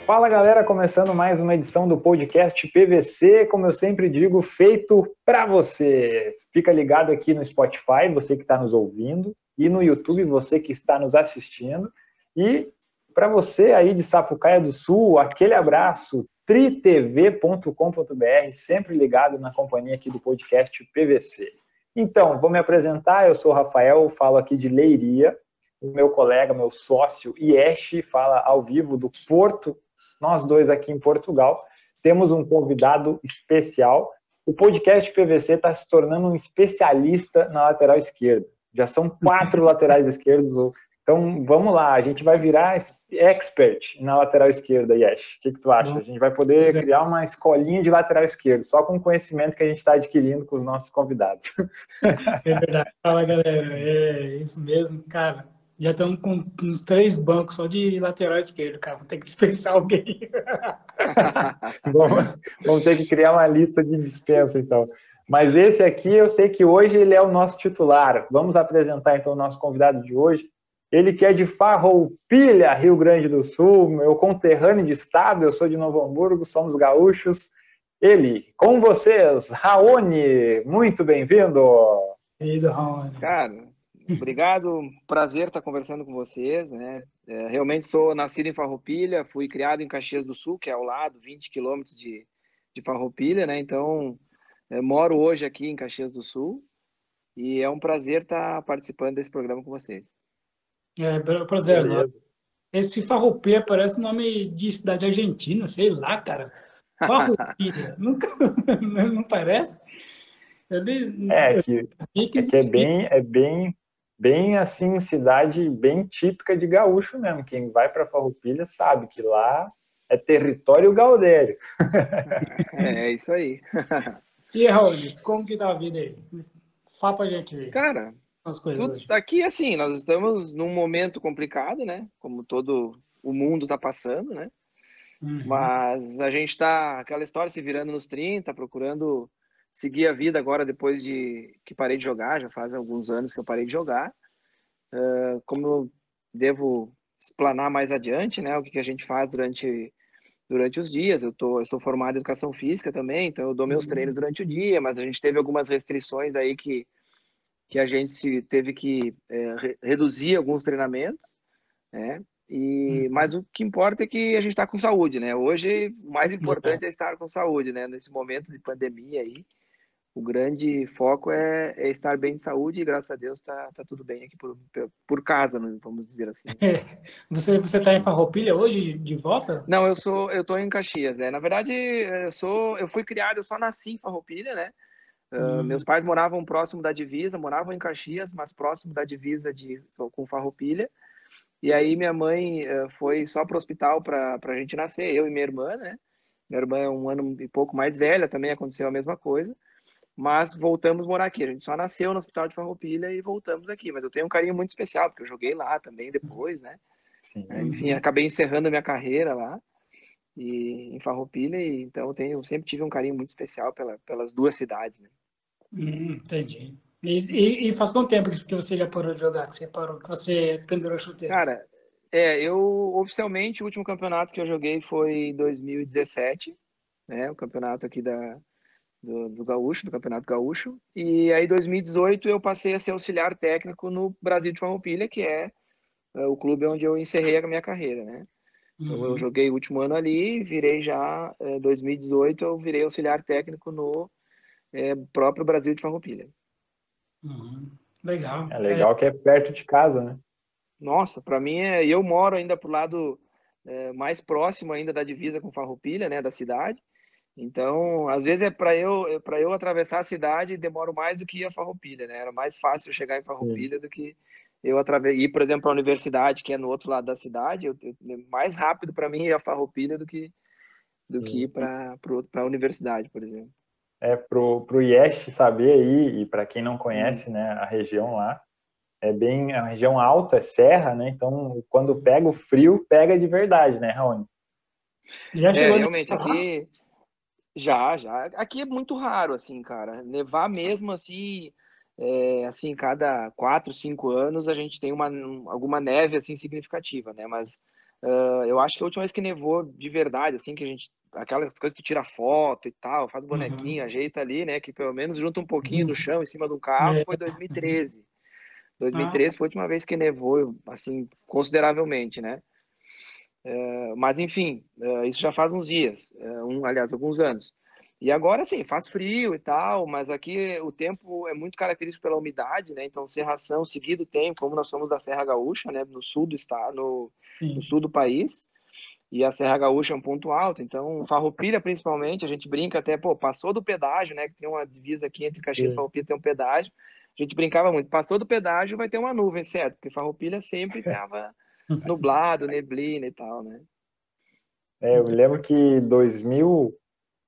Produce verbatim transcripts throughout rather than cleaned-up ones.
Fala galera, começando mais uma edição do podcast P V C, como eu sempre digo, feito para você. Fica ligado aqui no Spotify, você que está nos ouvindo, e no YouTube, você que está nos assistindo. E para você aí de Sapucaia do Sul, aquele abraço, tri t v ponto com ponto b r, sempre ligado na companhia aqui do podcast P V C. Então, vou me apresentar, eu sou o Rafael, falo aqui de Leiria. O meu colega, meu sócio, Ieshi, fala ao vivo do Porto. Nós dois aqui em Portugal temos um convidado especial. O podcast P V C está se tornando um especialista na lateral esquerda. Já são quatro laterais esquerdos. Então, vamos lá, a gente vai virar expert na lateral esquerda, Yesh. O que, que tu acha? A gente vai poder criar uma escolinha de lateral esquerdo, só com o conhecimento que a gente está adquirindo com os nossos convidados. É verdade. Fala, galera. É isso mesmo, cara. Já estamos com uns três bancos só de lateral esquerdo, cara. Vou ter que dispensar alguém. vamos, vamos ter que criar uma lista de dispensa, então. Mas esse aqui, eu sei que hoje ele é o nosso titular. Vamos apresentar, então, o nosso convidado de hoje. Ele que é de Farroupilha, Rio Grande do Sul, meu conterrâneo de estado, eu sou de Novo Hamburgo, somos gaúchos. Ele, com vocês, Raoni, muito bem-vindo. Querido Raoni. Cara, obrigado, prazer estar conversando com vocês, né? É, realmente sou nascido em Farroupilha, fui criado em Caxias do Sul, que é ao lado, vinte quilômetros de, de Farroupilha, né? Então, é, moro hoje aqui em Caxias do Sul e é um prazer estar participando desse programa com vocês. É, prazer, não. Esse Farroupilha parece nome de cidade argentina, sei lá, cara. Farroupilha, nunca, não parece? Ele, é que, que é, que é bem, é bem, bem assim, cidade bem típica de gaúcho mesmo. Quem vai para Farroupilha sabe que lá é território gaudério. É, é isso aí. E, Raoni, como que tá a vida aí? Fala pra gente ver. Cara, As coisas tudo hoje. está aqui assim, nós estamos num momento complicado, né? Como todo o mundo está passando, né? Uhum. Mas a gente está, aquela história, se virando nos trinta, procurando seguir a vida agora depois de que parei de jogar, já faz alguns anos que eu parei de jogar. Uh, como eu devo explanar mais adiante, né, o que, que a gente faz durante, durante os dias. Eu, tô, eu sou formado em Educação Física também, então eu dou meus Uhum. treinos durante o dia, mas a gente teve algumas restrições aí que, que a gente se, teve que é, re, reduzir alguns treinamentos, né? E, mas o que importa é que a gente está com saúde, né? Hoje, o mais importante é estar com saúde, né? Nesse momento de pandemia aí, o grande foco é, é estar bem de saúde e, graças a Deus, tá, tá tudo bem aqui por, por casa, vamos dizer assim. Você, você tá em Farroupilha hoje, de volta? Não, eu sou, eu tô em Caxias, né? Na verdade, eu sou, eu fui criado, eu só nasci em Farroupilha, né? Uh, meus pais moravam próximo da divisa, moravam em Caxias, mas próximo da divisa de, com Farroupilha. E aí minha mãe uh, foi só para o hospital para a gente nascer, eu e minha irmã, né? Minha irmã é um ano e pouco mais velha, também aconteceu a mesma coisa. Mas voltamos a morar aqui. A gente só nasceu no Hospital de Farroupilha e voltamos aqui. Mas eu tenho um carinho muito especial, porque eu joguei lá também depois, né? Sim. Enfim, acabei encerrando a minha carreira lá e, em Farroupilha, e então eu, tenho, eu sempre tive um carinho muito especial pela, pelas duas cidades, né? Hum, entendi. E, e, e faz quanto tempo que você já parou de jogar? Que você parou, que você pendurou chuteiras? Cara, é, eu oficialmente o último campeonato que eu joguei foi em dois mil e dezessete, né? O campeonato aqui da, do, do Gaúcho, do Campeonato Gaúcho. E aí, em dois mil e dezoito, eu passei a ser auxiliar técnico no Brasil de Farroupilha, que é, é o clube onde eu encerrei a minha carreira, né? Então, eu Uhum. joguei o último ano ali, virei já, em dois mil e dezoito, eu virei auxiliar técnico no é, próprio Brasil de Farroupilha. Uhum. Legal. É legal é... que é perto de casa, né? Nossa, para mim, é, eu moro ainda pro lado é, mais próximo ainda da divisa com Farroupilha, né, da cidade. Então, às vezes é para eu para eu atravessar a cidade, demoro mais do que ir a Farroupilha, né? Era mais fácil chegar em Farroupilha Sim. do que eu atravessar, ir, por exemplo, para a universidade, que é no outro lado da cidade. Eu, eu, mais rápido para mim ir a Farroupilha do que do Sim. que ir para para a universidade, por exemplo. É pro pro Ieshi saber aí, e para quem não conhece, hum. né, a região lá, é bem a região alta, é serra, né? Então, quando pega o frio, pega de verdade, né, Raoni? Já chegou é, realmente aqui Já, já. Aqui é muito raro, assim, cara. Nevar mesmo, assim, é, assim, cada quatro, cinco anos a gente tem uma, alguma neve, assim, significativa, né? Mas Uh, eu acho que a última vez que nevou de verdade, assim, que a gente... Aquelas coisas que tu tira foto e tal, faz bonequinho, Uhum. ajeita ali, né? Que pelo menos junta um pouquinho do Uhum. chão em cima de um carro, É. foi dois mil e Uhum. treze. Ah, dois mil e treze foi a última vez que nevou, assim, consideravelmente, né? Uh, mas, enfim, uh, isso já faz uns dias, uh, um, aliás, alguns anos. E agora, sim, faz frio e tal, mas aqui o tempo é muito característico pela umidade, né? Então, cerração seguido tem, como nós somos da Serra Gaúcha, né? No sul do estado, no, no sim. sul do país. E a Serra Gaúcha é um ponto alto, então Farroupilha principalmente, a gente brinca até, pô, passou do pedágio, né, que tem uma divisa aqui entre Caxias e Sim. Farroupilha, tem um pedágio, a gente brincava muito, passou do pedágio vai ter uma nuvem, certo? Porque Farroupilha sempre tava nublado, neblina e tal, né? É, eu me lembro que dois mil,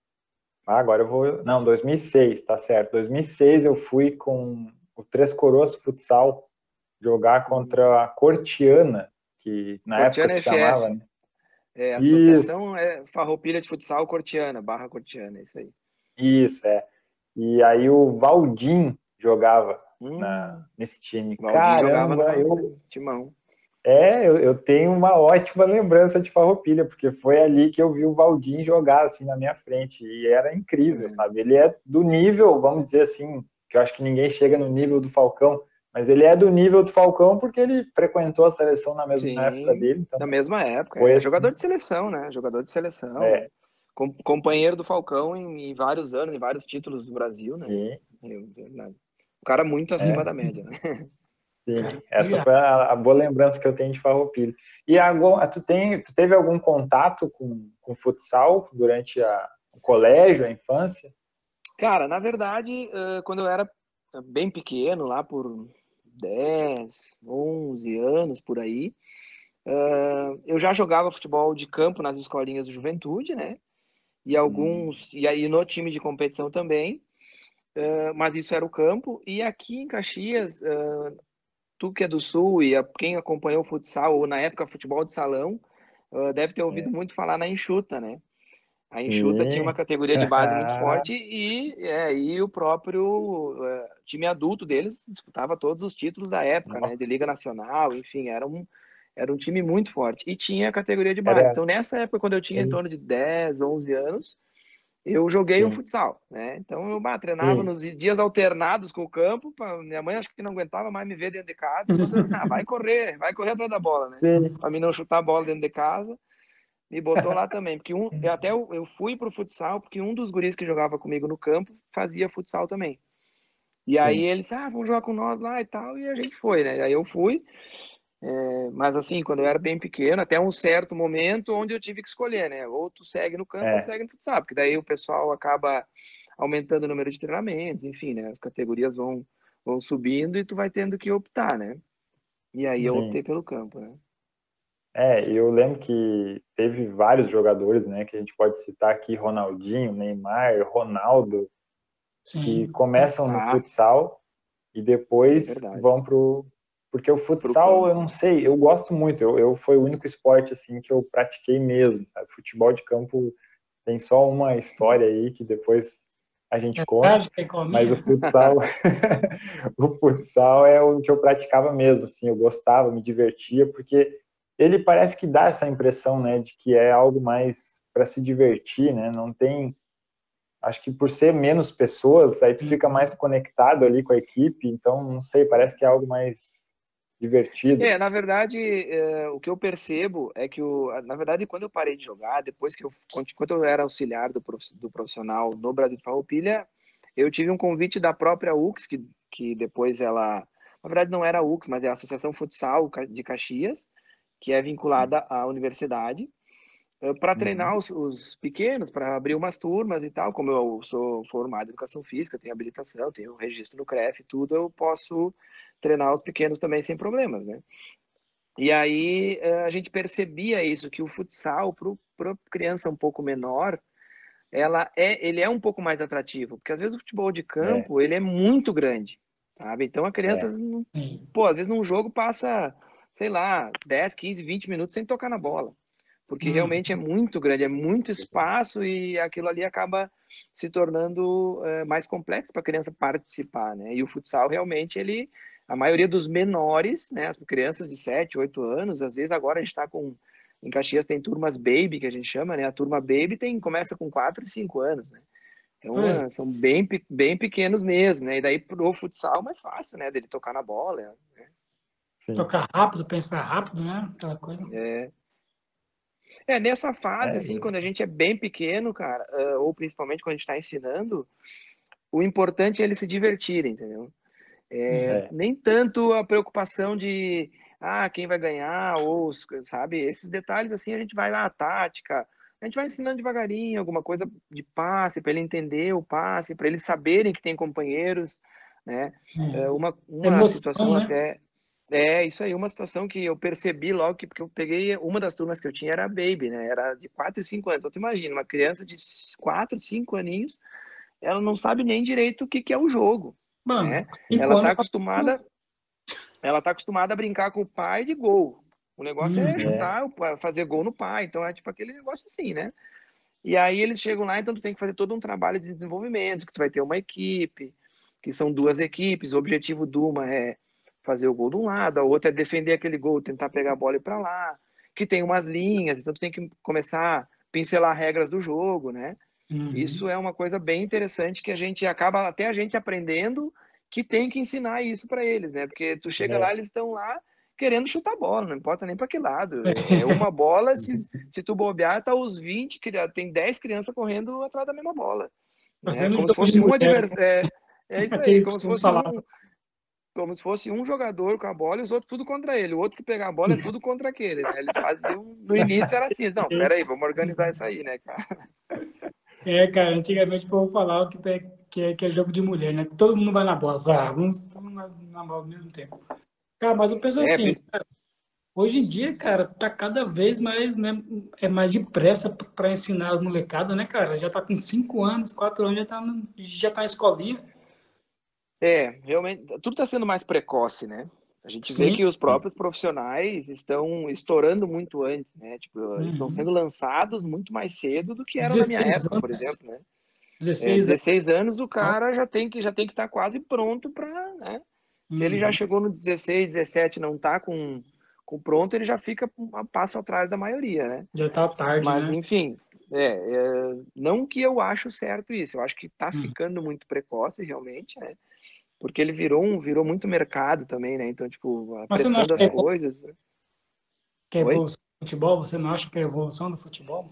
ah, agora eu vou, não, dois mil e seis, tá certo. dois mil e seis eu fui com o Três Coroas Futsal jogar contra a Cortiana, que na época Cortiana se F F, chamava, né? é, Isso, Associação é Farroupilha de Futsal Cortiana, barra Cortiana, isso aí. isso, é. E aí o Valdim jogava na, Hum, nesse time. Valdir jogava no Caramba, nosso eu, timão. é, eu, eu tenho uma ótima lembrança de Farroupilha, porque foi ali que eu vi o Valdim jogar assim na minha frente e era incrível, É, sabe? Ele é do nível, vamos dizer assim, que eu acho que ninguém chega no nível do Falcão, mas ele é do nível do Falcão porque ele frequentou a seleção na mesma na época sim, dele, então na mesma época, foi é jogador assim, de seleção, né? Jogador de seleção, é, com, companheiro do Falcão em, em vários anos, em vários títulos do Brasil, né? sim, Eu, verdade. O cara muito acima é, da média, né? sim. Cara, Essa legal. foi a, a boa lembrança que eu tenho de Farroupilha. E agora, tu tem, tu teve algum contato com, com futsal durante a, o colégio, a infância? Cara, na verdade, eh, quando eu era bem pequeno, lá por dez, onze anos, por aí, eh, eu já jogava futebol de campo nas escolinhas de juventude, né? E Hum, alguns, e aí no time de competição também, eh, mas isso era o campo. E aqui em Caxias, eh, tu que é do Sul e a- quem acompanhou o futsal, ou na época futebol de salão, eh, deve ter ouvido é. muito falar na Enxuta, né? A Enxuta tinha uma Sim. categoria de base muito forte e, é, e o próprio eh, time adulto deles disputava todos os títulos da época, né? De Nossa, Liga Nacional, enfim, era um, era um time muito forte. E tinha a categoria de base. era. Então, nessa época, quando eu tinha em Sim, torno de dez, onze anos, eu joguei o sim. futsal, né? Então eu bah, treinava Sim. nos dias alternados com o campo. Pra, minha mãe acho que não aguentava mais me ver dentro de casa. Quando eu, ah, vai correr, vai correr atrás da bola, né? Para mim não chutar a bola dentro de casa. Me botou lá também, porque um, eu até eu, eu fui pro futsal porque um dos guris que jogava comigo no campo fazia futsal também. E aí Sim. ele disse, ah, vamos jogar com nós lá e tal, e a gente foi, né? Aí eu fui, mas assim, quando eu era bem pequeno, até um certo momento onde eu tive que escolher, né? Ou tu segue no campo ou tu É, segue no futsal, porque daí o pessoal acaba aumentando o número de treinamentos, enfim, né? As categorias vão, vão subindo e tu vai tendo que optar, né? E aí eu sim. optei pelo campo, né? É, eu lembro que teve vários jogadores, né, que a gente pode citar aqui, Ronaldinho, Neymar, Ronaldo, que Sim. começam no Ah, futsal e é depois verdade. vão pro... Porque o Pro futsal, eu campo. não sei, eu gosto muito, eu, eu foi o único esporte, assim, que eu pratiquei mesmo, sabe? Futebol de campo tem só uma história aí que depois a gente É conta, trágica igual a mas o minha? futsal, o futsal é o que eu praticava mesmo, assim, eu gostava, me divertia, porque ele parece que dá essa impressão, né, de que é algo mais para se divertir, né? Não tem, acho que por ser menos pessoas, aí tu fica mais Uhum. conectado ali com a equipe, então não sei, parece que é algo mais divertido. É, na verdade, é, o que eu percebo é que, o, na verdade, quando eu parei de jogar, depois que eu, quando eu era auxiliar do, prof, do profissional no Brasil de Farroupilha, eu tive um convite da própria U X, que, que depois ela, na verdade não era a U X, mas é a Associação Futsal de Caxias, que é Sim. vinculada à universidade, para Uhum. treinar os, os pequenos, para abrir umas turmas e tal. Como eu sou formado em educação física, tenho habilitação, tenho registro no CREF, tudo, eu posso treinar os pequenos também sem problemas, né? E aí a gente percebia isso, que o futsal, para criança um pouco menor, ela é, ele é um pouco mais atrativo, porque às vezes o futebol de É, campo, ele é muito grande, sabe? Então a criança, é, Sim. pô, às vezes num jogo passa, sei lá, dez, quinze, vinte minutos sem tocar na bola, porque Uhum. realmente é muito grande, é muito espaço e aquilo ali acaba se tornando é, mais complexo para a criança participar, né? E o futsal realmente ele, a maioria dos menores, né, as crianças de sete, oito anos, às vezes agora a gente está com Em Caxias tem turmas baby, que a gente chama, né? A turma baby tem, começa com quatro e cinco anos, né? Então, É. são bem, bem pequenos mesmo, né? E daí pro futsal mais fácil, né? Dele tocar na bola, né? Sim. Tocar rápido, pensar rápido, né? Aquela coisa. É. É, nessa fase, É, assim, quando a gente é bem pequeno, cara, uh, ou principalmente quando a gente está ensinando, o importante é eles se divertirem, entendeu? É, é. nem tanto a preocupação de, ah, quem vai ganhar, ou, sabe, esses detalhes, assim, a gente vai lá, a tática, a gente vai ensinando devagarinho, alguma coisa de passe, para ele entender o passe, para eles saberem que tem companheiros, né? É. Uma, uma Emoção, situação né? até... É, isso aí, uma situação que eu percebi logo, que, porque eu peguei, uma das turmas que eu tinha era baby, né? Era de quatro e cinco anos. Então, tu imagina, uma criança de quatro, cinco aninhos, ela não sabe nem direito o que, que é o jogo, Mano, né? cinco Ela tá anos. acostumada, ela tá acostumada a brincar com o pai de gol. O negócio Hum, é chutar, fazer gol no pai. Então, é tipo aquele negócio assim, né? E aí eles chegam lá, então tu tem que fazer todo um trabalho de desenvolvimento, que tu vai ter uma equipe, que são duas equipes. O objetivo de uma é fazer o gol de um lado, a outra é defender aquele gol, tentar pegar a bola e ir para lá, que tem umas linhas, então tu tem que começar a pincelar regras do jogo, né? uhum. Isso é uma coisa bem interessante que a gente acaba até a gente aprendendo que tem que ensinar isso para eles, né? Porque tu chega É. lá, eles estão lá querendo chutar bola, não importa nem para que lado. É uma bola, se, se tu bobear, tá os vinte, tem dez crianças correndo atrás da mesma bola, né? Fazendo Como se jogo de fosse um mulher, adversário. É, é isso aí, aquele que como se vocês fosse falavam. um, como se fosse um jogador com a bola e os outros tudo contra ele. O outro que pegar a bola é tudo contra aquele, né? Eles faziam, no início era assim, não, peraí, vamos organizar isso aí, né, cara? É, cara, antigamente o povo falava que, é- que, é, que é jogo de mulher, né? Todo mundo vai na bola. Ah, vamos todo mundo vai na bola ao mesmo tempo. Cara, mas eu penso É, assim, cara, hoje em dia, cara, tá cada vez mais, né? É mais depressa para ensinar as molecadas, né, cara? Já tá com cinco anos, quatro anos, já tá, no, já tá na escolinha. é, realmente, tudo está sendo mais precoce, né? A gente vê Sim. que os Sim. próprios profissionais estão estourando muito antes, né? Tipo, eles estão Uhum. sendo lançados muito mais cedo do que eram na minha dezesseis época, por anos. exemplo, né? É, dezesseis anos. dezesseis anos o cara já tem que já tem que estar quase pronto para, né? Se ele já Uhum. chegou no dezesseis, dezessete, não está com, com pronto, ele já fica um passo atrás da maioria, né? Já tá tarde, Mas né? enfim, é, é, não que eu acho certo isso, eu acho que está Uhum. ficando muito precoce realmente, né? Porque ele virou um, virou muito mercado também, né? Então, tipo, Mas você não acha apressando que as é, coisas. Né? que é Oi? evolução do futebol? Você não acha que é evolução do futebol?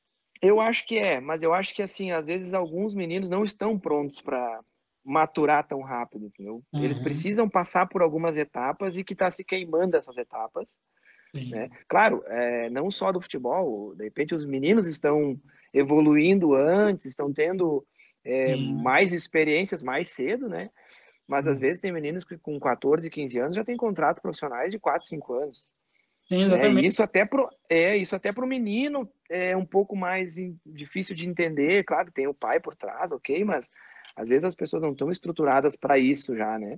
Eu acho que é, mas eu acho que assim, às vezes alguns meninos não estão prontos para maturar tão rápido, entendeu? Eles Uhum. precisam passar por algumas etapas e que está se queimando essas etapas, né? Sim. Claro, é, não só do futebol, de repente os meninos estão evoluindo antes, estão tendo é, Sim. mais experiências mais cedo, né? Mas às Uhum. vezes tem meninos que com quatorze, quinze anos já têm contratos profissionais de quatro, cinco anos. Sim, Né? E exatamente. isso até pro, é isso até para o menino é um pouco mais in, difícil de entender. Claro, tem o pai por trás, ok, mas às vezes as pessoas não estão estruturadas para isso já, né?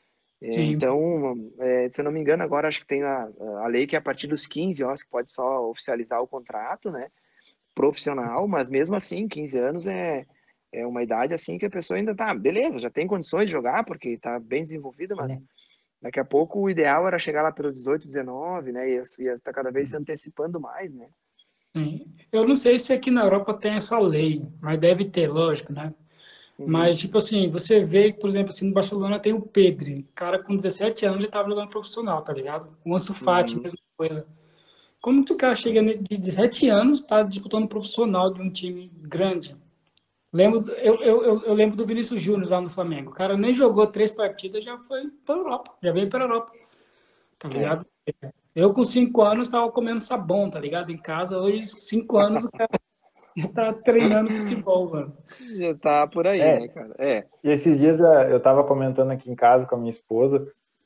É, Sim. então, é, se eu não me engano, agora acho que tem a, a lei que é a partir dos quinze, ó, que pode só oficializar o contrato, né? Profissional, mas mesmo assim, quinze anos é, é uma idade assim que a pessoa ainda tá, beleza, já tem condições de jogar porque está bem desenvolvida, mas daqui a pouco o ideal era chegar lá pelos dezoito, dezenove, né? E está cada vez se antecipando mais, né? Sim. Eu não sei se aqui na Europa tem essa lei, mas deve ter, lógico, né? Uhum. Mas, tipo assim, você vê, por exemplo, assim, no Barcelona tem o Pedri, cara com dezessete anos ele tava jogando profissional, tá ligado? O Ansu Fati, Uhum. mesma coisa. Como que o cara chega de dezessete anos, tá disputando profissional de um time grande? Lembro, eu, eu, eu, eu lembro do Vinícius Júnior lá no Flamengo. O cara nem jogou três partidas, já foi para Europa, já veio para Europa, tá É. ligado? Eu com cinco anos estava comendo sabão, tá ligado? Em casa, hoje, cinco anos, o cara já tá treinando futebol, mano. Já tá por aí, É, né, cara? É. e esses dias eh, eu estava comentando aqui em casa com a minha esposa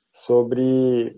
sobre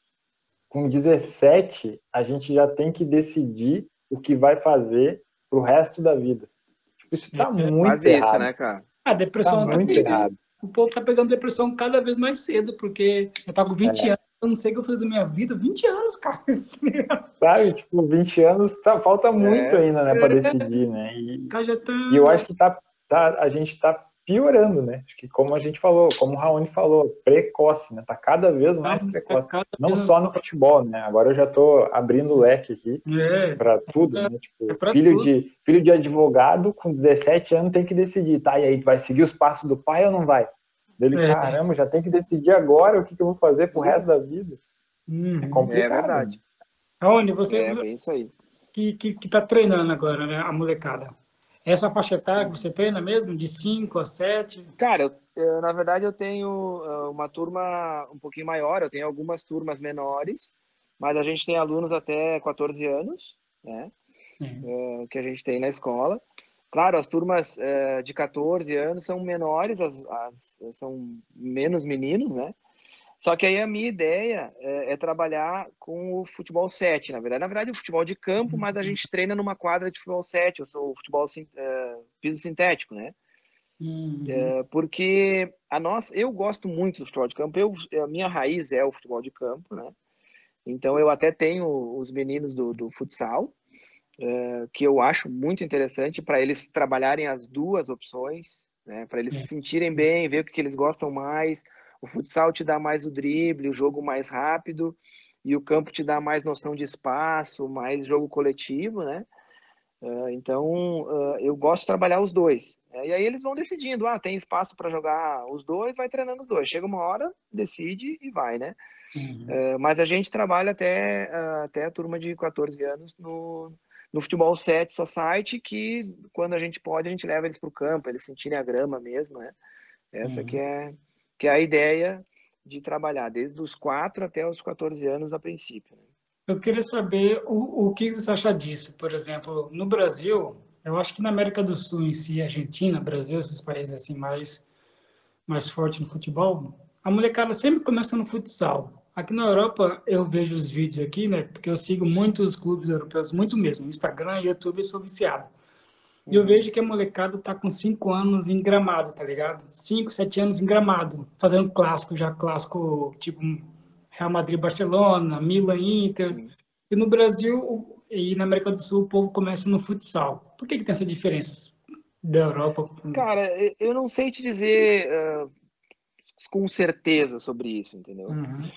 com dezessete a gente já tem que decidir o que vai fazer pro resto da vida. Tipo, isso tá É, muito Quase isso, errado. né, cara? a Tá depressão tá Quase muito isso. aí. errado. O povo tá pegando depressão cada vez mais cedo, porque eu tava com vinte É, anos, eu não sei o que eu fiz da minha vida. vinte anos, cara. sabe? Tipo, vinte anos, tá, falta muito É. ainda, né, para É, decidir, né? E, o cara já tá. e eu acho que tá, tá, a gente tá piorando, né? Acho que como a gente falou, como o Raoni falou, precoce, né? Tá cada vez mais precoce. Cada Não vez- só no futebol, né? Agora eu já tô abrindo o leque aqui É, para tudo, é, né? é Tipo, para filho tudo. de, filho de advogado com dezessete anos tem que decidir, tá? E aí, vai seguir os passos do pai ou não vai? Dele, É. caramba, já tem que decidir agora o que, que eu vou fazer pro resto da vida. É Uhum. É complicado, né? verdade. Raoni, você É bem isso aí. que, que, que tá treinando agora, né? A molecada. Essa faixa etária que você treina mesmo, de cinco a sete? Cara, eu, eu, na verdade eu tenho uh, uma turma um pouquinho maior, eu tenho algumas turmas menores, mas a gente tem alunos até quatorze anos, né? Sim. Uh, que a gente tem na escola. Claro, as turmas uh, de quatorze anos são menores, as, as, são menos meninos, né? Só que aí a minha ideia é, é trabalhar com o futebol sete, na verdade. Na verdade, o futebol de campo, mas a gente treina numa quadra de futebol sete, eu sou futebol uh, piso sintético, né? Uhum. Porque a nossa, eu gosto muito do futebol de campo. Eu, a minha raiz é o futebol de campo, né? Então eu até tenho os meninos do, do futsal, é, que eu acho muito interessante para eles trabalharem as duas opções, né? Para eles se sentirem bem, ver o que, que eles gostam mais. O futsal te dá mais o drible, o jogo mais rápido, e o campo te dá mais noção de espaço, mais jogo coletivo, né? Então, eu gosto de trabalhar os dois. E aí eles vão decidindo, ah, tem espaço para jogar os dois, vai treinando os dois. Chega uma hora, decide e vai, né? Uhum. Mas a gente trabalha até, até a turma de quatorze anos no, no futebol sete society, que quando a gente pode, a gente leva eles para o campo, eles sentirem a grama mesmo, né? Essa que Uhum. é, que é a ideia de trabalhar, desde os quatro até os quatorze anos a princípio, né? Eu queria saber o, o que você acha disso. Por exemplo, no Brasil, eu acho que na América do Sul em si, Argentina, Brasil, esses países assim mais mais forte no futebol, a molecada sempre começa no futsal. Aqui na Europa, eu vejo os vídeos aqui, né? Porque eu sigo muitos clubes europeus, muito mesmo. Instagram, YouTube, eu sou viciado. E eu Uhum. vejo que a molecada tá com cinco anos em Gramado, tá ligado? Cinco, sete anos em Gramado, fazendo clássico, já clássico, tipo Real Madrid, Barcelona, Milan, Inter. Sim. E no Brasil e na América do Sul, o povo começa no futsal. Por que que tem essa diferença da Europa? Cara, eu não sei te dizer uh, com certeza sobre isso, entendeu? Uhum.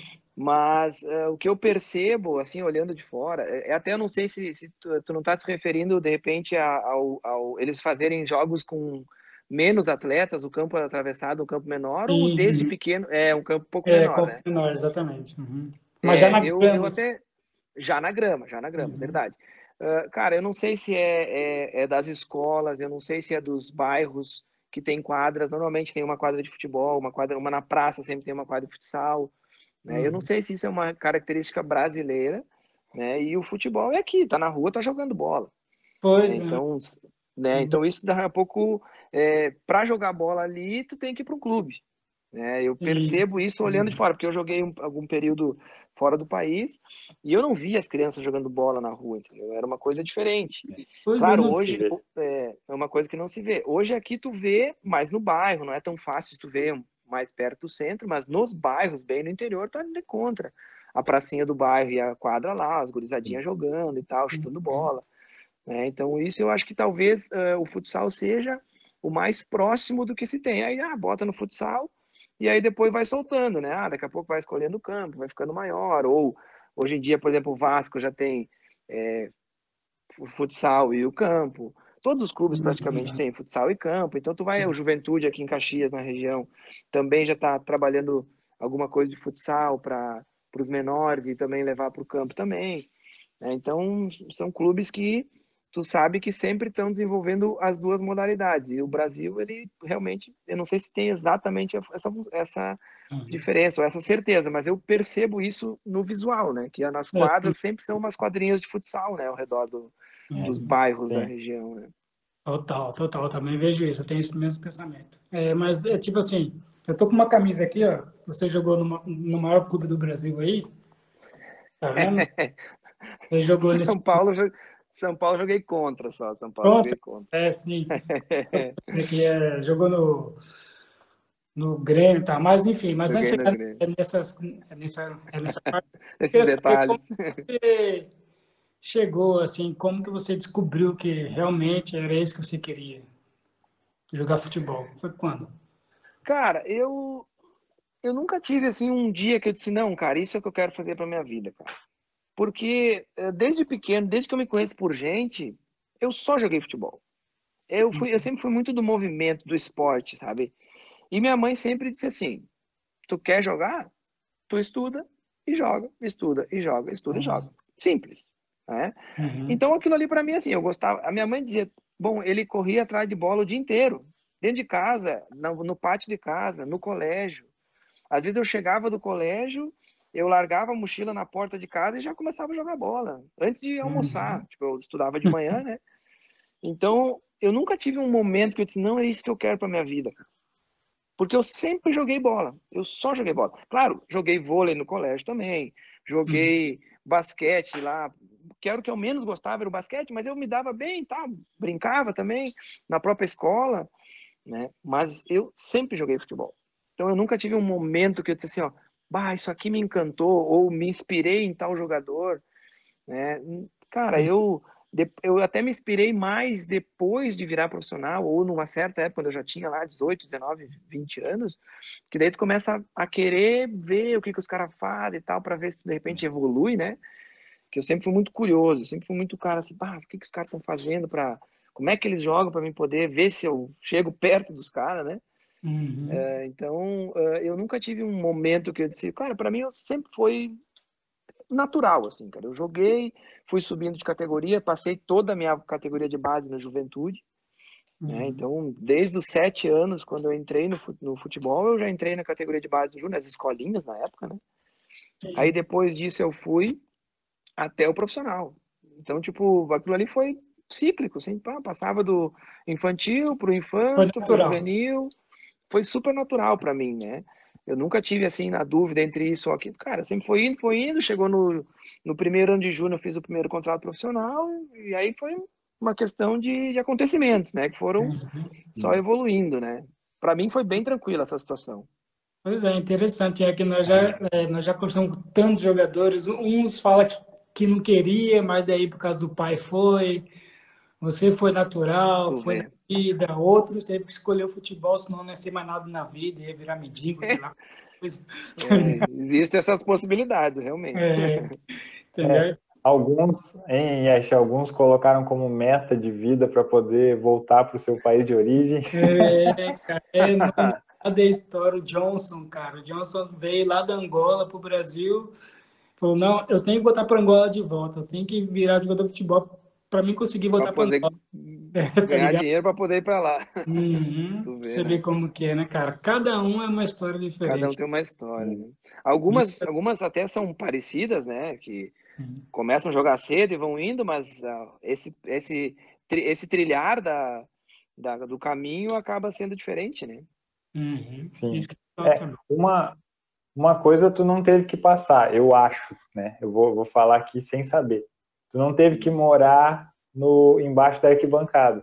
Mas uh, o que eu percebo, assim, olhando de fora, é, até eu não sei se, se tu, tu não está se referindo, de repente, a, ao, ao eles fazerem jogos com menos atletas, o campo atravessado, um campo menor, ou Sim, desde uhum. pequeno, é um campo um pouco É, menor, campo né? menor, exatamente. Uhum. Mas já É, na eu, eu grama, assim. até, já na grama, já na grama, Uhum. verdade. Uh, cara, eu não sei se é, é, é das escolas, eu não sei se é dos bairros que tem quadras. Normalmente tem uma quadra de futebol, uma quadra, uma na praça sempre tem uma quadra de futsal, né? Eu não Uhum. sei se isso é uma característica brasileira, né? E o futebol é aqui, tá na rua, tá jogando bola, né? Pois é. Então, né? Uhum. Então isso dá um pouco, é, para jogar bola ali, tu tem que ir para um clube, né? Eu Sim. percebo isso olhando de Uhum. fora, porque eu joguei um, algum período fora do país e eu não via as crianças jogando bola na rua, entendeu? Era uma coisa diferente. Pois é, Claro, não. Se hoje vê. é, é uma coisa que não se vê. Hoje aqui tu vê mais no bairro, não é tão fácil de tu ver mais perto do centro, mas nos bairros, bem no interior, tu ainda encontra a pracinha do bairro e a quadra lá, as gurizadinhas jogando e tal, chutando Uhum. bola, né? Então isso eu acho que talvez uh, o futsal seja o mais próximo do que se tem. Aí ah, bota no futsal e aí depois vai soltando, né? Ah, daqui a pouco vai escolhendo o campo, vai ficando maior. Ou hoje em dia, por exemplo, o Vasco já tem é, o futsal e o campo. Todos os clubes praticamente Uhum. têm futsal e campo. Então tu vai, o Juventude aqui em Caxias, na região, também já está trabalhando alguma coisa de futsal para os menores e também levar para o campo também, né? Então são clubes que tu sabe que sempre estão desenvolvendo as duas modalidades. E o Brasil, ele realmente, eu não sei se tem exatamente essa, essa Uhum. diferença ou essa certeza, mas eu percebo isso no visual, né? Que nas É, quadras sempre são umas quadrinhas de futsal, né? Ao redor do, dos uhum. bairros da Sim. região, né? Total, total, eu também vejo isso, eu tenho esse mesmo pensamento. É, mas é tipo assim, eu tô com uma camisa aqui, ó. Você jogou numa, no maior clube do Brasil aí, tá vendo? Você jogou nesse São Paulo, São Paulo joguei contra só, São Paulo contra, joguei contra. é sim. Aqui é, jogou no, no Grêmio, tá? Mas enfim, mas antes Joguei de no chegar Grêmio. nessas, nessa, nessa parte, eu Esses queria saber como detalhes. você chegou, assim, como que você descobriu que realmente era isso que você queria? jogar futebol? Foi quando? Cara, eu, eu nunca tive, assim, um dia que eu disse, não, cara, isso é o que eu quero fazer pra minha vida, cara. Porque eh, desde pequeno, desde que eu me conheço por gente, eu só joguei futebol. Eu fui, eu sempre fui muito do movimento, do esporte, sabe? E minha mãe sempre disse assim, tu quer jogar? Tu estuda e joga, estuda e joga, estuda e joga. Simples, né? Uhum. Então aquilo ali pra mim, assim, eu gostava. A minha mãe dizia, bom, ele corria atrás de bola o dia inteiro, dentro de casa, no, no pátio de casa, no colégio. Às vezes eu chegava do colégio, eu largava a mochila na porta de casa e já começava a jogar bola, antes de almoçar. Uhum. Tipo, eu estudava de manhã, né? Então, eu nunca tive um momento que eu disse, não, é isso que eu quero pra minha vida. Porque eu sempre joguei bola. Eu só joguei bola. Claro, joguei vôlei no colégio também. Uhum. Joguei basquete lá. Que era o que eu menos gostava, era o basquete, mas eu me dava bem, tá? Brincava também na própria escola, né? Mas eu sempre joguei futebol. Então eu nunca tive um momento que eu disse assim, ó, bah, isso aqui me encantou, ou me inspirei em tal jogador, né? Cara, eu, eu até me inspirei mais depois de virar profissional, ou numa certa época, quando eu já tinha lá dezoito, dezenove, vinte anos, que daí tu começa a querer ver o que, que os caras fazem e tal, para ver se tu, de repente evolui, né? Que eu sempre fui muito curioso, sempre fui muito cara assim, pá, o que, que os caras estão fazendo para, como é que eles jogam para mim poder ver se eu chego perto dos caras, né? Uhum. É, então, é, eu nunca tive um momento que eu disse, cara, para mim eu sempre foi natural, assim, cara. Eu joguei, fui subindo de categoria, passei toda a minha categoria de base na juventude, né? Uhum. Então, desde os sete anos, quando eu entrei no, no futebol, eu já entrei na categoria de base do Júnior, as escolinhas na época, né? Aí Sim. depois disso eu fui até o profissional. Então, tipo, aquilo ali foi cíclico, assim, pá, passava do infantil pro Foi infanto, pro natural. juvenil, foi super natural para mim, né? Eu nunca tive, assim, na dúvida entre isso ou aquilo. Cara, sempre foi indo, foi indo. Chegou no, no primeiro ano de junho, eu fiz o primeiro contrato profissional. E aí foi uma questão de, de acontecimentos, né? Que foram Uhum. só evoluindo, né? Para mim foi bem tranquila essa situação. Pois é, interessante. É que nós já, é, nós já conversamos com tantos jogadores. Uns falam que, que não queria, mas daí por causa do pai foi. Você foi natural, Tu foi na vê. vida. Outros teve que escolher o futebol, senão não ia ser mais nada na vida, ia virar mendigo, sei lá. Coisa. É, existem essas possibilidades, realmente. É, É, entendeu? alguns, hein, Yesh, alguns colocaram como meta de vida para poder voltar para o seu país de origem. É, cara, é, não, não sabe a história. O Johnson, cara. O Johnson veio lá da Angola para o Brasil. Falou, não, eu tenho que voltar para Angola de volta. Eu tenho que virar jogador de futebol para mim conseguir Para voltar para poder Angola. É, tá ganhar ligado? dinheiro para poder ir para lá. Uhum. Tu vê, Você vê né? como que é, né, cara? Cada um é uma história Cada um diferente. tem uma história, né? E- Algumas, algumas até são parecidas, né? Que começam a jogar cedo e vão indo, mas uh, esse, esse, tri, esse trilhar da, da, do caminho acaba sendo diferente, né? Uhum. Isso Sim. que eu gosto de É, saber. uma, uma coisa tu não teve que passar, eu acho, né? Eu vou, vou falar aqui sem saber. Tu não teve que Uhum. morar no embaixo da arquibancada.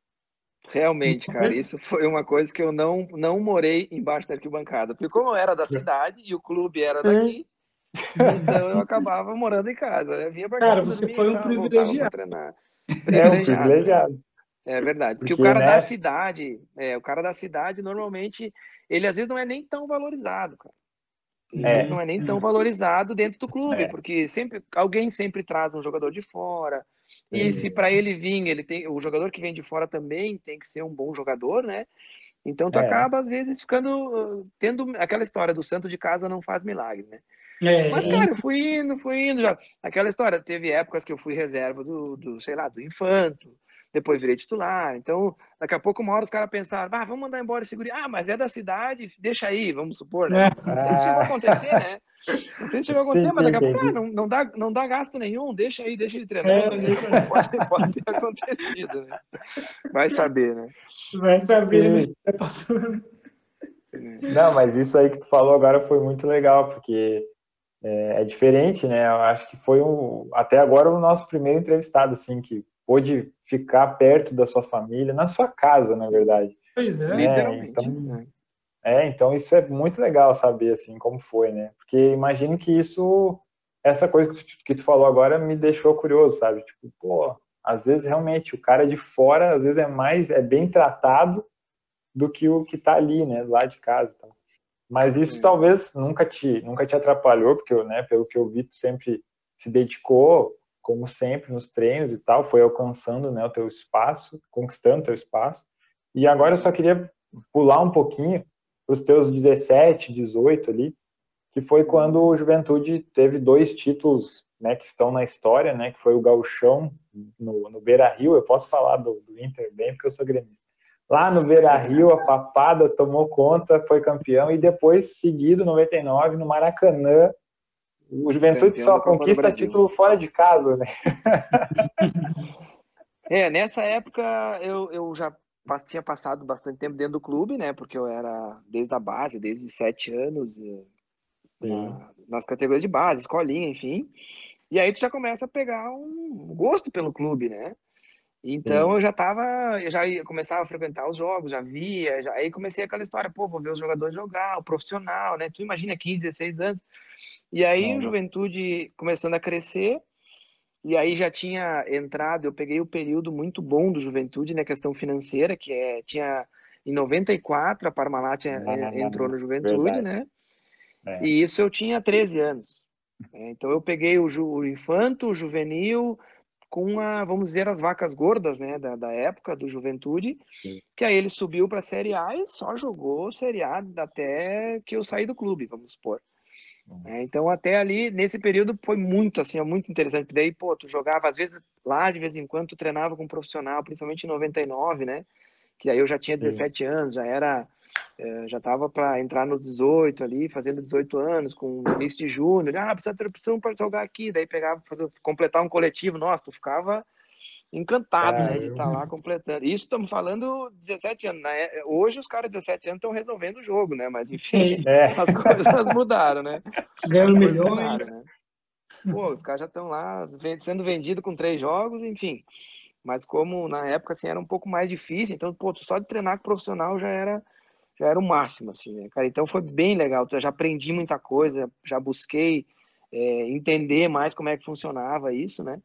Realmente, cara, isso foi uma coisa que eu não, não morei embaixo da arquibancada, porque como eu era da cidade e o clube era É. daqui, então eu acabava morando em casa. Eu vinha para Cara, casa você dormir e foi um tal, voltava para privilegiado. treinar. É um Privilegiado, né? privilegiado, É verdade, porque o porque, cara da né? cidade, é, o cara da cidade normalmente, ele às vezes não é nem tão valorizado, cara. Ele às vezes É, não é nem tão Uhum. valorizado dentro do clube, é, porque sempre alguém sempre traz um jogador de fora. E se para ele vir, ele tem o jogador que vem de fora também tem que ser um bom jogador, né? Então tu é, acaba às vezes ficando uh, tendo aquela história do santo de casa não faz milagre, né? Mas, É, é, cara, eu isso. fui indo, fui indo já. Aquela história, teve épocas que eu fui reserva do, do sei lá, do Infanto, depois virei titular. Então, daqui a pouco, uma hora os caras pensaram, ah, vamos mandar embora esse guri. Ah, mas é da cidade, deixa aí, vamos supor, né? Né? Não sei se chegou a ah, acontecer, né? Não sei se chegou a sim, acontecer, mas sim, daqui a pouco, ah, entendi. não, não, dá, não dá gasto nenhum, deixa aí, deixa ele É, treinando, né? deixa- Pode, pode ter acontecido, né? Vai saber, né? vai saber, né? Sim. Passou. Não, mas isso aí que tu falou agora foi muito legal, porque é, é diferente, né? Eu acho que foi um, até agora o nosso primeiro entrevistado, assim, que pôde ficar perto da sua família, na sua casa, na verdade, Pois é. né? Literalmente, Então, né? é, então isso é muito legal saber, assim, como foi, né? Porque imagino que isso, essa coisa que tu, que tu falou agora me deixou curioso, sabe? Tipo, pô, às vezes realmente o cara de fora, às vezes é mais, é bem tratado do que o que está ali, né, lá de casa. Então. Mas isso Sim. talvez nunca te, nunca te atrapalhou, porque, né, pelo que eu vi, tu sempre se dedicou, como sempre, nos treinos e tal, foi alcançando, né, o teu espaço, conquistando o teu espaço. E agora eu só queria pular um pouquinho para os teus dezessete, dezoito ali, que foi quando o Juventude teve dois títulos, né, que estão na história, né, que foi o Gauchão no, no Beira-Rio. Eu posso falar do, do Inter bem, porque eu sou gremista. Lá no Beira-Rio, a Papada tomou conta, foi campeão, e depois, seguido, noventa e nove, no Maracanã, o Juventude Campeão só da Copa do conquista Brasil. título fora de casa, né? É, nessa época eu, eu já pass- tinha passado bastante tempo dentro do clube, né? Porque eu era desde a base, desde sete anos, eh, Sim. na- nas categorias de base, escolinha, enfim. E aí tu já começa a pegar um gosto pelo clube, né? Então Sim. eu já tava, eu já ia, começava a frequentar os jogos, já via, já, aí comecei aquela história, pô, vou ver os jogadores jogar, o profissional, né? Tu imagina quinze, dezesseis anos. E aí o Não. Juventude começando a crescer, e aí já tinha entrado, eu peguei o período muito bom do Juventude, né, questão financeira, que é, tinha, em noventa e quatro a Parmalat en- en- entrou no Ah, Juventude, verdade. né, É. e isso eu tinha treze anos. né, Então eu peguei o, ju, o infanto, o juvenil, com a, vamos dizer, as vacas gordas, né, da, da época do Juventude, Sim. que aí ele subiu para a Série A e só jogou Série A até que eu saí do clube, vamos supor. É, então, até ali, nesse período, foi muito, assim, é muito interessante. Porque daí, pô, tu jogava, às vezes, lá, de vez em quando, tu treinava com um profissional, principalmente em noventa e nove, né? Que aí eu já tinha Sim. dezessete anos, já era, eh, já tava para entrar nos dezoito ali, fazendo dezoito anos, com início de júnior. Ah, precisa ter opção para jogar aqui. Daí pegava, fazer, completar um coletivo. Nossa, tu ficava encantado, né, de estar Caramba. lá completando. Isso estamos falando dezessete anos, né? Hoje os caras de dezessete anos estão resolvendo o jogo, né? Mas enfim, É. as coisas mudaram, né? Ganhando As coisas milhões. mudaram, né? Pô, os caras já estão lá ven- sendo vendidos com três jogos, enfim. Mas como na época assim era um pouco mais difícil, então pô, só de treinar com profissional já era já era o máximo, assim, né, cara? Então foi bem legal. Eu já aprendi muita coisa, já busquei é, entender mais como é que funcionava isso, né?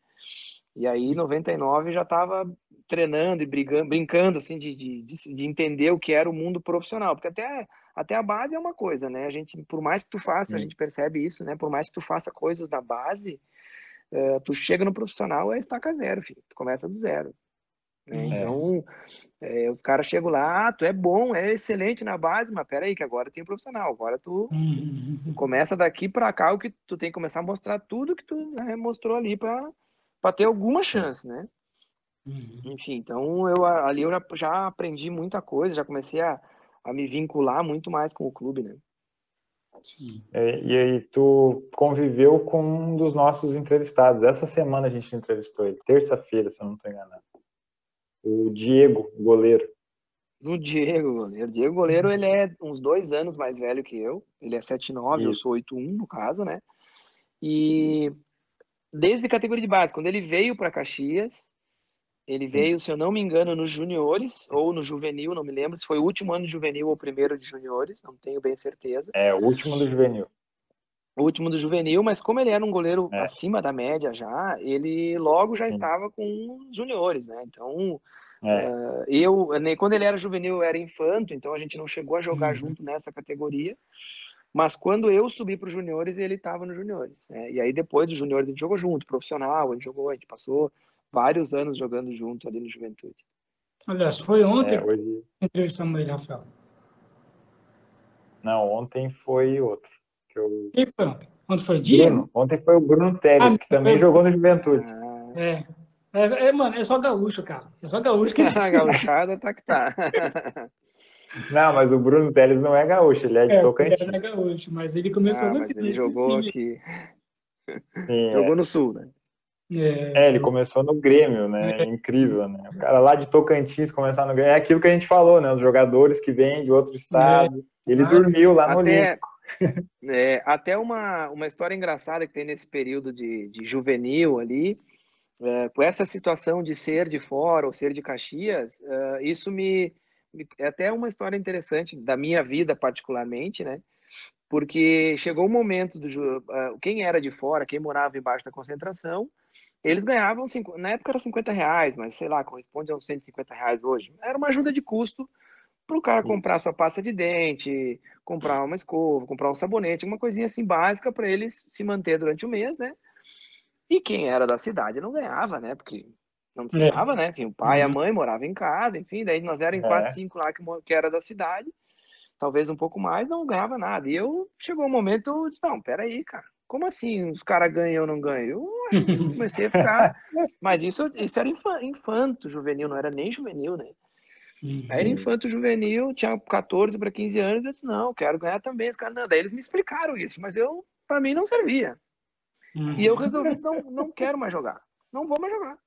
E aí, em noventa e nove, já estava treinando e brigando, brincando, assim, de, de, de, de entender o que era o mundo profissional. Porque até, até a base é uma coisa, né? A gente, por mais que tu faça, a Sim. gente percebe isso, né? Por mais que tu faça coisas na base, eh, tu chega no profissional, é estaca zero, filho. Tu começa do zero. Né? É. Então, eh, os caras chegam lá, ah, tu é bom, é excelente na base, mas peraí, que agora tem profissional. Agora tu, tu Uhum. começa daqui para cá, o que tu tem que começar a mostrar tudo que tu, né, mostrou ali para para ter alguma Sim. chance, né? Uhum. Enfim, então eu ali eu já, já aprendi muita coisa, já comecei a, a me vincular muito mais com o clube, né? Sim. É, e aí tu conviveu com um dos nossos entrevistados. Essa semana a gente entrevistou ele, terça-feira, se eu não estou enganado. O Diego, goleiro. No Diego Goleiro. Diego Goleiro, ele é uns dois anos mais velho que eu. Ele é sete nove, eu Isso. sou oito um, no caso, né? E desde categoria de base, quando ele veio para Caxias, ele Sim. veio, se eu não me engano, nos juniores ou no juvenil, não me lembro se foi o último ano de juvenil ou o primeiro de juniores, não tenho bem certeza. É, o último do juvenil. O último do juvenil, mas como ele era um goleiro É, acima da média já, ele logo já sim. estava com os juniores, né? Então, É, uh, eu, né, quando ele era juvenil, eu era infanto, então a gente não chegou a jogar Uhum. junto nessa categoria, mas quando eu subi para os juniores, ele estava nos juniores, né? E aí depois dos juniores a gente jogou junto, profissional, a gente jogou, a gente passou vários anos jogando junto ali no Juventude. Aliás, foi ontem é, que hoje. entrevistamos ele, Rafael. Não, ontem foi outro. Que eu... Quem foi ontem? Ontem foi Diego? Bruno. Ontem foi o Bruno Ah, Teles, não, que também foi... jogou no Juventude. Ah, É. É, é, mano, é só gaúcho, cara. É só gaúcho que... a gauchada tá que tá. Não, mas o Bruno Teles não é gaúcho, ele é de É, ele Tocantins. era gaúcho, mas ele começou Ah, muito mas ele nesse jogou time. aqui, Sim, jogou é. no Sul, né? É, É, ele começou no Grêmio, né? é, Incrível, né? O cara lá de Tocantins começar no Grêmio. É aquilo que a gente falou, né? Os jogadores que vêm de outro é, estado. Ele ah, dormiu lá no Até, Olímpico. é, até uma, uma história engraçada que tem nesse período de, de juvenil ali, é, com essa situação de ser de fora ou ser de Caxias, é, isso me, me. É até uma história interessante da minha vida, particularmente, né? Porque chegou o momento do. ju- é, quem era de fora, quem morava embaixo da concentração, eles ganhavam, na época era cinquenta reais, mas sei lá, corresponde a uns cento e cinquenta reais hoje. Era uma ajuda de custo para o cara Isso. comprar sua pasta de dente, comprar uma escova, comprar um sabonete, uma coisinha assim básica para eles se manter durante o mês, né? E quem era da cidade não ganhava, né? Porque não precisava, É. né? Tinha o pai e a Uhum. mãe, morava em casa, enfim, daí nós éramos em quatro, É. cinco lá que, mo- que era da cidade, talvez um pouco mais, não ganhava nada. E eu chegou um momento, de, não, peraí, cara, como assim os caras ganham e eu não ganho? Eu acho que comecei a ficar. Mas isso, isso era infa- infanto juvenil, não era nem juvenil, né? Aí era Uhum. infanto juvenil, tinha quatorze para quinze anos, eu disse, não, eu quero ganhar também. Os caras, não, daí eles me explicaram isso, mas eu, para mim, não servia. E eu Uhum. resolvi, não, não quero mais jogar, não vou mais jogar.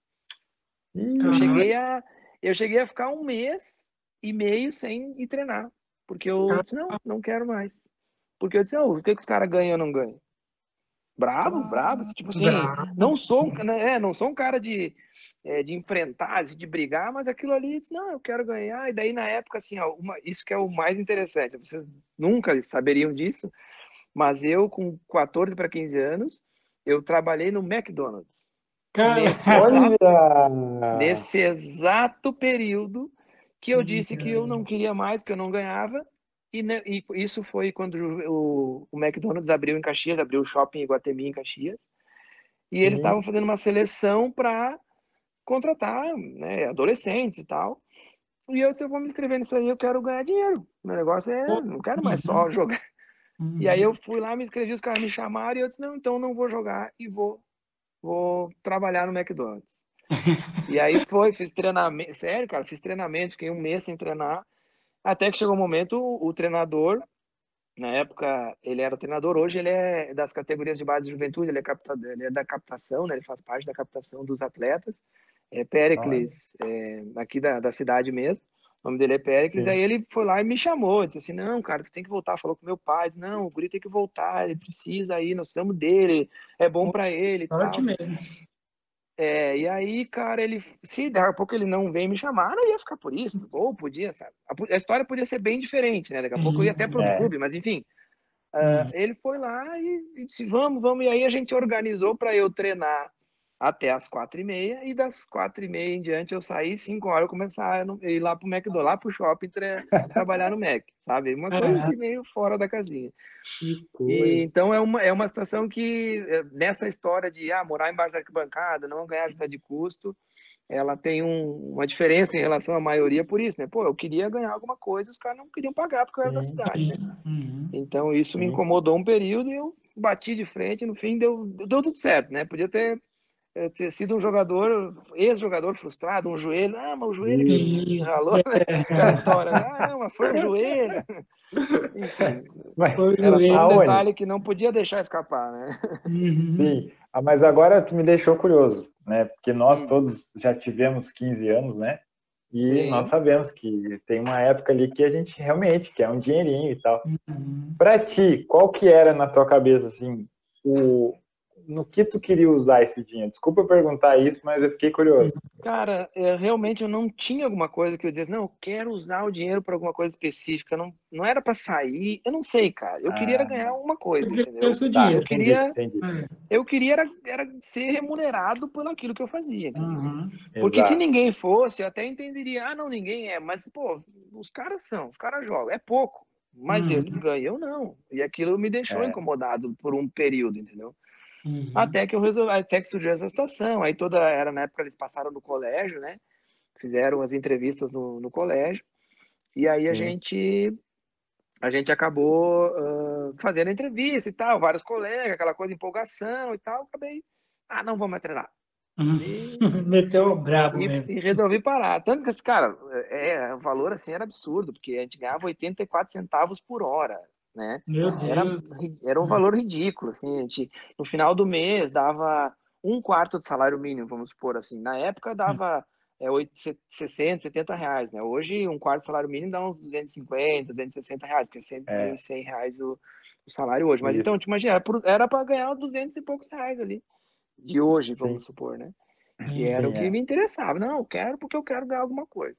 Eu Ih, cheguei a, eu cheguei a ficar um mês e meio sem ir treinar, porque eu disse, não, não quero mais. Porque eu disse, oh, o que, que os caras ganham e eu não ganho? Bravo, bravo, tipo assim, não Bravo. sou, um- né, é, não sou um cara de, é, de enfrentar, assim, de brigar, mas aquilo ali, eu disse, não, eu quero ganhar. E daí na época, assim, ó, uma, isso que é o mais interessante, vocês nunca saberiam disso, mas eu com quatorze para quinze anos, eu trabalhei no McDonald's. Cara, Nesse exato, olha! nesse exato período que eu disse que eu não queria mais, que eu não ganhava, e, né, e isso foi quando o, o McDonald's abriu em Caxias, abriu o shopping Iguatemi em Caxias, e eles Sim. estavam fazendo uma seleção para contratar, né, adolescentes e tal. E eu disse, eu vou me inscrever nisso aí, eu quero ganhar dinheiro. Meu negócio é, não quero mais só Uhum. jogar. E aí Uhum. eu fui lá, me inscrevi, os caras me chamaram e eu disse, não, então não vou jogar e vou, vou trabalhar no McDonald's. E aí foi, fiz treinamento, sério, cara, fiz treinamento, fiquei um mês sem treinar, até que chegou um momento, o, o treinador, na época, ele era treinador, hoje ele é das categorias de base de juventude, ele é, capta, ele é da captação, né, ele faz parte da captação dos atletas, é Olha. Péricles, é, aqui da, da cidade mesmo, o nome dele é Péricles, aí Sim. ele foi lá e me chamou, disse assim, não, cara, você tem que voltar, falou com meu pai, disse, não, o guri tem que voltar, ele precisa ir, nós precisamos dele, é bom para ele e Sorte tal. mesmo. É, e aí, cara, ele, se daqui a pouco ele não vem me chamar, não ia ficar por isso, ou podia, sabe? A, a história podia ser bem diferente, né? Daqui a pouco eu ia até para outro Uhum. É. clube, mas enfim, uh, Uhum. ele foi lá e, e disse, vamos, vamos, e aí a gente organizou para eu treinar até as quatro e meia, e das quatro e meia em diante eu saí, cinco horas eu começar a ir lá pro McDonald's, lá pro shopping, tra trabalhar no Mac, sabe? Uma coisa Aham. assim meio fora da casinha. Que E, coisa. então é uma, é uma situação que, nessa história de ah, morar embaixo da arquibancada, não ganhar ajuda de custo, ela tem um, uma diferença em relação à maioria por isso, né? Pô, eu queria ganhar alguma coisa, os caras não queriam pagar porque eu era da Sim, cidade, né? Uhum. Então isso me sim. incomodou um período e eu bati de frente, no fim deu, deu tudo certo, né? Podia ter, eh, ter sido um jogador, ex-jogador frustrado, um joelho, ah, mas o joelho que Isso. Sim. ralou, né? Aquela É. história, ah, não, mas foi o joelho. Enfim, Mas, Foi era só um joelho. Raoni, detalhe que não podia deixar escapar, né? Uhum. sim. Ah, mas agora tu me deixou curioso, né? Porque nós Hum, todos já tivemos quinze anos, né? E nós sim. sabemos que tem uma época ali que a gente realmente quer um dinheirinho e tal. Uhum. Para ti, qual que era na tua cabeça, assim, o... no que tu queria usar esse dinheiro? Desculpa perguntar isso, mas eu fiquei curioso. Cara, é, realmente eu não tinha alguma coisa que eu dizia, não, eu quero usar o dinheiro para alguma coisa específica, não, não era para sair, eu não sei, cara. Eu queria era Ah, ganhar alguma coisa, Porque eu entendeu? sou tá, Eu dinheiro. entendi, queria, entendi. É. eu queria era, era ser remunerado por aquilo que eu fazia, entendeu? Uhum. Porque se Exato. ninguém fosse, eu até entenderia, ah, não, ninguém é, mas, pô, os caras são, os caras jogam, é pouco, mas eles Uhum. ganham, eu não. E aquilo me deixou É, incomodado por um período, entendeu? Uhum. Até que eu resolvi, até que surgiu essa situação. Aí toda era na época eles passaram no colégio, né? Fizeram as entrevistas no, no colégio. E aí a sim. gente a gente acabou uh, fazendo entrevista e tal, vários colegas, aquela coisa, empolgação e tal. Acabei, ah, não vou mais treinar. Uhum. E, Meteu o brabo e, mesmo. e resolvi parar. Tanto que esse cara, é, o valor assim era absurdo, porque a gente ganhava oitenta e quatro centavos por hora, né? Meu Era, Deus. era um valor ridículo, assim, a gente, no final do mês dava um quarto do salário mínimo, vamos supor assim. Na época dava é, sessenta, setenta reais, né? Hoje um quarto do salário mínimo dá uns duzentos e cinquenta, duzentos e sessenta reais, porque é mil e É, cem reais o, o salário hoje. Mas então, isso. te imagina, era para ganhar uns duzentos e poucos reais ali, de hoje, Sim, vamos supor, né? E Sim, era o sim, que é. me interessava. Não, eu quero porque eu quero ganhar alguma coisa.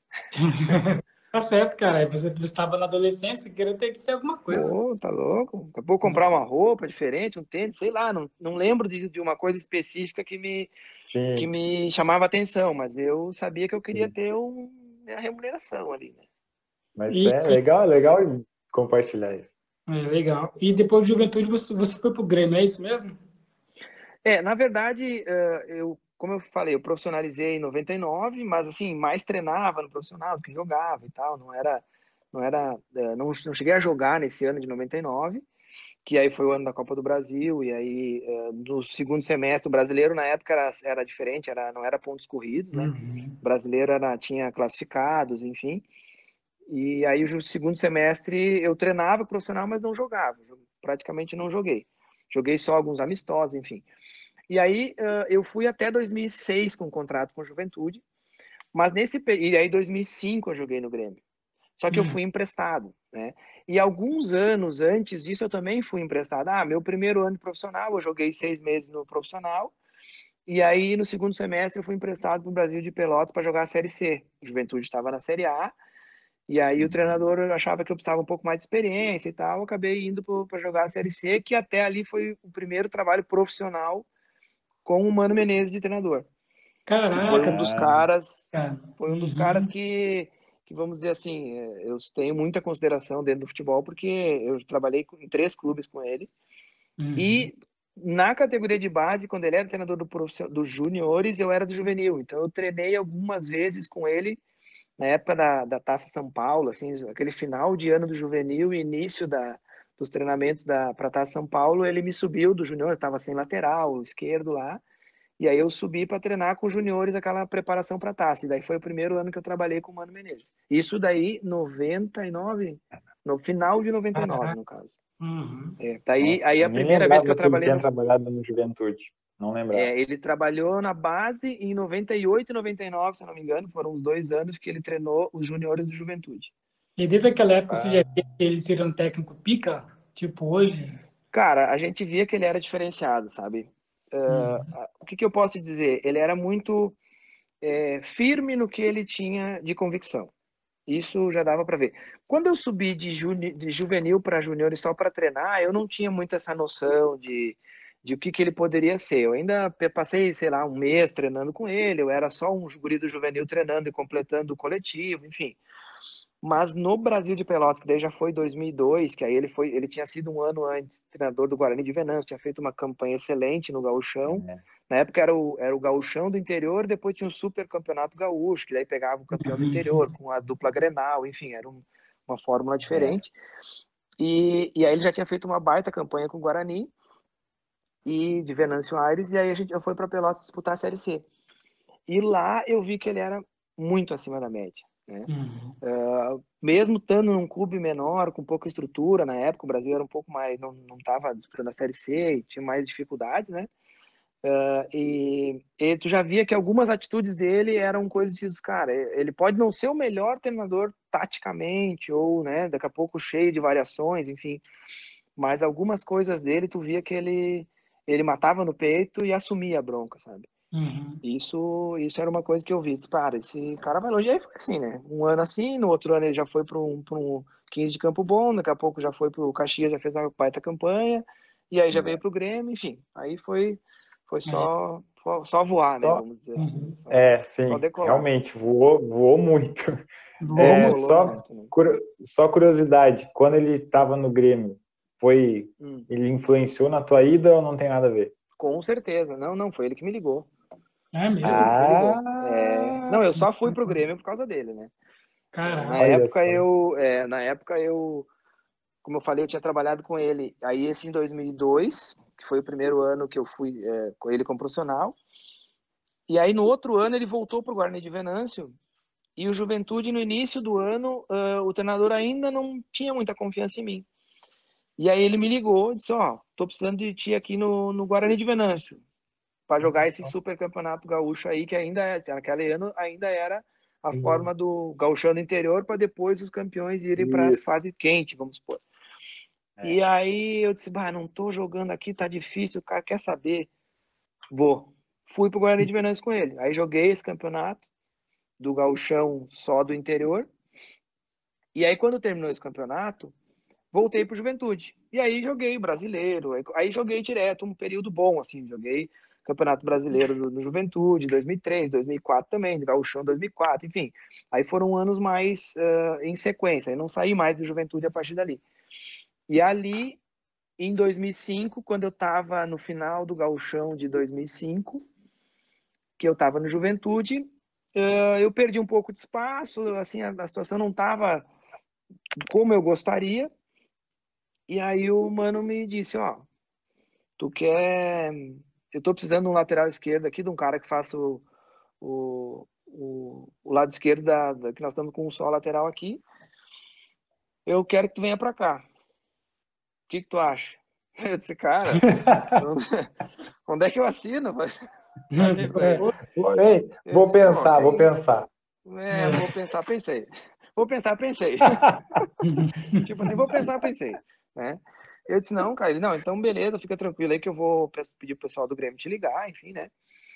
tá certo, cara. Você estava na adolescência, queria ter que ter alguma coisa. Pô, tá louco? Daqui a pouco comprar uma roupa diferente, um tênis, sei lá, não, não lembro de, de uma coisa específica que me, que Sim, me chamava atenção, mas eu sabia que eu queria sim. ter um, a remuneração ali, né? Mas E, é legal, é legal compartilhar isso. é legal. E depois de Juventude você, você foi pro Grêmio, é isso mesmo? É, na verdade, eh, eu, como eu falei, eu profissionalizei em noventa e nove, mas assim, mais treinava no profissional do que jogava e tal, não era, não era, eh, não, não cheguei a jogar nesse ano de noventa e nove, que aí foi o ano da Copa do Brasil, e aí eh, no segundo semestre o brasileiro na época era, era diferente, era, não era pontos corridos, né? Uhum. O brasileiro era, tinha classificados, enfim, e aí o segundo semestre eu treinava profissional, mas não jogava, praticamente não joguei. Joguei só alguns amistosos, enfim. E aí uh, eu fui até dois mil e seis com um contrato com a Juventude, mas nesse e aí dois mil e cinco eu joguei no Grêmio. Só que eu Uhum. fui emprestado, né? E alguns anos antes disso eu também fui emprestado. Ah, meu primeiro ano de profissional, eu joguei seis meses no profissional. E aí no segundo semestre eu fui emprestado para o Brasil de Pelotas para jogar a Série C. A Juventude estava na Série A. E aí o treinador achava que eu precisava um pouco mais de experiência e tal. Eu acabei indo para jogar a Série C, que até ali foi o primeiro trabalho profissional com o Mano Menezes de treinador. E foi Caraca, um dos Ah, caras, cara. foi um dos caras Uhum. que, que vamos dizer assim, eu tenho muita consideração dentro do futebol, porque eu trabalhei em três clubes com ele. Uhum. E na categoria de base, quando ele era treinador do dos juniores, eu era do juvenil. Então eu treinei algumas vezes com ele na época da, da Taça São Paulo, assim, aquele final de ano do juvenil e início da, dos treinamentos da para Taça São Paulo, ele me subiu do junior, estava sem lateral esquerdo lá. E aí eu subi para treinar com os juniores aquela preparação para taça. E daí foi o primeiro ano que eu trabalhei com o Mano Menezes. Isso daí, noventa e nove, no final de noventa e nove, Caraca. no caso. Uhum. É, daí nossa, aí a nem primeira vez que eu lembrava que ele trabalhei tinha no, trabalhado no Juventude. Não lembrava. é, ele trabalhou na base em noventa e oito e noventa e nove, se eu não me engano, foram os dois anos que ele treinou os juniores do Juventude. E desde aquela época você já Ah, via que ele seria um técnico pica? Tipo hoje? Cara, a gente via que ele era diferenciado, sabe? Uhum. Uh, o que, que eu posso dizer? Ele era muito é, firme no que ele tinha de convicção. Isso já dava para ver. Quando eu subi de, juni, de juvenil para junior só para treinar, eu não tinha muito essa noção de, de o que, que ele poderia ser. Eu ainda passei, sei lá, um mês treinando com ele, eu era só um guri do juvenil treinando e completando o coletivo, enfim. Mas no Brasil de Pelotas, que daí já foi dois mil e dois, que aí ele foi, ele tinha sido um ano antes treinador do Guarani de Venâncio, tinha feito uma campanha excelente no Gauchão. é. Na época era o, era o Gauchão do interior, depois tinha o Super Campeonato Gaúcho, que daí pegava o campeão do interior Uhum. com a dupla Grenal, enfim, era um, uma fórmula É. diferente. E, e aí ele já tinha feito uma baita campanha com o Guarani e de Venâncio Aires, e aí a gente já foi para Pelotas disputar a Série C. E lá eu vi que ele era muito acima da média, né? Uhum. Uh, mesmo estando num clube menor, com pouca estrutura, na época o Brasil era um pouco mais, não estava disputando a Série C e tinha mais dificuldades, né? Uh, e, e tu já via que algumas atitudes dele eram coisas de, cara, ele pode não ser o melhor treinador taticamente, ou, né, daqui a pouco cheio de variações, enfim, mas algumas coisas dele tu via que ele, ele matava no peito e assumia a bronca, sabe? Uhum. Isso, isso era uma coisa que eu vi. Disse, cara, esse cara vai longe. E aí foi assim, né? Um ano assim, no outro ano ele já foi para um, para um quinze de Campo Bom, daqui a pouco já foi para o Caxias, já fez uma baita campanha, e aí já veio para o Grêmio, enfim. Aí foi, foi É. só, só voar, né? Só, Vamos dizer assim, Uhum. só, é, só sim, decolar. realmente, voou, voou muito. Voou É, muito. Decolou só, muito, né? cur- só curiosidade, quando ele estava no Grêmio, foi, Hum, ele influenciou na tua ida ou não tem nada a ver? com certeza. Não, não, foi ele que me ligou. É Foi ele mesmo? que me ligou. É... Ah, Não, eu só fui pro Grêmio por causa dele, né? É, na Caraca. olha época só. eu, é, na época eu como eu falei, eu tinha trabalhado com ele. Aí esse em dois mil e dois, que foi o primeiro ano que eu fui é, com ele como profissional. E aí no outro ano ele voltou para o Guarani de Venâncio. E o Juventude, no início do ano, uh, o treinador ainda não tinha muita confiança em mim. E aí ele me ligou e disse, ó, oh, tô precisando de ti aqui no, no Guarani de Venâncio para jogar esse super campeonato gaúcho aí, que ainda, naquele ano, ainda era a Hum, forma do gauchão do interior para depois os campeões irem para as Isso. fases quentes, vamos supor. E É. aí eu disse, bah, não tô jogando aqui, tá difícil, o cara quer saber. Vou. Fui pro Guarani de Venâncio com ele. Aí joguei esse campeonato do gauchão só do interior. E aí quando terminou esse campeonato, voltei pro Juventude. E aí joguei brasileiro, aí, aí joguei direto, um período bom, assim, joguei Campeonato Brasileiro do, do Juventude, dois mil e três, dois mil e quatro também, do Gauchão dois mil e quatro, enfim. Aí foram anos mais uh, em sequência, aí não saí mais do Juventude a partir dali. E ali, em dois mil e cinco, quando eu estava no final do Gauchão de dois mil e cinco, que eu estava no Juventude, uh, eu perdi um pouco de espaço, assim, a, a situação não estava como eu gostaria, e aí o mano me disse, ó, tu quer... Eu tô precisando de um lateral esquerdo aqui, de um cara que faça o, o, o, o lado esquerdo, da, da, que nós estamos com um só lateral aqui, eu quero que tu venha para cá. O que que tu acha? Eu disse, cara, onde é que eu assino? Falei pra ele. Ei, vou disse, pensar, vou isso? pensar. É, vou pensar, pensei. Vou pensar, pensei. Tipo assim, vou pensar, pensei. Né? Eu disse, não, cara. Ele, não, então beleza, fica tranquilo aí que eu vou pedir pro pessoal do Grêmio te ligar, enfim, né?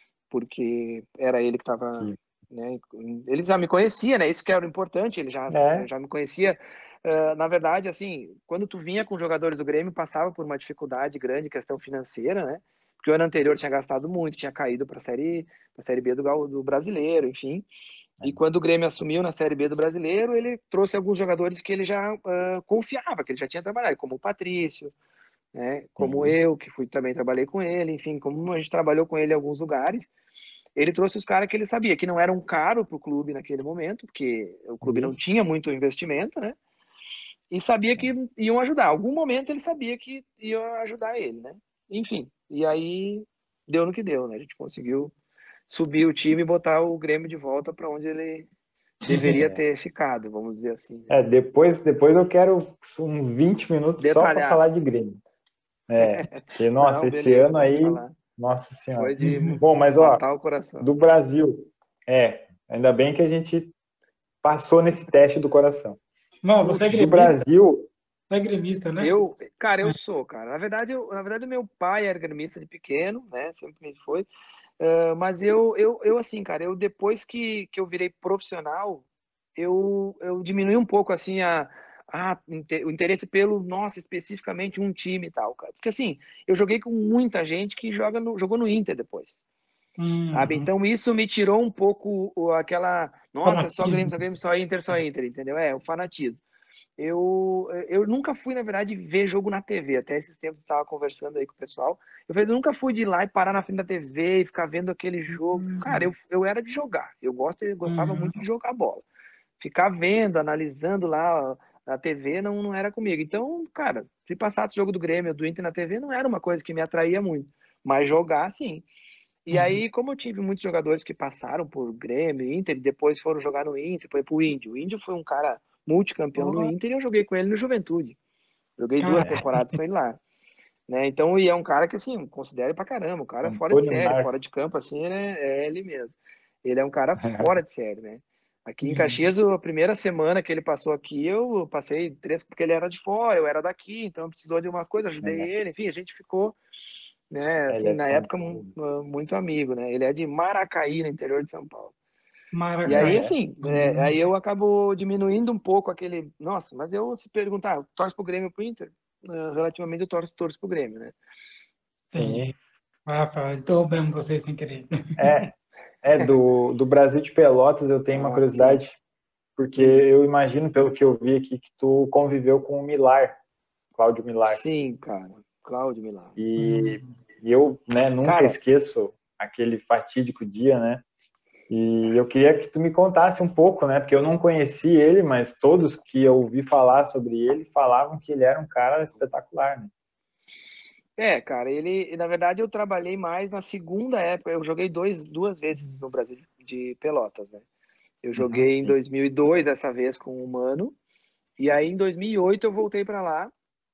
Porque era ele que tava... Né? Ele já me conhecia, né? Isso que era o importante, ele já, É. já me conhecia. Uh, na verdade, assim, quando tu vinha com jogadores do Grêmio, passava por uma dificuldade grande, questão financeira, né? Porque o ano anterior tinha gastado muito, tinha caído para a série, pra série B do, do Brasileiro, enfim. E quando o Grêmio assumiu na Série B do Brasileiro, ele trouxe alguns jogadores que ele já uh, confiava, que ele já tinha trabalhado, como o Patrício, né? Como Sim. eu, que fui, também trabalhei com ele, enfim, como a gente trabalhou com ele em alguns lugares. Ele trouxe os caras que ele sabia que não eram caros para o clube naquele momento, porque o clube não tinha muito investimento, né? E sabia que iam ajudar. Algum momento ele sabia que iam ajudar ele, né? Enfim, e aí deu no que deu, né? A gente conseguiu subir o time e botar o Grêmio de volta para onde ele deveria É. ter ficado, vamos dizer assim. Né? É, depois, depois eu quero uns vinte minutos Detalhar. só para falar de Grêmio. É, porque, nossa, Não, esse beleza, ano aí, falar. nossa senhora. Foi de Bom, mas ó, matar o coração. do Brasil, é, ainda bem que a gente passou nesse teste do coração. Não, você é Do gremista. Brasil, Você é gremista, né? Eu, cara, eu sou, cara. Na verdade, eu, na verdade, o meu pai era gremista de pequeno, né? Sempre foi. Uh, mas eu, eu, eu, assim, cara, eu depois que, que eu virei profissional, eu, eu diminui um pouco, assim, a, a, o interesse pelo, nossa, especificamente um time e tal, cara. Porque, assim, eu joguei com muita gente que joga no, jogou no Inter depois. Uhum. Sabe? Então, isso me tirou um pouco aquela, nossa, Fanatismo. só Grêmio, só Grêmio, só Inter, só Inter, entendeu? É, o fanatismo. Eu, eu nunca fui, na verdade, ver jogo na T V. Até esses tempos estava conversando aí com o pessoal. Eu falei, eu nunca fui de ir lá e parar na frente da T V e ficar vendo aquele jogo. Uhum. Cara, eu, eu era de jogar. Eu, gosto, eu gostava Uhum. muito de jogar bola. Ficar vendo, analisando lá na T V não, não era comigo. Então, cara, se passasse jogo do Grêmio, do Inter na T V, não era uma coisa que me atraía muito. Mas jogar, sim. E Uhum. aí, como eu tive muitos jogadores que passaram por Grêmio, Inter, e depois foram jogar no Inter, foi pro Índio. O Índio foi um cara multicampeão do Inter e eu joguei com ele no Juventude. Joguei duas Cara. temporadas com ele lá. Né? Então, e é um cara que, assim, considero pra caramba. O cara é fora de Antônio série, Marcos. fora de campo, assim, ele é, é ele mesmo. Ele é um cara fora de série, né? Aqui em Uhum. Caxias, a primeira semana que ele passou aqui, eu passei três, porque ele era de fora, eu era daqui, então precisou de umas coisas, ajudei É. ele, enfim, a gente ficou, né, assim, Ele é de na São época, Paulo. muito amigo, né? Ele é de Maracaí, no interior de São Paulo. E aí, Maracanã. assim, é, aí eu acabo diminuindo um pouco aquele. Nossa, mas eu se perguntar, torce pro Grêmio ou pro Inter? Uh, relativamente eu torço, torço pro Grêmio, né? Entendi. Rafa, interrompemos você sem querer. É, é do, do Brasil de Pelotas eu tenho uma Ah, curiosidade, porque eu imagino, pelo que eu vi aqui, que tu conviveu com o Milar, Cláudio Milar. Sim, cara. Cláudio Milano. E, e eu, né, nunca Cara, esqueço aquele fatídico dia, né? E eu queria que tu me contasse um pouco, né? Porque eu não conheci ele, mas todos que eu ouvi falar sobre ele falavam que ele era um cara espetacular, né? é, cara, ele, na verdade, eu trabalhei mais na segunda época. Eu joguei dois, duas vezes no Brasil de Pelotas, né? Eu Uhum, joguei em sim. dois mil e dois, essa vez com o Mano, e aí em dois mil e oito eu voltei para lá.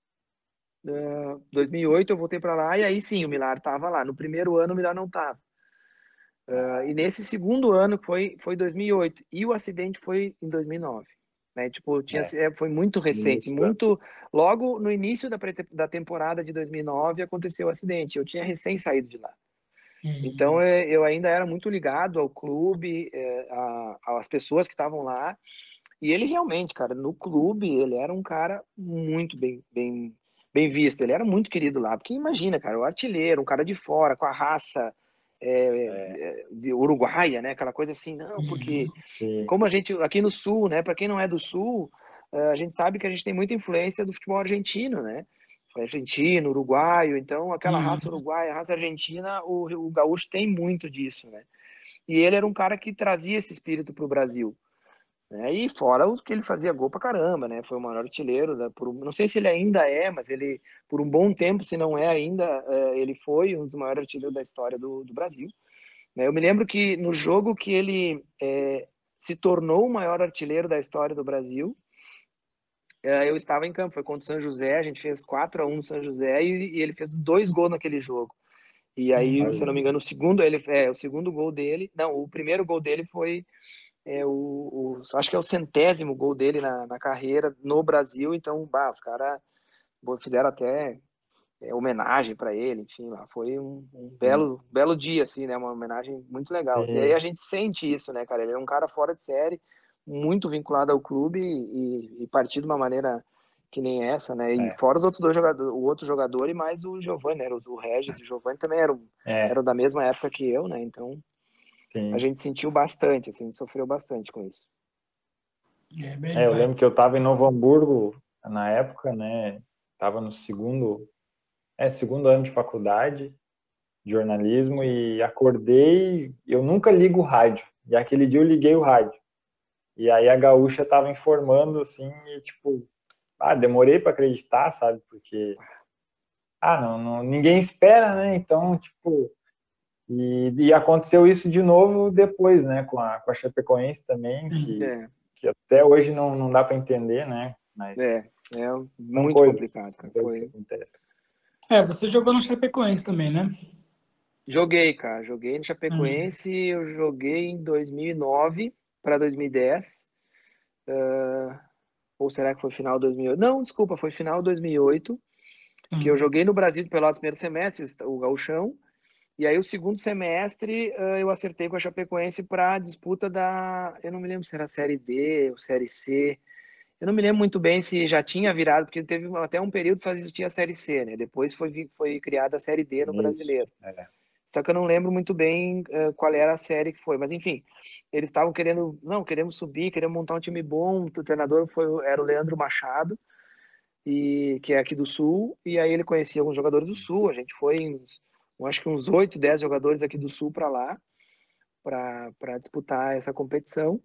Uh, dois mil e oito eu voltei para lá, e aí sim, o Milar tava lá. No primeiro ano, o Milar não tava. Uh, e nesse segundo ano, que foi, foi dois mil e oito, e o acidente foi em dois mil e nove. Né? Tipo, tinha, É, foi muito recente, início do ano. muito... Logo no início da, da temporada de dois mil e nove aconteceu o acidente, eu tinha recém saído de lá. Então, Uhum. eu ainda era muito ligado ao clube, às pessoas que estavam lá, e ele realmente, cara, no clube, ele era um cara muito bem, bem, bem visto, ele era muito querido lá, porque imagina, cara, o artilheiro, um cara de fora, com a raça, é, é, de uruguaia, né? Aquela coisa assim, não, porque Sim. como a gente aqui no Sul, né? Para quem não é do Sul, a gente sabe que a gente tem muita influência do futebol argentino, né? Argentino, uruguaio, então aquela raça Uhum. uruguaia, a raça argentina, o, o gaúcho tem muito disso, né? E ele era um cara que trazia esse espírito para o Brasil. Né? E fora o que ele fazia gol pra caramba, né? Foi o maior artilheiro, né? Por um, não sei se ele ainda é, mas ele, por um bom tempo, se não é ainda, é, ele foi um dos maiores artilheiros da história do, do Brasil. Né? Eu me lembro que no jogo que ele é, se tornou o maior artilheiro da história do Brasil, é, eu estava em campo, foi contra o São José, a gente fez quatro a um no São José e, e ele fez dois gols naquele jogo. E aí, se eu não me engano, o segundo, ele, é, o segundo gol dele, não, o primeiro gol dele foi é, o, o, acho que é o centésimo gol dele na, na carreira no Brasil, então, bah, os caras fizeram até é, homenagem para ele, enfim, lá foi um, um belo, belo dia, assim, né, uma homenagem muito legal, assim, e aí a gente sente isso, né, cara, ele é um cara fora de série, muito vinculado ao clube e, e partir de uma maneira que nem essa, né, e É. fora os outros dois jogadores, o outro jogador e mais o Giovani, né, o Regis e o Giovani também eram, É. eram da mesma época que eu, né, então Sim. a gente sentiu bastante, assim, a gente sofreu bastante com isso. É, bad É, eu vibe. lembro que eu estava em Novo Hamburgo na época, né? Tava no segundo, é, segundo ano de faculdade de jornalismo e acordei. Eu nunca ligo o rádio. E aquele dia eu liguei o rádio. E aí a gaúcha estava informando assim, e tipo, ah, demorei para acreditar, sabe? Porque ah, não, não, ninguém espera, né? Então, tipo, e, e aconteceu isso de novo depois, né? Com a, com a Chapecoense também, que, É, que até hoje não, não dá para entender, né? Mas é, é são muito complicado, coisas, são cara. coisas que Foi... acontecem. É, você jogou no Chapecoense também, né? Joguei, cara. Joguei no Hum. Chapecoense. Eu joguei em dois mil e nove para dois mil e dez. Uh, ou será que foi final de dois mil e oito? Não, desculpa, foi final de dois mil e oito. Que eu Hum. joguei no Brasil de Pelotas primeiro semestre, o gauchão. E aí o segundo semestre uh, eu acertei com a Chapecoense para a disputa da... Eu não me lembro se era Série D ou Série C. Eu não me lembro muito bem se já tinha virado, porque teve até um período que só existia a Série C, né? Depois foi, foi criada a Série D no Isso. Brasileiro. É. Só que eu não lembro muito bem uh, qual era a série que foi. Mas, enfim, eles estavam querendo... Não, queremos subir, queremos montar um time bom. O treinador foi, era o Leandro Machado, e, que é aqui do Sul. E aí ele conhecia alguns jogadores do Sul. A gente foi, uns, eu acho que uns oito, dez jogadores aqui do Sul para lá, para disputar essa competição.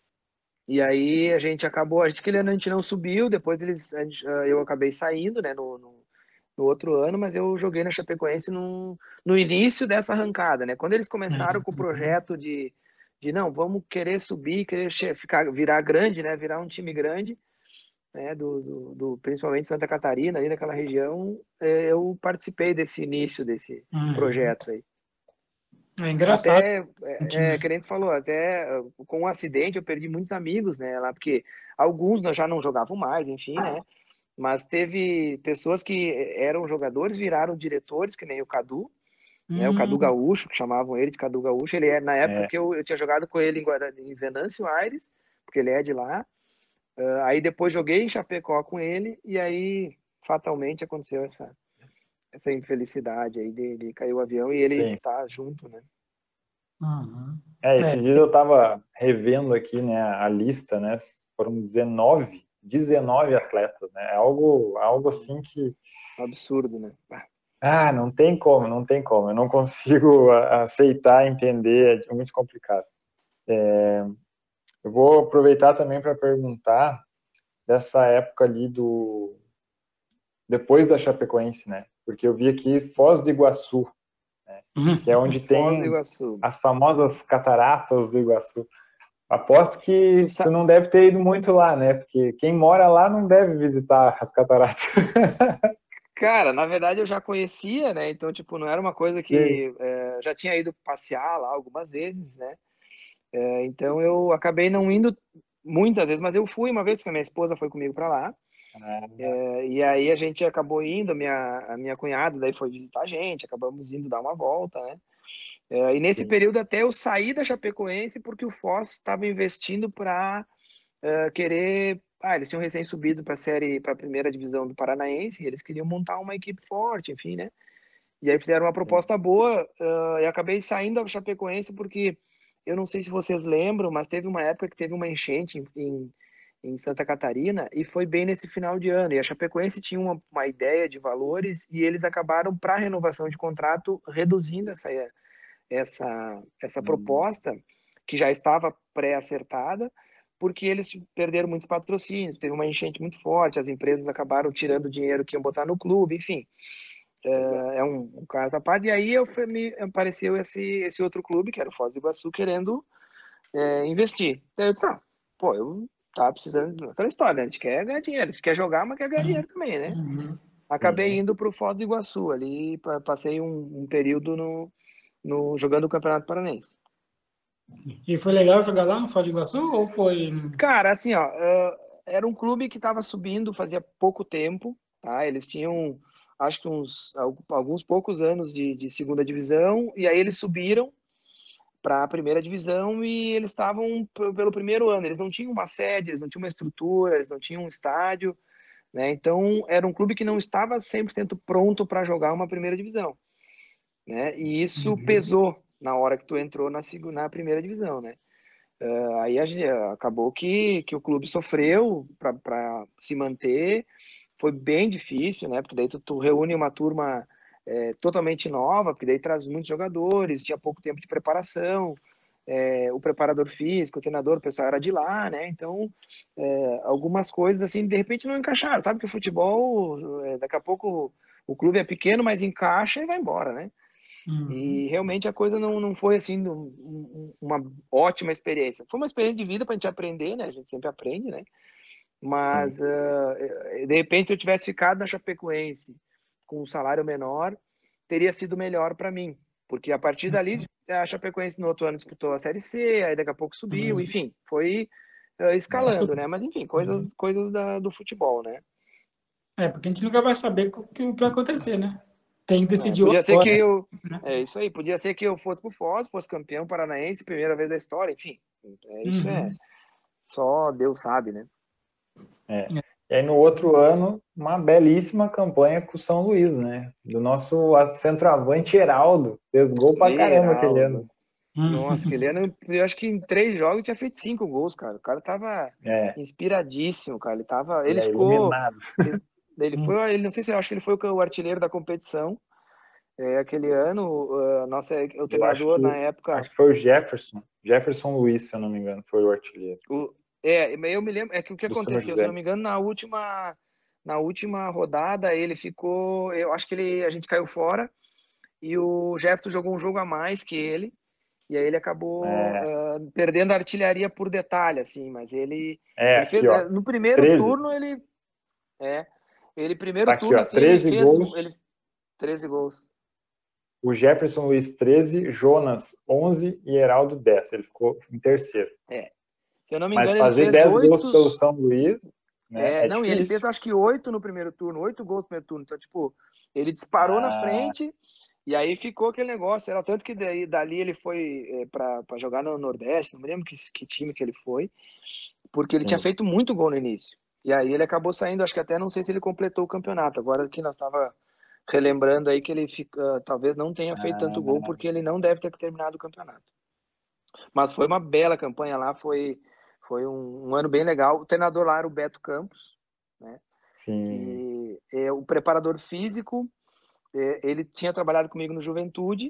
E aí a gente acabou, a gente que a gente não subiu, depois eles, gente, eu acabei saindo, né, no, no, no, outro ano, mas eu joguei na Chapecoense no, no início dessa arrancada, né, quando eles começaram com o projeto de, de não, vamos querer subir, querer ficar, virar grande, né, virar um time grande, né, do, do, do principalmente Santa Catarina, ali naquela região, eu participei desse início desse Uhum. projeto aí. É engraçado. Até, é, é, que nem tu falou, até com o um acidente eu perdi muitos amigos, né, lá, porque alguns já não jogavam mais, enfim, né, mas teve pessoas que eram jogadores, viraram diretores, que nem o Cadu, né, o Cadu Hum. Gaúcho, que chamavam ele de Cadu Gaúcho, ele é, na época É. que eu, eu tinha jogado com ele em, Guarani, em Venâncio Aires, porque ele é de lá, uh, aí depois joguei em Chapecó com ele, e aí fatalmente aconteceu essa, essa infelicidade aí dele, caiu o avião e ele Sim. está junto, né. Uhum. É, É. esses dias eu estava revendo aqui, né, a lista, né, foram dezenove, dezenove atletas, né, é algo, algo assim que... Absurdo, né? Ah, não tem como, não tem como, eu não consigo aceitar, entender, é muito complicado. É, eu vou aproveitar também para perguntar dessa época ali do... depois da Chapecoense, né, porque eu vi aqui Foz do Iguaçu, né, que é onde Foz do tem Iguaçu. as famosas cataratas do Iguaçu. Aposto Tu que tu sa... não deve ter ido muito lá, né? Porque quem mora lá não deve visitar as cataratas. Cara, na verdade eu já conhecia, né? Então, tipo, não era uma coisa Sim. que é, já tinha ido passear lá algumas vezes, né? É, então eu acabei não indo muitas vezes, mas eu fui uma vez que a minha esposa foi comigo para lá. Ah, É, e aí a gente acabou indo, a minha, a minha cunhada daí foi visitar a gente, acabamos indo dar uma volta, né? É, e nesse sim. período até eu saí da Chapecoense porque o Foz estava investindo para uh, querer. Ah, eles tinham recém subido para a série, para a primeira divisão do Paranaense, e eles queriam montar uma equipe forte, enfim, né? E aí fizeram uma proposta boa, uh, e acabei saindo da Chapecoense porque, eu não sei se vocês lembram, mas teve uma época que teve uma enchente em, em, em Santa Catarina e foi bem nesse final de ano. E a Chapecoense tinha uma, uma ideia de valores e eles acabaram, para renovação de contrato, reduzindo essa, essa, essa proposta, que já estava pré-acertada, porque eles perderam muitos patrocínios, teve uma enchente muito forte, as empresas acabaram tirando o dinheiro que iam botar no clube, enfim. É, é um, um caso à parte. E aí eu, me apareceu esse, esse outro clube, que era o Foz do Iguaçu, querendo é, investir. Então eu disse, ah, pô, eu tava precisando daquela história, né? A gente quer ganhar dinheiro, a gente quer jogar, mas quer ganhar dinheiro também, né? Uhum. Acabei Uhum. indo para o Foz do Iguaçu, ali passei um, um período no, no, jogando o Campeonato Paranense. E foi legal jogar lá no Foz do Iguaçu ou foi... Cara, assim, ó, uh, era um clube que estava subindo fazia pouco tempo, tá? Eles tinham, acho que uns alguns poucos anos de, de segunda divisão, e aí eles subiram para a primeira divisão e eles estavam pelo primeiro ano. Eles não tinham uma sede, eles não tinham uma estrutura, eles não tinham um estádio, né? Então, era um clube que não estava cem por cento pronto para jogar uma primeira divisão, né? E isso Uhum. pesou na hora que tu entrou na, na primeira divisão, né? Uh, aí a gente, acabou que, que o clube sofreu para se manter, foi bem difícil, né? Porque daí tu, tu reúne uma turma é, totalmente nova, porque daí traz muitos jogadores, tinha pouco tempo de preparação, é, o preparador físico, o treinador, o pessoal era de lá, né? Então, é, algumas coisas assim, de repente não encaixaram. Sabe que o futebol, é, daqui a pouco o clube é pequeno, mas encaixa e vai embora, né? Uhum. E realmente a coisa não, não foi assim uma ótima experiência. Foi uma experiência de vida para a gente aprender, né? A gente sempre aprende, né? Mas uh, de repente, se eu tivesse ficado na Chapecoense com um salário menor, teria sido melhor para mim, porque a partir dali a Chapecoense no outro ano disputou a Série C, aí daqui a pouco subiu, Uhum. enfim, foi uh, escalando, né? Mas enfim, coisas, Uhum. coisas da, do futebol, né? É, porque a gente nunca vai saber o que, o que vai acontecer, né? Tem que É, decidir podia ser que agora, eu. né? É isso aí, podia ser que eu fosse pro Foz, fosse campeão paranaense, primeira vez da história, enfim. É, isso é. Uhum. Só Deus sabe, né? É. E aí no outro ano, uma belíssima campanha com o São Luís, né? Do nosso centroavante Heraldo. Fez gol pra caramba aquele ano. Heraldo. Nossa, aquele ano, eu acho que em três jogos tinha feito cinco gols, cara. O cara tava É. inspiradíssimo, cara. Ele tava. Ele É, ficou. iluminado. Ele, ele foi. Ele, não sei se eu acho que ele foi o artilheiro da competição. É, aquele ano, uh, nossa, o Eu acho treinador na que, época. acho que foi o Jefferson. Jefferson Luiz, se eu não me engano, foi o artilheiro. O, é, eu me lembro. É que o que Do São aconteceu, se eu não José. me engano, na última. Na última rodada, ele ficou. Eu acho que ele, a gente caiu fora e o Jefferson jogou um jogo a mais que ele. E aí ele acabou É, uh, perdendo a artilharia por detalhe, assim, mas ele, é ele aqui, fez. ó. No primeiro treze. turno, ele. É. Ele, primeiro Tá aqui, turno, ó. assim, ele treze fez. gols. Ele, treze gols. O Jefferson Luiz, treze. Jonas, onze. E Heraldo, dez. Ele ficou em terceiro. É. Se eu não me Mas engano, ele fazer fez dez gols oito. pelo São Luís, né, É, é não, e ele difícil. fez acho que oito no primeiro turno, oito gols no primeiro turno. Então, tipo, ele disparou na Ah, frente e aí ficou aquele negócio. Era tanto que daí, dali ele foi é, para jogar no Nordeste, não me lembro que, que time que ele foi, porque ele tinha sim. feito muito gol no início. E aí ele acabou saindo, acho que até não sei se ele completou o campeonato. Agora que nós estava relembrando aí que ele fica, talvez não tenha feito tanto gol, Ah, porque ele não deve ter terminado o campeonato. Mas foi uma bela campanha lá, foi, foi um, um ano bem legal. O treinador lá era o Beto Campos, né? sim. Que é o preparador físico, é, ele tinha trabalhado comigo no Juventude,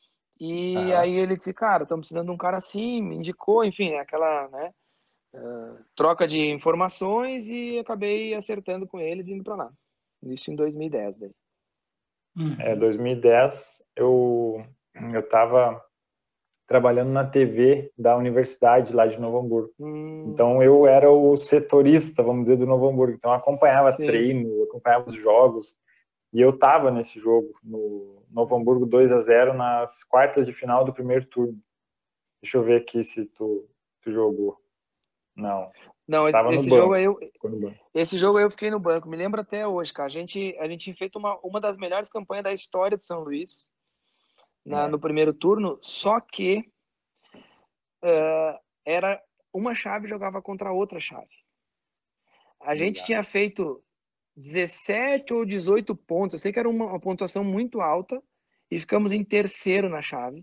e Aham. aí ele disse, cara, estamos precisando de um cara assim, me indicou, enfim, aquela, né, uh, troca de informações, e acabei acertando com eles e indo para lá. Isso em dois mil e dez, daí. É, Uhum. dois mil e dez eu eu estava trabalhando na T V da universidade lá de Novo Hamburgo. Hum, Então eu era o setorista, vamos dizer, do Novo Hamburgo. Então eu acompanhava sim. treino, acompanhava os jogos. E eu estava nesse jogo, no Novo Hamburgo dois a zero, nas quartas de final do primeiro turno. Deixa eu ver aqui se tu, tu jogou. Não. Não, esse, Estava no esse jogo aí banco. eu, Ficou no banco. esse jogo aí eu fiquei no banco, me lembro até hoje, cara. A gente, a gente fez uma, uma das melhores campanhas da história de São Luís na, É, no primeiro turno, só que uh, era uma chave jogava contra a outra chave. A gente exato. tinha feito dezessete ou dezoito pontos. Eu sei que era uma, uma pontuação muito alta e ficamos em terceiro na chave.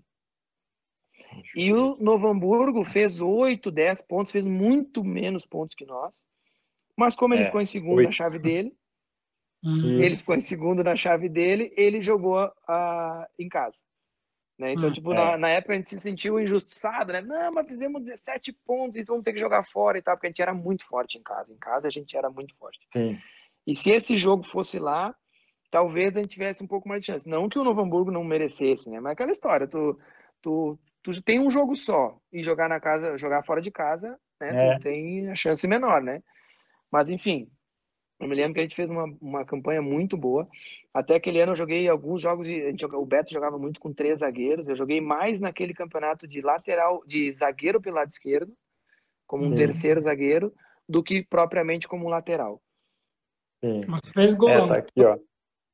E o Novo Hamburgo fez oito, dez pontos, fez muito menos pontos que nós. Mas como ele É, ficou em segundo oito. na chave dele, Hum, ele ficou em Isso. segundo na chave dele, ele jogou uh, em casa. Né? Então, hum, tipo, É. na, na época a gente se sentiu injustiçado, né? Não, mas fizemos dezessete pontos e vamos ter que jogar fora e tal, porque a gente era muito forte em casa. Em casa a gente era muito forte. Sim. E se esse jogo fosse lá, talvez a gente tivesse um pouco mais de chance. Não que o Novo Hamburgo não merecesse, né? Mas aquela história, tu, tu, tu tem um jogo só e jogar na casa, jogar fora de casa, né? Tu É. tem a chance menor, né? Mas enfim, eu me lembro que a gente fez uma, uma campanha muito boa. Até aquele ano eu joguei alguns jogos, e a gente, o Beto jogava muito com três zagueiros. Eu joguei mais naquele campeonato de lateral, de zagueiro pelo lado esquerdo, como um hum. terceiro zagueiro, do que propriamente como um lateral. Sim. Mas fez É, golão. tá aqui, ó.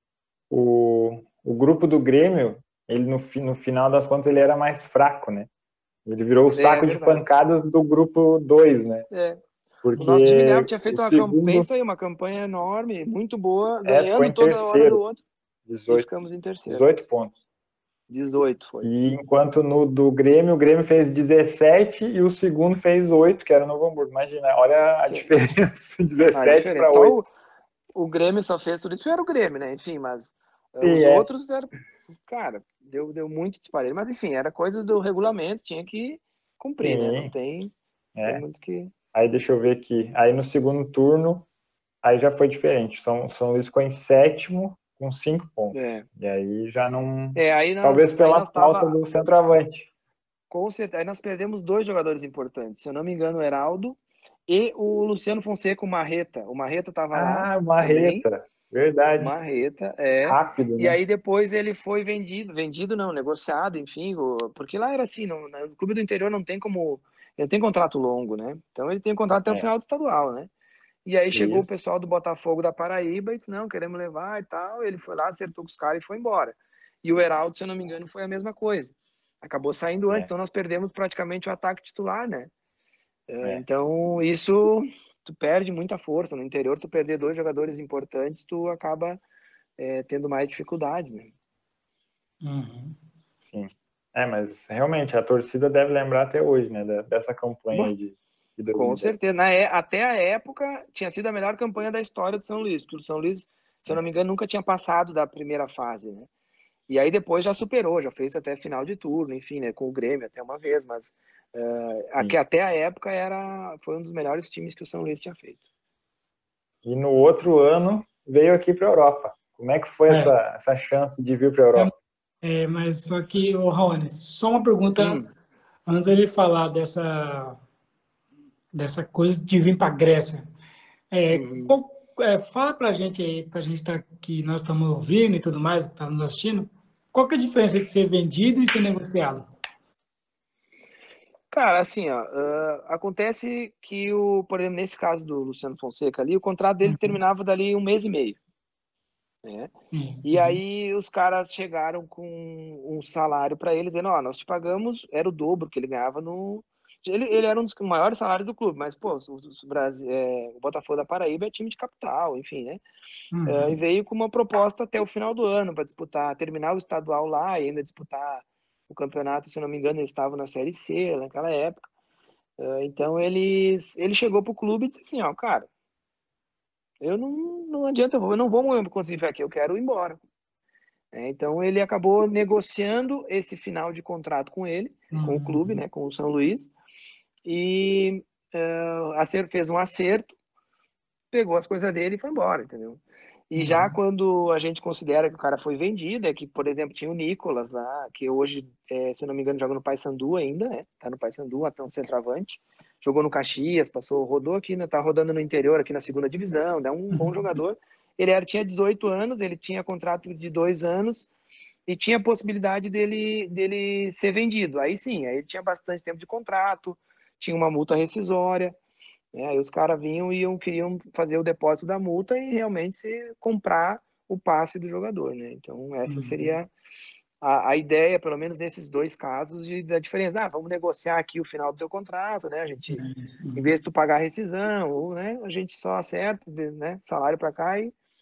O, o grupo do Grêmio, ele no, fi- no final das contas, ele era mais fraco, né? Ele virou o É saco de verdade. pancadas do grupo dois, né? É. O nosso time Porque ganhava, tinha o feito uma campanha, segundo isso aí, uma campanha enorme, muito boa, é, ficou ganhando em toda hora do terceiro, outro, e dezoito, ficamos em terceiro. dezoito pontos. dezoito foi. E enquanto no do Grêmio, o Grêmio fez dezessete e o segundo fez oito, que era o Novo Hamburgo. Imagina, olha a Que- diferença, A dezessete para diferença. Só oito. o, o Grêmio só fez tudo isso, era o Grêmio, né? Enfim, mas uh, Sim, os é. outros eram, cara, deu, deu muito disparelho. Mas enfim, era coisa do regulamento, tinha que cumprir, né? Não Sim, tem, tem é. muito que. Aí deixa eu ver aqui. Aí no segundo turno, aí já foi diferente. São, São Luís ficou em sétimo com cinco pontos. É, E aí já não. é aí Talvez nós, aí pela nós falta tava, do centroavante. com certeza, aí nós perdemos dois jogadores importantes. Se eu não me engano, o Heraldo e o Luciano Fonseca, o Marreta. O Marreta estava lá Ah, também. Marreta. Verdade. Marreta, é. Rápido, E né? aí depois ele foi vendido, vendido não, negociado, enfim, o- porque lá era assim, no, no clube do interior não tem como, ele tem contrato longo, né? Então ele tem contrato até o É, final do estadual, né? E aí chegou o isso. pessoal do Botafogo da Paraíba e disse, não, queremos levar e tal. Ele foi lá, acertou com os caras e foi embora. E o Heraldo, se eu não me engano, foi a mesma coisa. Acabou saindo antes, É, então nós perdemos praticamente o ataque titular, né? É, é. Então isso, tu perde muita força. No interior, tu perder dois jogadores importantes, tu acaba é, tendo mais dificuldade, né? Uhum. Sim. É, mas realmente a torcida deve lembrar até hoje, né? da- Dessa campanha Bom, aí de, de com dois mil e dez. certeza. Na, é- até a época, tinha sido a melhor campanha da história do São Luís. Porque o São Luís, se eu não É, me engano, nunca tinha passado da primeira fase, né? E aí depois já superou, já fez até final de turno, enfim, né? Com o Grêmio até uma vez, mas uh, aqui, sim. até a época era, foi um dos melhores times que o São Luís tinha feito. E no outro ano veio aqui para a Europa. Como é que foi É, essa, essa chance de vir para a Europa? é, mas só que, ô Raoni, só uma pergunta Hum, antes dele falar dessa, dessa coisa de vir para a Grécia. É, uhum. qual, é, fala para a gente aí, para a gente estar tá, que nós estamos ouvindo e tudo mais, que está nos assistindo, qual que é a diferença de ser vendido e ser negociado? Cara, assim, ó, uh, acontece que, o, por exemplo, nesse caso do Luciano Fonseca ali, o contrato dele Uhum. terminava dali um mês e meio, né? Sim, E uhum. aí os caras chegaram com um salário para ele, dizendo, ó, nós te pagamos, era o dobro que ele ganhava no... Ele, ele era um dos maiores salários do clube, mas, pô, o, o, Brasil, é, o Botafogo da Paraíba é time de capital, enfim, né? É, e Uhum. veio com uma proposta até o final do ano para disputar, terminar o estadual lá e ainda disputar o campeonato, se eu não me engano, eles estavam na Série C naquela época. É, então eles, ele chegou pro clube e disse assim, ó, cara, eu não, não adianta, eu não vou conseguir ficar aqui, eu quero ir embora. É, então ele acabou negociando esse final de contrato com ele, com o clube, Uhum. né, com o São Luís, e uh, fez um acerto, pegou as coisas dele e foi embora, entendeu? E já Uhum. quando a gente considera que o cara foi vendido, é que, por exemplo, tinha o Nicolas lá, que hoje, é, se não me engano, joga no Paysandu ainda, né? Tá no Paysandu, até um centroavante. Jogou no Caxias, passou, rodou aqui, né? Tá rodando no interior, aqui na segunda divisão, é um bom jogador. Ele era, tinha dezoito anos, ele tinha contrato de dois anos e tinha a possibilidade dele, dele ser vendido. Aí sim, aí ele tinha bastante tempo de contrato, tinha uma multa rescisória. Né? Aí os caras vinham e iam, queriam fazer o depósito da multa e realmente se comprar o passe do jogador, né? Então essa Uhum. seria a, a ideia, pelo menos nesses dois casos, de, da diferença. Ah, vamos negociar aqui o final do teu contrato, né? A gente, em Uhum. vez de tu pagar a rescisão, ou, né, a gente só acerta, né, salário para cá e,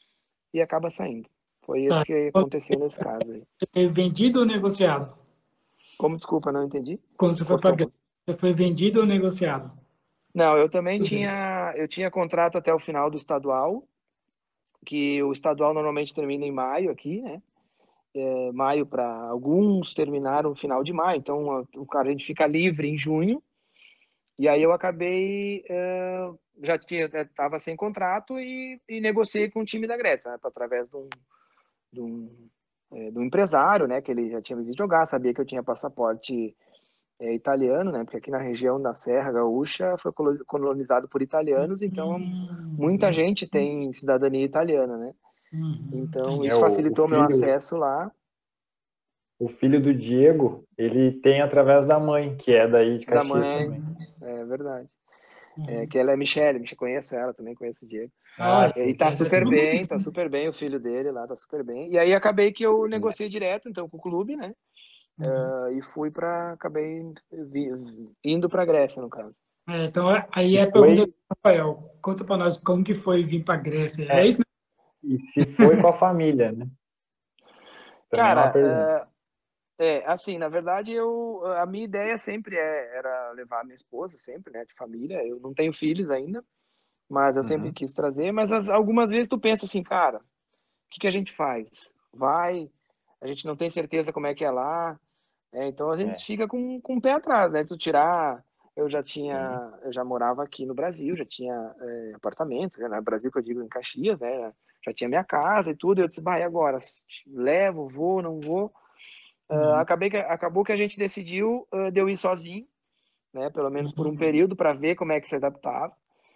e acaba saindo. Foi isso Tá. que aconteceu nesse caso aí. Você foi vendido ou negociado? Como, desculpa, não entendi? Quando você foi Cortou para um pouco. você foi vendido ou negociado? Não, eu também tinha, eu tinha contrato até o final do estadual, que o estadual normalmente termina em maio aqui, né? É, maio para alguns terminaram no final de maio, então a, o cara a gente fica livre em junho. E aí eu acabei, é, já tinha, estava sem contrato e, e negociei com o time da Grécia, né, através de um, de um, é, de um empresário, né? Que ele já tinha me visto jogar, sabia que eu tinha passaporte é, italiano, né? Porque aqui na região da Serra Gaúcha foi colonizado por italianos, então muita Hum, gente tem cidadania italiana, né? uhum, Então É isso entendi. o, o facilitou meu filho, acesso lá o filho do Diego, ele tem através da mãe, que é daí de da Caxias mãe, também. é verdade. É, Uhum. que ela é Michelle, me conheço ela, também conheço o Diego. Ah, Ah, E sim. tá essa é super tudo. bem, tá super bem o filho dele lá, tá super bem. E aí acabei que eu negociei direto, então, com o clube, né? Uhum. Uh, e fui para, acabei vi, indo para Grécia, no caso. É, então, aí E é a pergunta foi, do Rafael. Conta para nós como que foi vir para a Grécia. É é, isso, e se foi com a família, né? Também é uma pergunta. Cara, uh, é, assim, na verdade, eu, a minha ideia sempre é, era levar a minha esposa, sempre, né, de família. Eu não tenho filhos ainda, mas eu sempre Uhum. quis trazer. Mas as, algumas vezes tu pensa assim, cara, o que, que a gente faz? Vai, a gente não tem certeza como é que é lá. É, então a gente É, fica com, com o pé atrás, né? Tu tirar. Eu já sim. tinha, eu já morava aqui no Brasil, já tinha é, apartamento, né? No Brasil que eu digo em Caxias, né? Já tinha minha casa e tudo. E eu disse, vai agora, levo, vou, não vou. Uh, né? acabei que, acabou que a gente decidiu uh, de eu ir sozinho, né? Pelo menos por um Uhum. período para ver como é que se adaptava.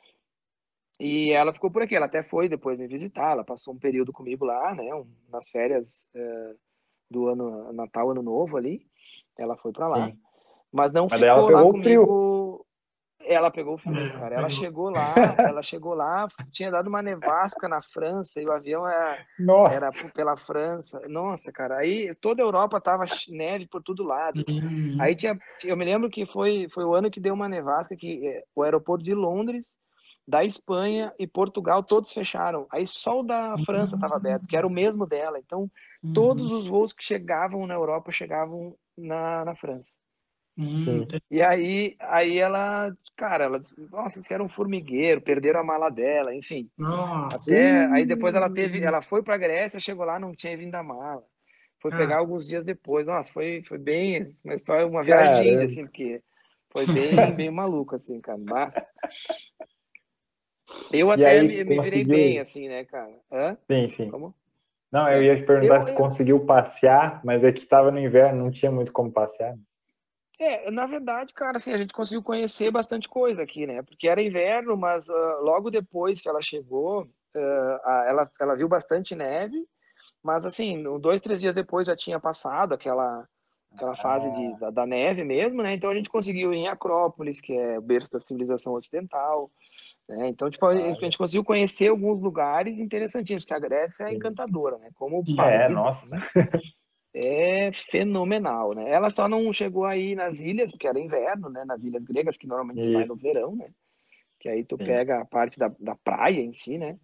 E ela ficou por aqui. Ela até foi depois me visitar. Ela passou um período comigo lá, né? Um, nas férias uh, do ano Natal, Ano Novo ali. Ela foi para lá. Sim. Mas não Mas daí ela ficou lá pegou o frio. comigo. Ela pegou frio, É, cara. Ela pegou. chegou lá, ela chegou lá, tinha dado uma nevasca na França e o avião era, Nossa. era pela França. Nossa, cara, aí toda a Europa tava neve por todo lado. Aí Uhum. tinha, eu me lembro que foi, foi o ano que deu uma nevasca que é, o aeroporto de Londres, da Espanha e Portugal todos fecharam. Aí só o da França estava aberto, que era o mesmo dela. Então todos Uhum. os voos que chegavam na Europa chegavam na, na França. Uhum. Sim. Entendi. E aí, aí ela, cara, ela, nossa, isso era um formigueiro, perderam a mala dela, enfim. Nossa. Até aí depois ela teve, Uhum. ela foi para Grécia, chegou lá, não tinha vindo a mala. Foi Ah, pegar alguns dias depois. Nossa, foi, foi bem uma história, uma viagem de índia, Caramba. assim, porque foi bem, bem maluco, assim, cara. Mas eu E até aí me, me virei bem, conseguiu. assim, né, cara? Hã? Sim, sim. Como? Não, eu É. ia te perguntar Eu, se eu, conseguiu passear, mas é que estava no inverno, não tinha muito como passear. É, na verdade, cara, assim, a gente conseguiu conhecer bastante coisa aqui, né? Porque era inverno, mas uh, logo depois que ela chegou, uh, a, ela, ela viu bastante neve, mas assim, no- dois, três dias depois já tinha passado aquela, aquela fase de, Ah, da, da neve mesmo, né? Então a gente conseguiu ir em Acrópolis, que é o berço da civilização ocidental, né? Então, tipo, a gente a olha. gente conseguiu conhecer alguns lugares interessantíssimos, porque a Grécia é Sim. encantadora, né? Como É, país, nossa. assim, é fenomenal, né? Ela só não chegou aí nas ilhas, porque era inverno, né? Nas ilhas gregas, que normalmente se vai Isso, no verão, né? Que aí tu sim. pega a parte da, da praia em si, né?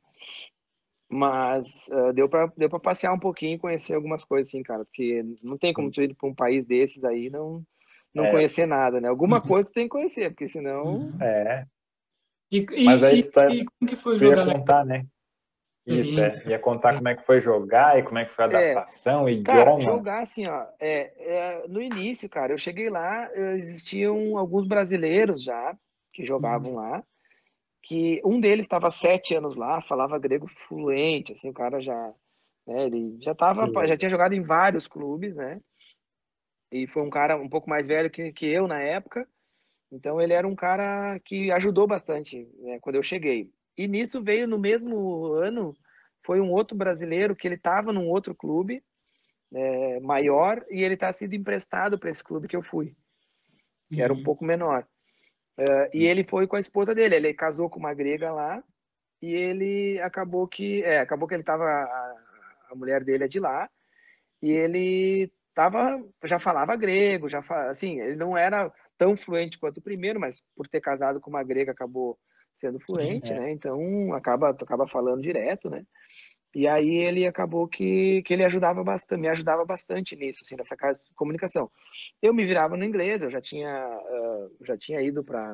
Mas uh, deu para deu para passear um pouquinho e conhecer algumas coisas, assim, cara, porque não tem como Sim. tu ir para um país desses aí e não não É, conhecer nada, né? Alguma uhum. coisa tu tem que conhecer, porque senão Uhum. é. E, Mas aí e, tu, tá, e, e como que foi tu ia jogar na contar, né? Isso, é. experiência? Ia contar como é que foi jogar e como é que foi a é, adaptação, cara, idioma. jogar assim, ó, é, é, no início, cara, eu cheguei lá, eh, existiam alguns brasileiros já que jogavam Uhum. lá, que um deles estava há sete anos lá, falava grego fluente, assim, o cara já, né, ele já Que tava, já legal. tinha jogado em vários clubes, né, e foi um cara um pouco mais velho que, que eu na época, então ele era um cara que ajudou bastante, né, quando eu cheguei. E nisso veio no mesmo ano, foi um outro brasileiro que ele estava num outro clube, é, maior, e ele está sendo emprestado para esse clube que eu fui, que era um Uhum. pouco menor. E ele foi com a esposa dele, ele casou com uma grega lá, e ele acabou que, é, acabou que ele tava, a, a mulher dele é de lá, e ele tava, já falava grego, já fa- assim, ele não era tão fluente quanto o primeiro, mas por ter casado com uma grega acabou sendo Sim. fluente, É, né? Então acaba, acaba falando direto, né? E aí ele acabou que, que ele ajudava bastante, me ajudava bastante nisso, assim, nessa casa de comunicação. Eu me virava no inglês, eu já tinha, uh, já tinha ido para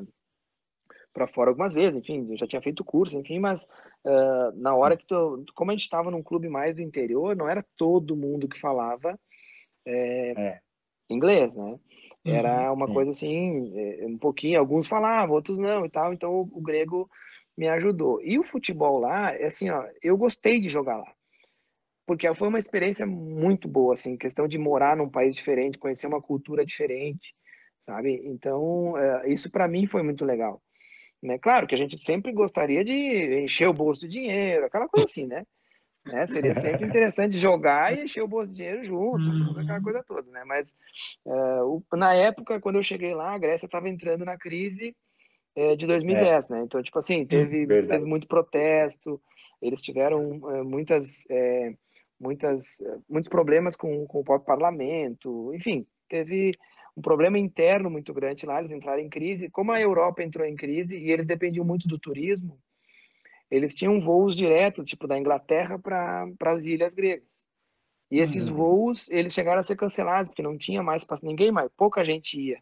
para fora algumas vezes, enfim, eu já tinha feito curso, enfim, mas uh, na hora que tu, como a gente estava num clube mais do interior, não era todo mundo que falava é, É. inglês, né? Era uma Sim. coisa assim, um pouquinho, alguns falavam, outros não e tal, então o, o grego me ajudou. E o futebol lá, é assim, ó, eu gostei de jogar lá, porque foi uma experiência muito boa, assim, questão de morar num país diferente, conhecer uma cultura diferente, sabe? Então, é, isso para mim foi muito legal, né? Claro que a gente sempre gostaria de encher o bolso de dinheiro, aquela coisa assim, né? Né? Seria sempre interessante jogar e encher o bolso de dinheiro junto, toda aquela Uhum. coisa toda, né? Mas uh, o, na época, quando eu cheguei lá, a Grécia estava entrando na crise é, de É, dois mil e dez, né? Então, tipo assim, Uhum. teve, teve verdade. muito protesto, eles tiveram uh, muitas, é, muitas, uh, muitos problemas com, com o próprio parlamento, enfim, teve um problema interno muito grande lá, eles entraram em crise. Como a Europa entrou em crise e eles dependiam muito do turismo, eles tinham voos direto, tipo, da Inglaterra para as ilhas gregas. E esses Uhum. voos, eles chegaram a ser cancelados, porque não tinha mais, ninguém mais, pouca gente ia.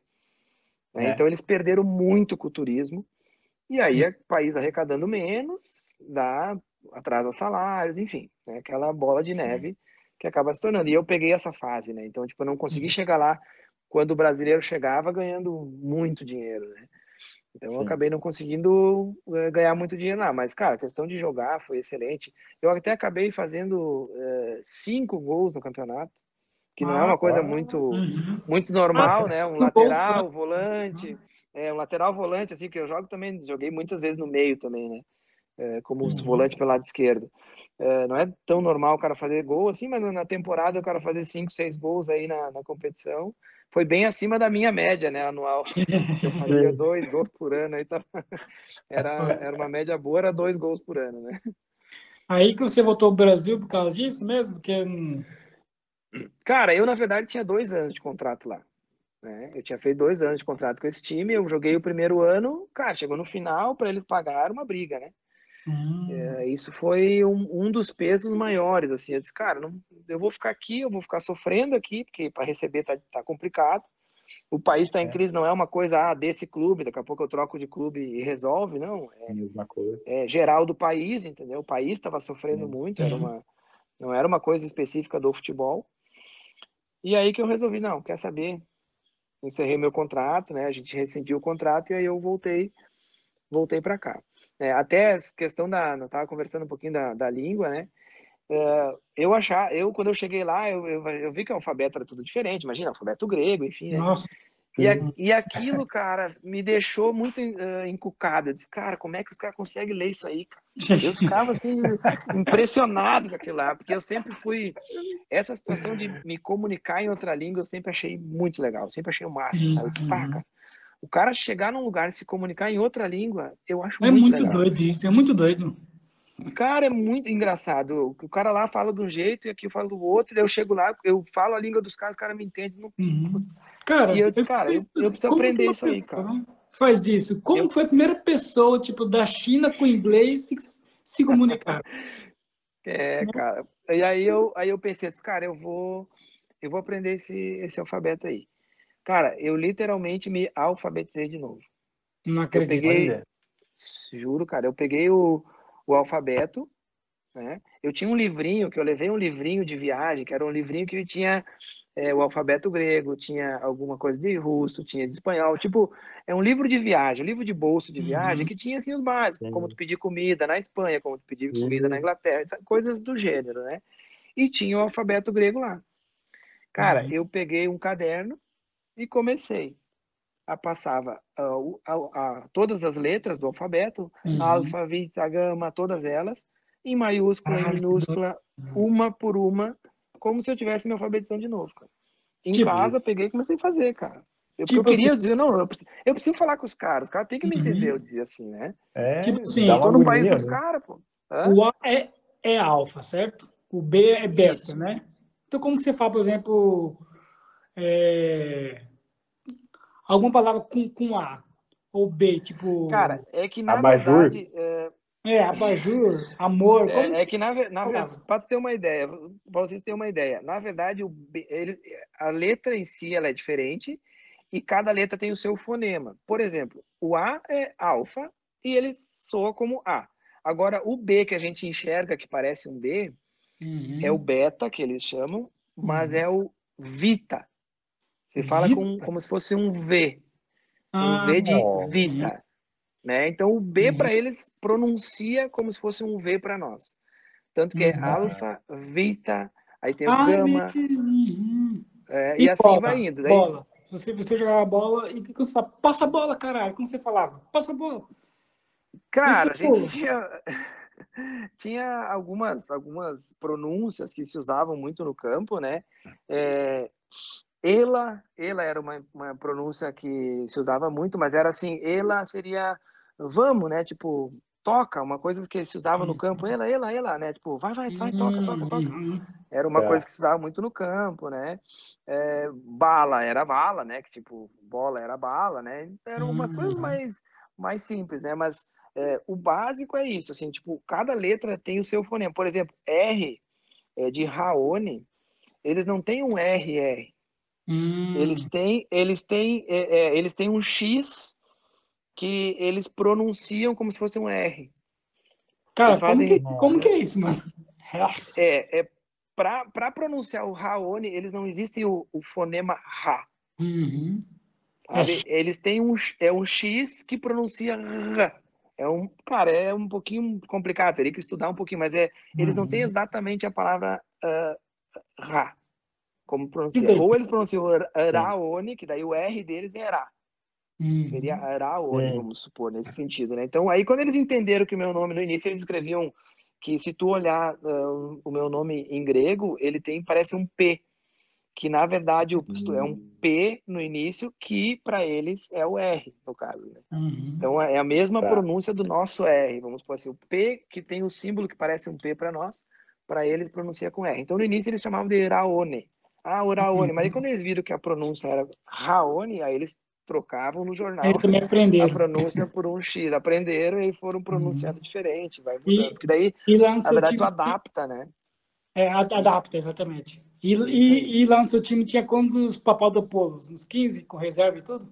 Né? É, Então, eles perderam muito com o turismo. E aí, Sim. o país arrecadando menos, dá, atrasa salários, enfim, né? Aquela bola de sim. neve que acaba se tornando. E eu peguei essa fase, né? Então, tipo, eu não consegui Uhum. chegar lá quando o brasileiro chegava ganhando muito dinheiro, né? Então eu Sim. acabei não conseguindo uh, ganhar muito dinheiro lá. Mas, cara, a questão de jogar foi excelente. Eu até acabei fazendo uh, cinco gols no campeonato, que não é Ah, uma coisa Ó, muito, uhum. muito Ah, normal, né? Um no gol só. lateral, volante, é, um lateral volante, assim, que eu jogo também, joguei muitas vezes no meio também, né? É, como Uhum. volante pelo lado esquerdo. É, não é tão normal o cara fazer gol assim, mas na temporada o cara fazer cinco, seis gols aí na, na competição foi bem acima da minha média, né, anual, que eu fazia sim. dois gols por ano, aí tá, era, era uma média boa, era dois gols por ano, né? Aí que você voltou ao Brasil por causa disso mesmo? Porque. hum, Cara, eu na verdade tinha dois anos de contrato lá, né? Eu tinha feito dois anos de contrato com esse time, eu joguei o primeiro ano, cara, chegou no final para eles pagar uma briga, né? hum, Isso foi um, um dos pesos maiores, assim, eu disse, cara, não, eu vou ficar aqui, eu vou ficar sofrendo aqui, porque para receber tá, tá complicado, o país está em É, crise, não é uma coisa, ah, desse clube, daqui a pouco eu troco de clube e resolve, não, mesma coisa. é, é geral do país, entendeu? O país estava sofrendo Sim. muito, era sim. uma, não era uma coisa específica do futebol, e aí que eu resolvi, não, quer saber, encerrei meu contrato, né, a gente rescindiu o contrato e aí eu voltei, voltei para cá. É, até a questão da, eu estava conversando um pouquinho da, da língua, né, é, eu achar, eu quando eu cheguei lá, eu, eu, eu vi que o alfabeto era tudo diferente, imagina, alfabeto grego, enfim, né? Nossa. E, a, Sim. e aquilo, cara, me deixou muito uh, encucado. Eu disse, cara, como é que os caras conseguem ler isso aí, cara? Eu ficava assim, impressionado com aquilo lá, porque eu sempre fui. Essa situação de me comunicar em outra língua, eu sempre achei muito legal, sempre achei o máximo, Sim, sabe? Eu disse, pá, uhum. cara, o cara chegar num lugar e se comunicar em outra língua, eu acho É muito muito legal. doido isso, é muito doido. Cara, é muito engraçado. O cara lá fala de um jeito e aqui eu falo do outro. Eu chego lá, eu falo a língua dos caras, os caras me entendem. Não... Uhum. E Cara, eu disse, eu fico cara, eu, eu pensando, preciso como que aprender uma isso aí, cara. pessoa faz isso? Como Eu, foi a primeira pessoa, tipo, da China com inglês se, se comunicar? é, cara. E aí eu, aí eu pensei assim, cara, eu vou, eu vou aprender esse, esse alfabeto aí. Cara, eu literalmente me alfabetizei de novo. Não Eu acredito. peguei, Olha, juro, cara, eu peguei o, o alfabeto, né? Eu tinha um livrinho, que eu levei um livrinho de viagem, que era um livrinho que tinha é, o alfabeto grego, tinha alguma coisa de russo, tinha de espanhol, tipo, é um livro de viagem, um livro de bolso de viagem, Uhum. que tinha, assim, os básicos, como tu sim. pedir comida na Espanha, como tu pedir comida na Isso. Inglaterra, coisas do gênero, né? E tinha o alfabeto grego lá. Cara, Uhum. eu peguei um caderno e comecei a passava uh, a, a, todas as letras do alfabeto, Uhum. alfa, beta, gama, todas elas, em maiúscula, em Caralho, que doido. minúscula, uma por uma, como se eu tivesse me alfabetizando de novo, cara. Em Tipo, casa, Isso. peguei e comecei a fazer, cara. Eu, porque eu tipo assim, queria dizer, não, eu preciso, eu preciso falar com os caras, os caras têm que me entender, eu uhum. dizia assim, né? Tipo É, Eu dá assim, uma tô no país agonia, dos né? caras, pô. Hã? o A é, é alfa, certo? O B é beta, Isso. né? Então, como que você fala, por exemplo, é, alguma palavra com, com A ou B, Cara, tipo. é que na Abajur, verdade, é, É, abajur, amor, como É, que é você que, na, ve- na verdade, falava? para ter uma ideia, para vocês terem uma ideia, na verdade, o B- ele- a letra em si ela é diferente e cada letra tem o seu fonema. Por exemplo, o A é alfa e ele soa como A. Agora, o B que a gente enxerga, que parece um B, é o Uhum, beta, que eles chamam, mas uhum. é o Vita. Você fala com, Vita? como se fosse um V, um Ah, V de Oh, uhum, Vita, né? Então, o B uhum, para eles pronuncia como se fosse um V para nós. Tanto que é uhum. ah, alfa, vita, aí tem o Ah, é gama, mesmo. Uhum. é, E e assim vai bola, indo. Daí, bola. Você, você jogava bola e o que você fala? Passa a bola, caralho. Como você falava? Passa a bola. Isso, cara, a gente tinha, tinha algumas, algumas pronúncias que se usavam muito no campo, né? É, ela, ela era uma, uma pronúncia que se usava muito, mas era assim, ela seria vamos, né? Tipo, toca, uma coisa que se usava no campo, ela, ela, ela, né? Tipo, vai, vai, vai, toca, toca, toca. uhum, Era uma coisa tá. que se usava muito no campo, né? É, bala era bala, né? Que tipo, bola era bala, né? Eram umas coisas uhum. mais, mais simples, né? Mas é, o básico é isso, assim, tipo, cada letra tem o seu fonema. Por exemplo, R é, de Raoni, eles não têm um R, R. Eles Hum. têm, eles têm, é, é, eles têm um X que eles pronunciam como se fosse um R. Eles Cara, como que, fazem, como que Nossa. é isso, mano? Nossa. é, é para pronunciar o Raoni, eles não existem o, o fonema Ra. Uhum. É, Sabe? Eles têm um, é um X que pronuncia R. É um, cara, é um pouquinho complicado, teria que estudar um pouquinho, mas é, eles não têm uhum. exatamente a palavra uh, Ra, como Que pronuncia. doido. Ou eles pronunciam Sim, Raoni, que daí o R deles é Ra. Seria Uhum. Araone, sim. vamos supor, nesse sentido, né? Então, aí quando eles entenderam que o meu nome, no início eles escreviam que se tu olhar uh, o meu nome em grego, ele tem, parece um P, que na verdade é um Hum, P no início, que para eles é o R, no caso, né? Uhum. Então, é a mesma tá. pronúncia do nosso R, vamos supor assim, o P, que tem o símbolo que parece um P para nós, para eles pronuncia com R. Então, no início eles chamavam de Raone. Ah, o Raone. Mas aí quando Uhum. eles viram que a pronúncia era Raone, aí eles trocavam no Eles jornal também a aprenderam. pronúncia por um X. Aprenderam e foram Uhum. pronunciando diferente, vai mudando. E, Porque daí, e lá no na seu verdade, tu time, adapta, né? é, a- adapta, exatamente. E, Isso aí. e, e lá no seu time tinha quantos Papadopoulos? Uns quinze com reserva e tudo?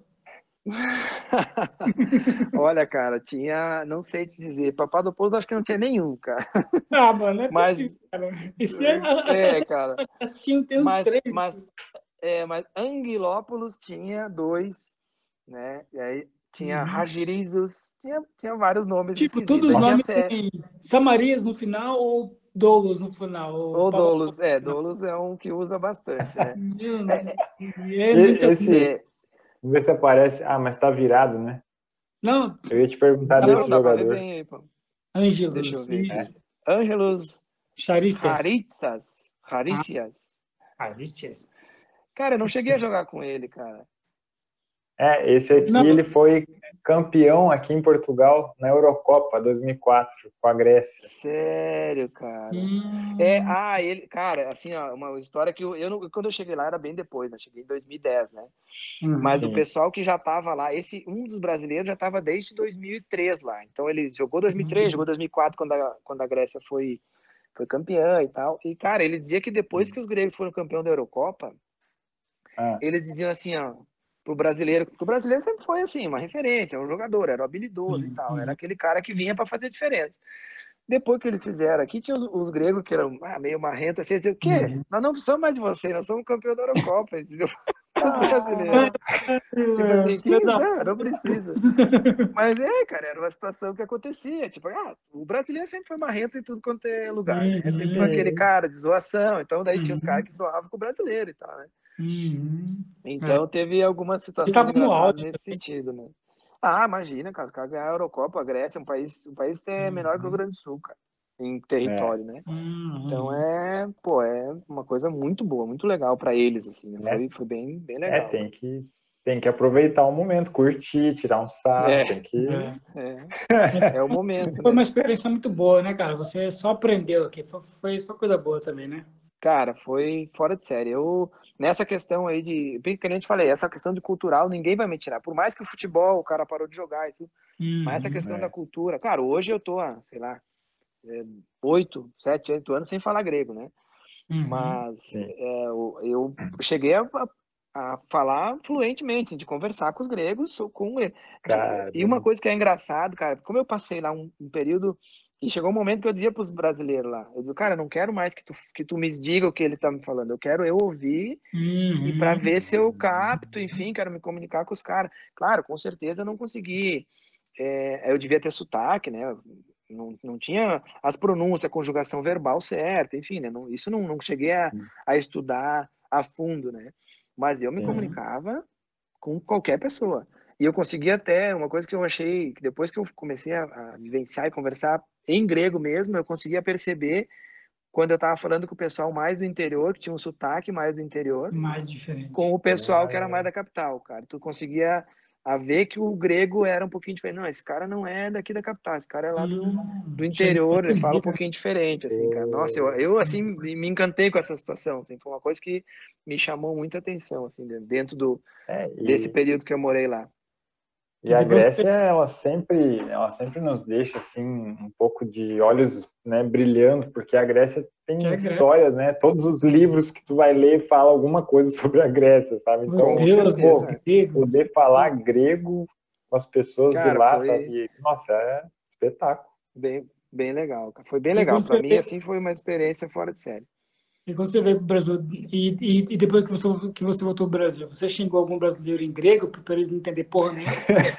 Olha, cara, tinha, não sei te dizer, Papadopoulos acho que não tinha nenhum, cara. Ah, mano, não é possível, Mas, cara. Esse é, a, a, é, cara, a, a, tinha, tem uns três. mas, mas, é, mas Anguilópolis tinha dois, né? E aí tinha Uhum. Ragirizos, tinha, tinha vários nomes Tipo, esquisitos. todos os Aí tinha Nossa, nomes Sé, têm Samarias no final ou Doulos no final, ou ou Papadopoulos Dolos, é, no final. Dolos é um que usa bastante, né? Meu Deus, É, é e- muito. esse, é, vamos ver se aparece. Ah, mas tá virado, né? Não, Eu ia te perguntar dá pra não, desse dá para ver jogador. bem aí, pô. Deixa eu Ângelos, ver É, aqui. isso. Ângelos Charistas. Haritsas, Ah, Haricias. carícias. Cara, eu não cheguei a jogar com ele, cara. é, esse aqui Não, ele foi campeão aqui em Portugal na Eurocopa dois mil e quatro com a Grécia. Sério, cara. É, hum, ah, ele, cara, assim, ó, uma história que eu, eu não- quando eu cheguei lá era bem depois, né? Cheguei em dois mil e dez, né? uhum, Mas o Sim. pessoal que já tava lá, esse um dos brasileiros já tava desde dois mil e três lá. Então ele jogou dois mil e três, jogou uhum. dois mil e quatro quando a, quando a Grécia foi foi campeã e tal. E cara, ele dizia que depois que os gregos foram campeão da Eurocopa, Ah, eles diziam assim, ó, pro brasileiro, porque o brasileiro sempre foi assim, uma referência, um jogador, era um habilidoso e Sim, tal, era uhum. aquele cara que vinha para fazer diferença. Depois que eles fizeram aqui, tinha os, os gregos que eram ah, meio marrenta, assim, diziam, o quê? Uhum. Nós não precisamos mais de você, nós somos campeão da Eurocopa, eles diziam os brasileiros. ah, Tipo assim, que Filho isso? da Não, não puta. precisa. Mas é, cara, era uma situação que acontecia. Tipo, ah, o brasileiro sempre foi marrento em tudo quanto é lugar, né? Sempre foi aquele Uhum, cara de zoação. Então, daí tinha os caras uhum, que zoavam com o brasileiro e tal, né? uhum. É. Então, teve algumas situações Estava no engraçadas auge. nesse sentido, né? Ah, imagina, cara, os caras ganharam a Eurocopa, a Grécia, é um país, um país que é menor que o Rio Uhum, Grande do Sul, cara, em é, território, né? Então, uhum. é, pô, é uma coisa muito boa, muito legal para eles, assim, né? né? Foi, foi bem, bem É, legal, tem cara. que, tem que aproveitar o momento, curtir, tirar um sarro, É, tem que. É. é, é o momento, Foi uma né? experiência muito boa, né, cara? Você só aprendeu aqui, foi, foi só coisa boa também, né? Cara, foi fora de série. Eu, nessa questão aí de, bem que a gente falei, essa questão de cultural, ninguém vai me tirar. Por mais que o futebol, o cara parou de jogar, isso, mas essa Uhum. questão da É. cultura, cara, hoje eu tô, há, sei lá, é, oito, sete, oito anos sem falar grego, né? Uhum. Mas Sim. é, eu, eu cheguei a, a falar fluentemente, de conversar com os gregos, com de, e uma Caramba. coisa que é engraçado, cara, como eu passei lá um, um período e chegou um momento que eu dizia para os brasileiros lá, eu dizia, cara, eu não quero mais que tu, que tu me diga o que ele tá me falando, eu quero eu ouvir e para Uhum. ver se eu capto, enfim, quero me comunicar com os caras. Claro, com certeza eu não consegui, é, eu devia ter sotaque, né? Não, não tinha as pronúncias, a conjugação verbal certa, enfim, né? Não, isso não, não cheguei a, a estudar a fundo, né? Mas eu me Sim. comunicava com qualquer pessoa. E eu consegui até, uma coisa que eu achei, que depois que eu comecei a, a vivenciar e conversar em grego mesmo, eu conseguia perceber quando eu estava falando com o pessoal mais do interior, que tinha um sotaque mais do interior, Mais com diferente. o pessoal que era mais Ah, da capital, cara. Tu conseguia a ver que o grego era um pouquinho diferente. Não, esse cara não é daqui da capital, esse cara é lá do, Hum, do já deu interior, ele pra fala um entender, né? pouquinho diferente, assim, cara. Nossa, eu, pô. eu assim, me me encantei com essa situação, assim, foi uma coisa que me chamou muita atenção, assim, dentro do, É, desse e, período que eu morei lá. e E a depois Grécia, ela sempre, ela sempre nos deixa assim um pouco de olhos, né, brilhando, porque a Grécia que tem é grande. histórias, né? Todos os livros que tu vai ler falam alguma coisa sobre a Grécia, sabe? Os Então, Com deuses pô, certeza. gregos. poder falar grego com as pessoas de Cara, lá, foi sabe? Nossa, é espetáculo. bem, bem legal, cara. Foi bem E legal. quando Para você mim, vê, assim, foi uma experiência fora de série. e quando você veio para o Brasil, e, e, e depois que você, que você voltou ao Brasil, você xingou algum brasileiro em grego para eles não entender porra nenhuma?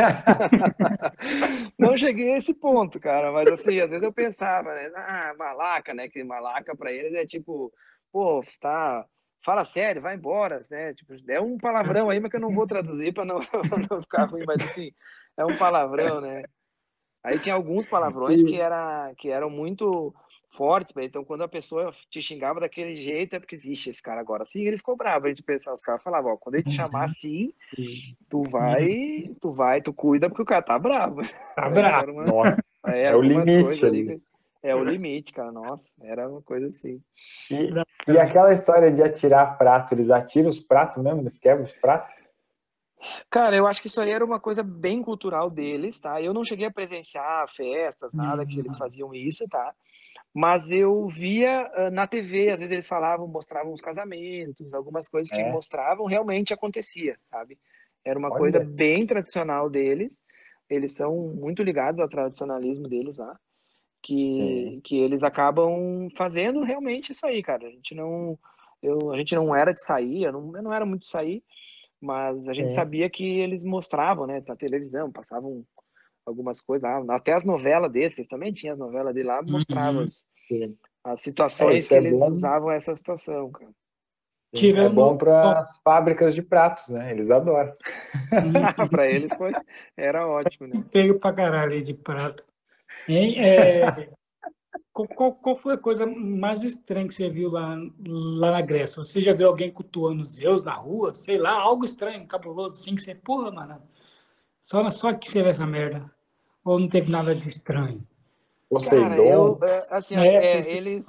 Não cheguei a esse ponto, cara, mas assim, às vezes eu pensava, né? Ah, malaca, né? Que malaca para eles é tipo, pô, tá, fala sério, vai embora, né? Tipo, é um palavrão aí, mas que eu não vou traduzir para não, não ficar ruim, mas enfim, é um palavrão, né? Aí tinha alguns palavrões que, E, era, que eram muito fortes, né? Então quando a pessoa te xingava daquele jeito, é porque existe esse cara agora assim, ele ficou bravo. A gente pensava, os caras falavam, ó, quando ele te chamar Uhum. assim, e- tu vai, tu vai, tu cuida porque o cara tá bravo. Tá Isso bravo. era uma, nossa, é, é o algumas coisas limite ali ali. que é o limite, cara. Nossa, era uma coisa assim. E, e Bravo. aquela história de atirar prato, eles atiram os pratos mesmo, eles quebram os pratos? Cara, eu acho que isso aí era uma coisa bem cultural deles, tá? Eu não cheguei a presenciar festas, nada que eles Uhum. faziam isso, tá? Mas eu via uh, na T V, às vezes eles falavam, mostravam os casamentos, algumas coisas que É, mostravam realmente acontecia, sabe? Era uma coisa olha, bem tradicional deles. Eles são muito ligados ao tradicionalismo deles lá, sim, que, que eles acabam fazendo realmente isso aí, cara. A gente não, eu, a gente não era de sair, eu não, eu não era muito de sair, mas a gente sim. sabia que eles mostravam, né, na televisão, passavam algumas coisas lá, até as novelas deles, que eles também tinham as novelas dele lá, mostravam Uhum. os- Sim. as É, situações isso que é eles bom, usavam essa situação, cara. sim, é bom Tirando. para as fábricas de pratos, né? Eles adoram. Uhum. Para eles foi, era ótimo, né? Pego pra caralho aí de prato. Hein? É, qual, qual, qual foi a coisa mais estranha que você viu lá, lá na Grécia? Você já viu alguém cultuando Zeus na rua? Sei lá, algo estranho, cabuloso, assim, que você, porra, mano, só, só aqui você vê essa merda. Ou não teve nada de estranho? Cara, eu, Poseidon, é, assim, É, é, você, eles,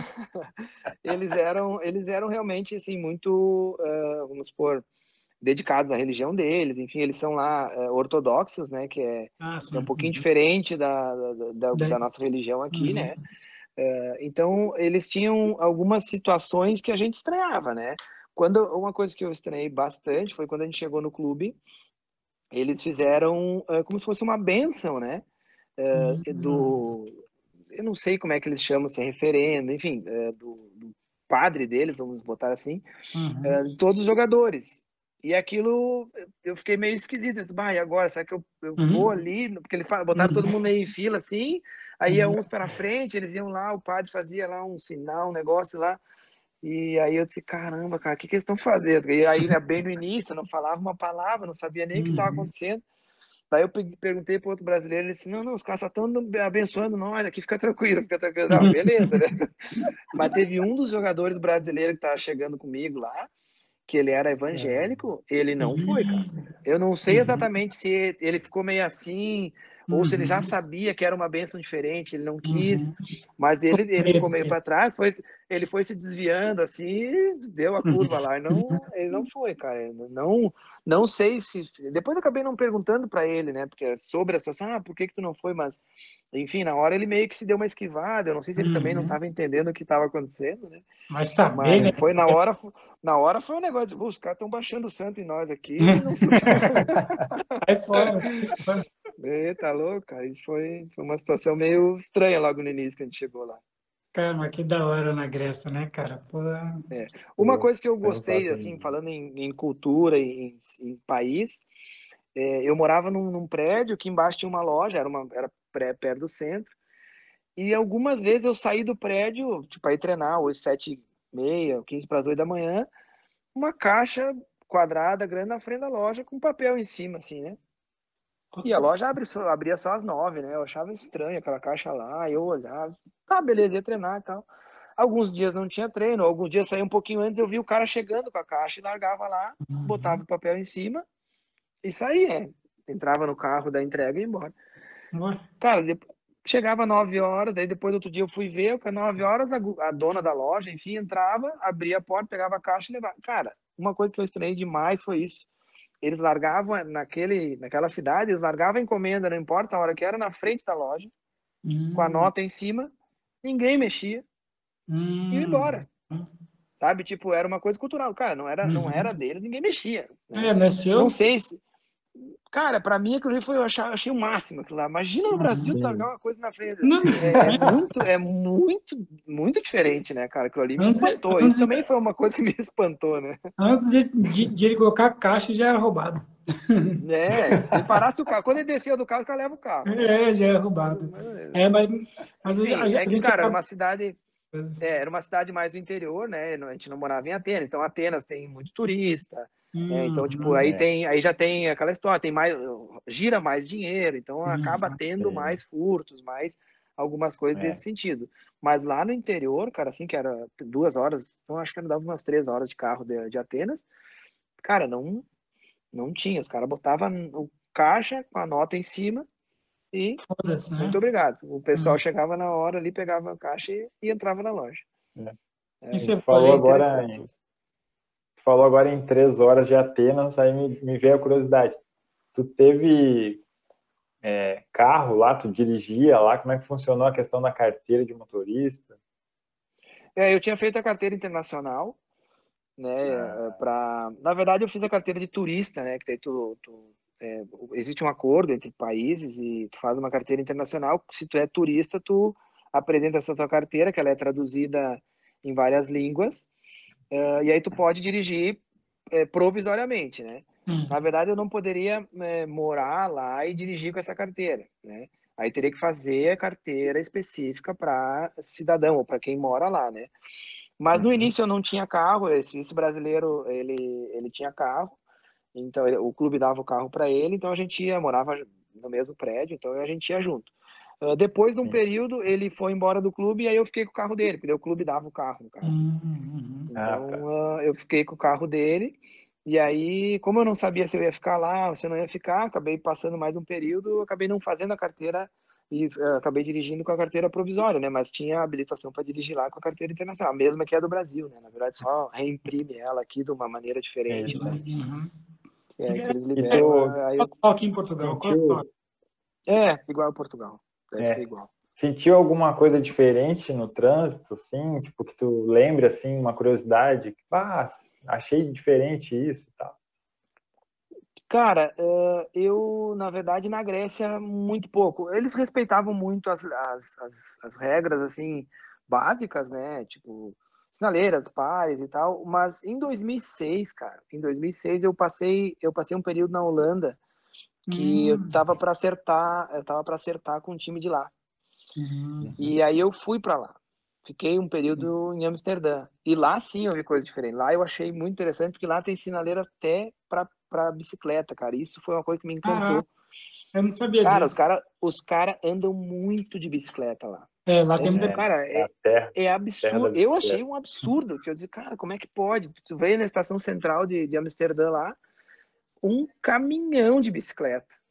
eles eram, eles eram realmente, assim, muito, uh, vamos supor, dedicados à religião deles, enfim, eles são lá uh, ortodoxos, né, que é, ah, é um sim. pouquinho Uhum. diferente da, da, da, Daí, da nossa religião aqui, uhum. né, uh, então eles tinham algumas situações que a gente estranhava, né, quando, uma coisa que eu estranhei bastante foi quando a gente chegou no clube, eles fizeram uh, como se fosse uma bênção, né, uh, Uhum. do, eu não sei como é que eles chamam, se é referendo, enfim, uh, do, do padre deles, vamos botar assim, Uhum. é, todos os jogadores. E aquilo, eu fiquei meio esquisito. Eu disse, bah, e agora? Será que eu, eu vou Uhum. ali? Porque eles botaram todo Uhum. mundo meio em fila, assim, aí ia Uhum. uns para frente, eles iam lá, o padre fazia lá um sinal, um negócio lá, e aí eu disse, caramba, cara, o que, que eles estão fazendo? E aí, né, bem no início, eu não falava uma palavra, não sabia nem o que estava Uhum. acontecendo. Daí eu perguntei para outro brasileiro, ele disse, não, não, os caras estão abençoando nós, aqui fica tranquilo, fica tranquilo. Não, beleza, né? Mas teve um dos jogadores brasileiros que estava chegando comigo lá, que ele era evangélico, ele não foi, cara. Uhum. Eu não sei Uhum. exatamente se ele ficou meio assim, ou se ele já Uhum. sabia que era uma bênção diferente, ele não quis, Uhum. mas ele, ele ficou meio Sim. para trás, foi, ele foi se desviando assim, deu a curva lá, e não, ele não foi, cara, não, não sei se, depois eu acabei não perguntando para ele, né, porque sobre a situação, ah, por que que tu não foi, mas, enfim, na hora ele meio que se deu uma esquivada, eu não sei se ele também não Uhum. estava entendendo o que estava acontecendo, né, Mas saber, né? mas foi na hora, na hora foi um negócio, os caras estão baixando o santo em nós aqui, e não sei o que. Sai fora, sai fora. Eita, louco, cara. Isso foi, foi uma situação meio estranha logo no início que a gente chegou lá. Cara, mas que da hora na Grécia, né, cara? Pô, É. Uma Pô, coisa que eu pensar gostei, assim, também. falando em, em cultura, em, em país, é, eu morava num, num prédio que embaixo tinha uma loja, era, uma, era pré, perto do centro, e algumas vezes eu saí do prédio, tipo, para ir treinar, hoje sete e meia, quinze para as oito da manhã, uma caixa quadrada grande na frente da loja com papel em cima, assim, né? what E a the f- loja abre só, abria só às nove, né? Eu achava estranho aquela caixa lá, eu olhava, tá, beleza, ia treinar e tal. Alguns dias não tinha treino, alguns dias saía um pouquinho antes, eu vi o cara chegando com a caixa e largava lá, botava Uhum. o papel em cima e saía. Entrava no carro da entrega e ia embora. Ué, Cara, depois, chegava nove horas, daí depois outro dia eu fui ver, às nove horas a, a dona da loja, enfim, entrava, abria a porta, pegava a caixa e levava. Cara, uma coisa que eu estranhei demais foi isso. Eles largavam naquele, naquela cidade, eles largavam a encomenda, não importa a hora que era, na frente da loja, com a hum, nota em cima, ninguém mexia e ia hum, embora. Sabe? Tipo, era uma coisa cultural. Cara, não era, não uhum. era deles, ninguém mexia, né? É, não é Não seu? sei se. Cara, pra mim aquilo ali foi, eu achei, achei o máximo aquilo lá. Imagina no Brasil Uhum. tu largar Sim. uma coisa na frente. Não, É, é muito, é muito, muito diferente, né, cara? Aquilo ali me antes, de- espantou. Isso antes, também foi uma coisa que me espantou, né? antes de, de, de ele colocar a caixa, já era roubado. É, se ele parasse o carro, quando ele descia do carro, o cara leva o carro, né? É, já era roubado. É, mas, mas a, Enfim, é a que, gente cara, era acaba. uma cidade, é, era uma cidade mais do interior, né? A gente não morava em Atenas, então Atenas tem muito turista, né? Então, tipo, Uhum, aí É, tem, aí já tem aquela história, tem mais, gira mais dinheiro, então acaba uhum. tendo sim. mais furtos, mais algumas coisas desse É. sentido. Mas lá no interior, cara, assim, que era duas horas, então acho que dava umas três horas de carro de, de Atenas, cara, não, não tinha. Os caras botavam o caixa com a nota em cima e Foda-se, né? muito obrigado. O pessoal Uhum. chegava na hora ali, pegava a caixa e, e entrava na loja. É. E É, você Tu falou falou bem aí, agora, interessante em- isso. tu falou agora em três horas de Atenas, aí me, me veio a curiosidade. Tu teve é, carro lá, tu dirigia lá, como é que funcionou a questão da carteira de motorista? É, eu tinha feito a carteira internacional, né? Ah, Pra... Na verdade, eu fiz a carteira de turista, né? Que daí tu, tu, é, existe um acordo entre países e tu faz uma carteira internacional. Se tu é turista, tu apresenta essa tua carteira, que ela é traduzida em várias línguas, uh, e aí tu pode dirigir é, provisoriamente, né? uhum. Na verdade, eu não poderia é, morar lá e dirigir com essa carteira, né? Aí teria que fazer a carteira específica para cidadão ou para quem mora lá, né? Mas no uhum, início eu não tinha carro, esse, esse brasileiro, ele, ele tinha carro, então ele, o clube dava o carro para ele, então a gente ia, morava no mesmo prédio, então a gente ia junto. Uh, depois de um sim. período, ele foi embora do clube e aí eu fiquei com o carro dele, porque daí o clube dava o carro, no caso. Uhum. Ah, Então, tá. uh, eu fiquei com o carro dele. E aí, como eu não sabia se eu ia ficar lá ou se eu não ia ficar, acabei passando mais um período, acabei não fazendo a carteira e uh, acabei dirigindo com a carteira provisória, né? Mas tinha habilitação para dirigir lá com a carteira internacional, a mesma que é a do Brasil, né? Na verdade, só reimprime ela aqui de uma maneira É diferente, isso né? aí. Uhum. E aí que eles E liberam, tu a- aí eu... Qual aqui em Portugal? Qual é? sentiu, É, igual a Portugal. Deve ser é, igual. sentiu alguma coisa diferente no trânsito, assim, tipo, que tu lembra, assim, uma curiosidade? Que, ah, achei diferente isso e tal. Cara, eh, eu, na verdade, na Grécia, muito pouco. Eles respeitavam muito as, as, as, as regras, assim, básicas, né? Tipo, sinaleiras, pares e tal. Mas em dois mil e seis, cara, em dois mil e seis eu passei, eu passei um período na Holanda que eu Hum, tava para acertar, eu tava para acertar com o time de lá. Uhum. uhum. E aí eu fui para lá. Fiquei um período em Amsterdã. E lá sim eu vi coisa diferente. Lá eu achei muito interessante, porque lá tem sinaleira até para bicicleta, cara. Isso foi uma coisa que me Caraca, encantou. eu não sabia Cara, os disso. cara, os cara andam muito de bicicleta lá. É, lá tem muita. Muito, É, cara, é a é, terra, é terra da absurdo. Eu achei bicicleta. um absurdo. Que eu disse, cara, como é que pode? Tu veio na estação central de, de Amsterdã lá, um caminhão de bicicleta.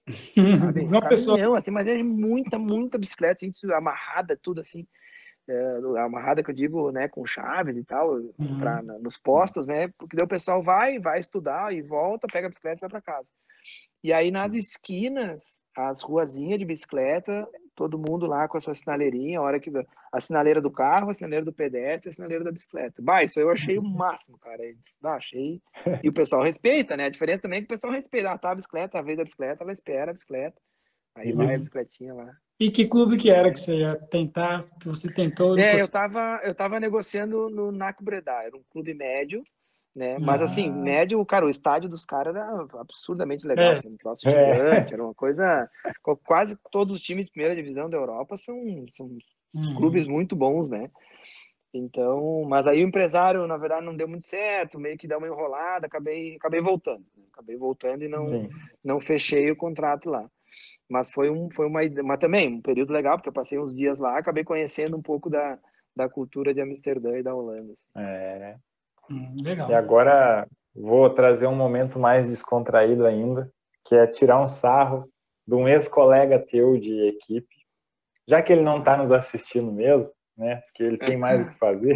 sabe? Uma pessoa. Caminhão, assim, mas é muita, muita bicicleta, assim, amarrada, tudo assim. É, amarrada que eu digo, né, com chaves e tal, pra, Uhum. nos postos, né, porque daí o pessoal vai, vai estudar e volta, pega a bicicleta e vai para casa. E aí nas esquinas, as ruazinhas de bicicleta, todo mundo lá com a sua sinaleirinha, a hora que a sinaleira do carro, a sinaleira do pedestre, a sinaleira da bicicleta. Bah, isso eu achei o máximo, cara. Bah, achei. E o pessoal respeita, né? A diferença também é que o pessoal respeita. Ah, tá a bicicleta, a vez da bicicleta, ela espera a bicicleta. Aí vai a Isso. bicicletinha lá. E que clube que era que você ia tentar, que você tentou e não É, eu conseguiu? tava, eu tava negociando no N A C Breda, era um clube médio, né? Mas assim, Ah, médio, cara, o estádio dos caras era absurdamente legal, é. assim, um troço É. gigante, era uma coisa. Quase todos os times de primeira divisão da Europa são, são clubes Uhum. muito bons, né? Então, mas aí o empresário, na verdade, não deu muito certo, meio que deu uma enrolada, acabei, acabei voltando, né? Acabei voltando e não, Sim. não fechei o contrato lá. Mas foi, um, foi uma, mas também um período legal, porque eu passei uns dias lá, acabei conhecendo um pouco da, da cultura de Amsterdã e da Holanda. Assim. É. Hum, E legal. agora vou trazer um momento mais descontraído ainda, que é tirar um sarro de um ex-colega teu de equipe, já que ele não está nos assistindo mesmo, né? Porque ele tem mais o que fazer.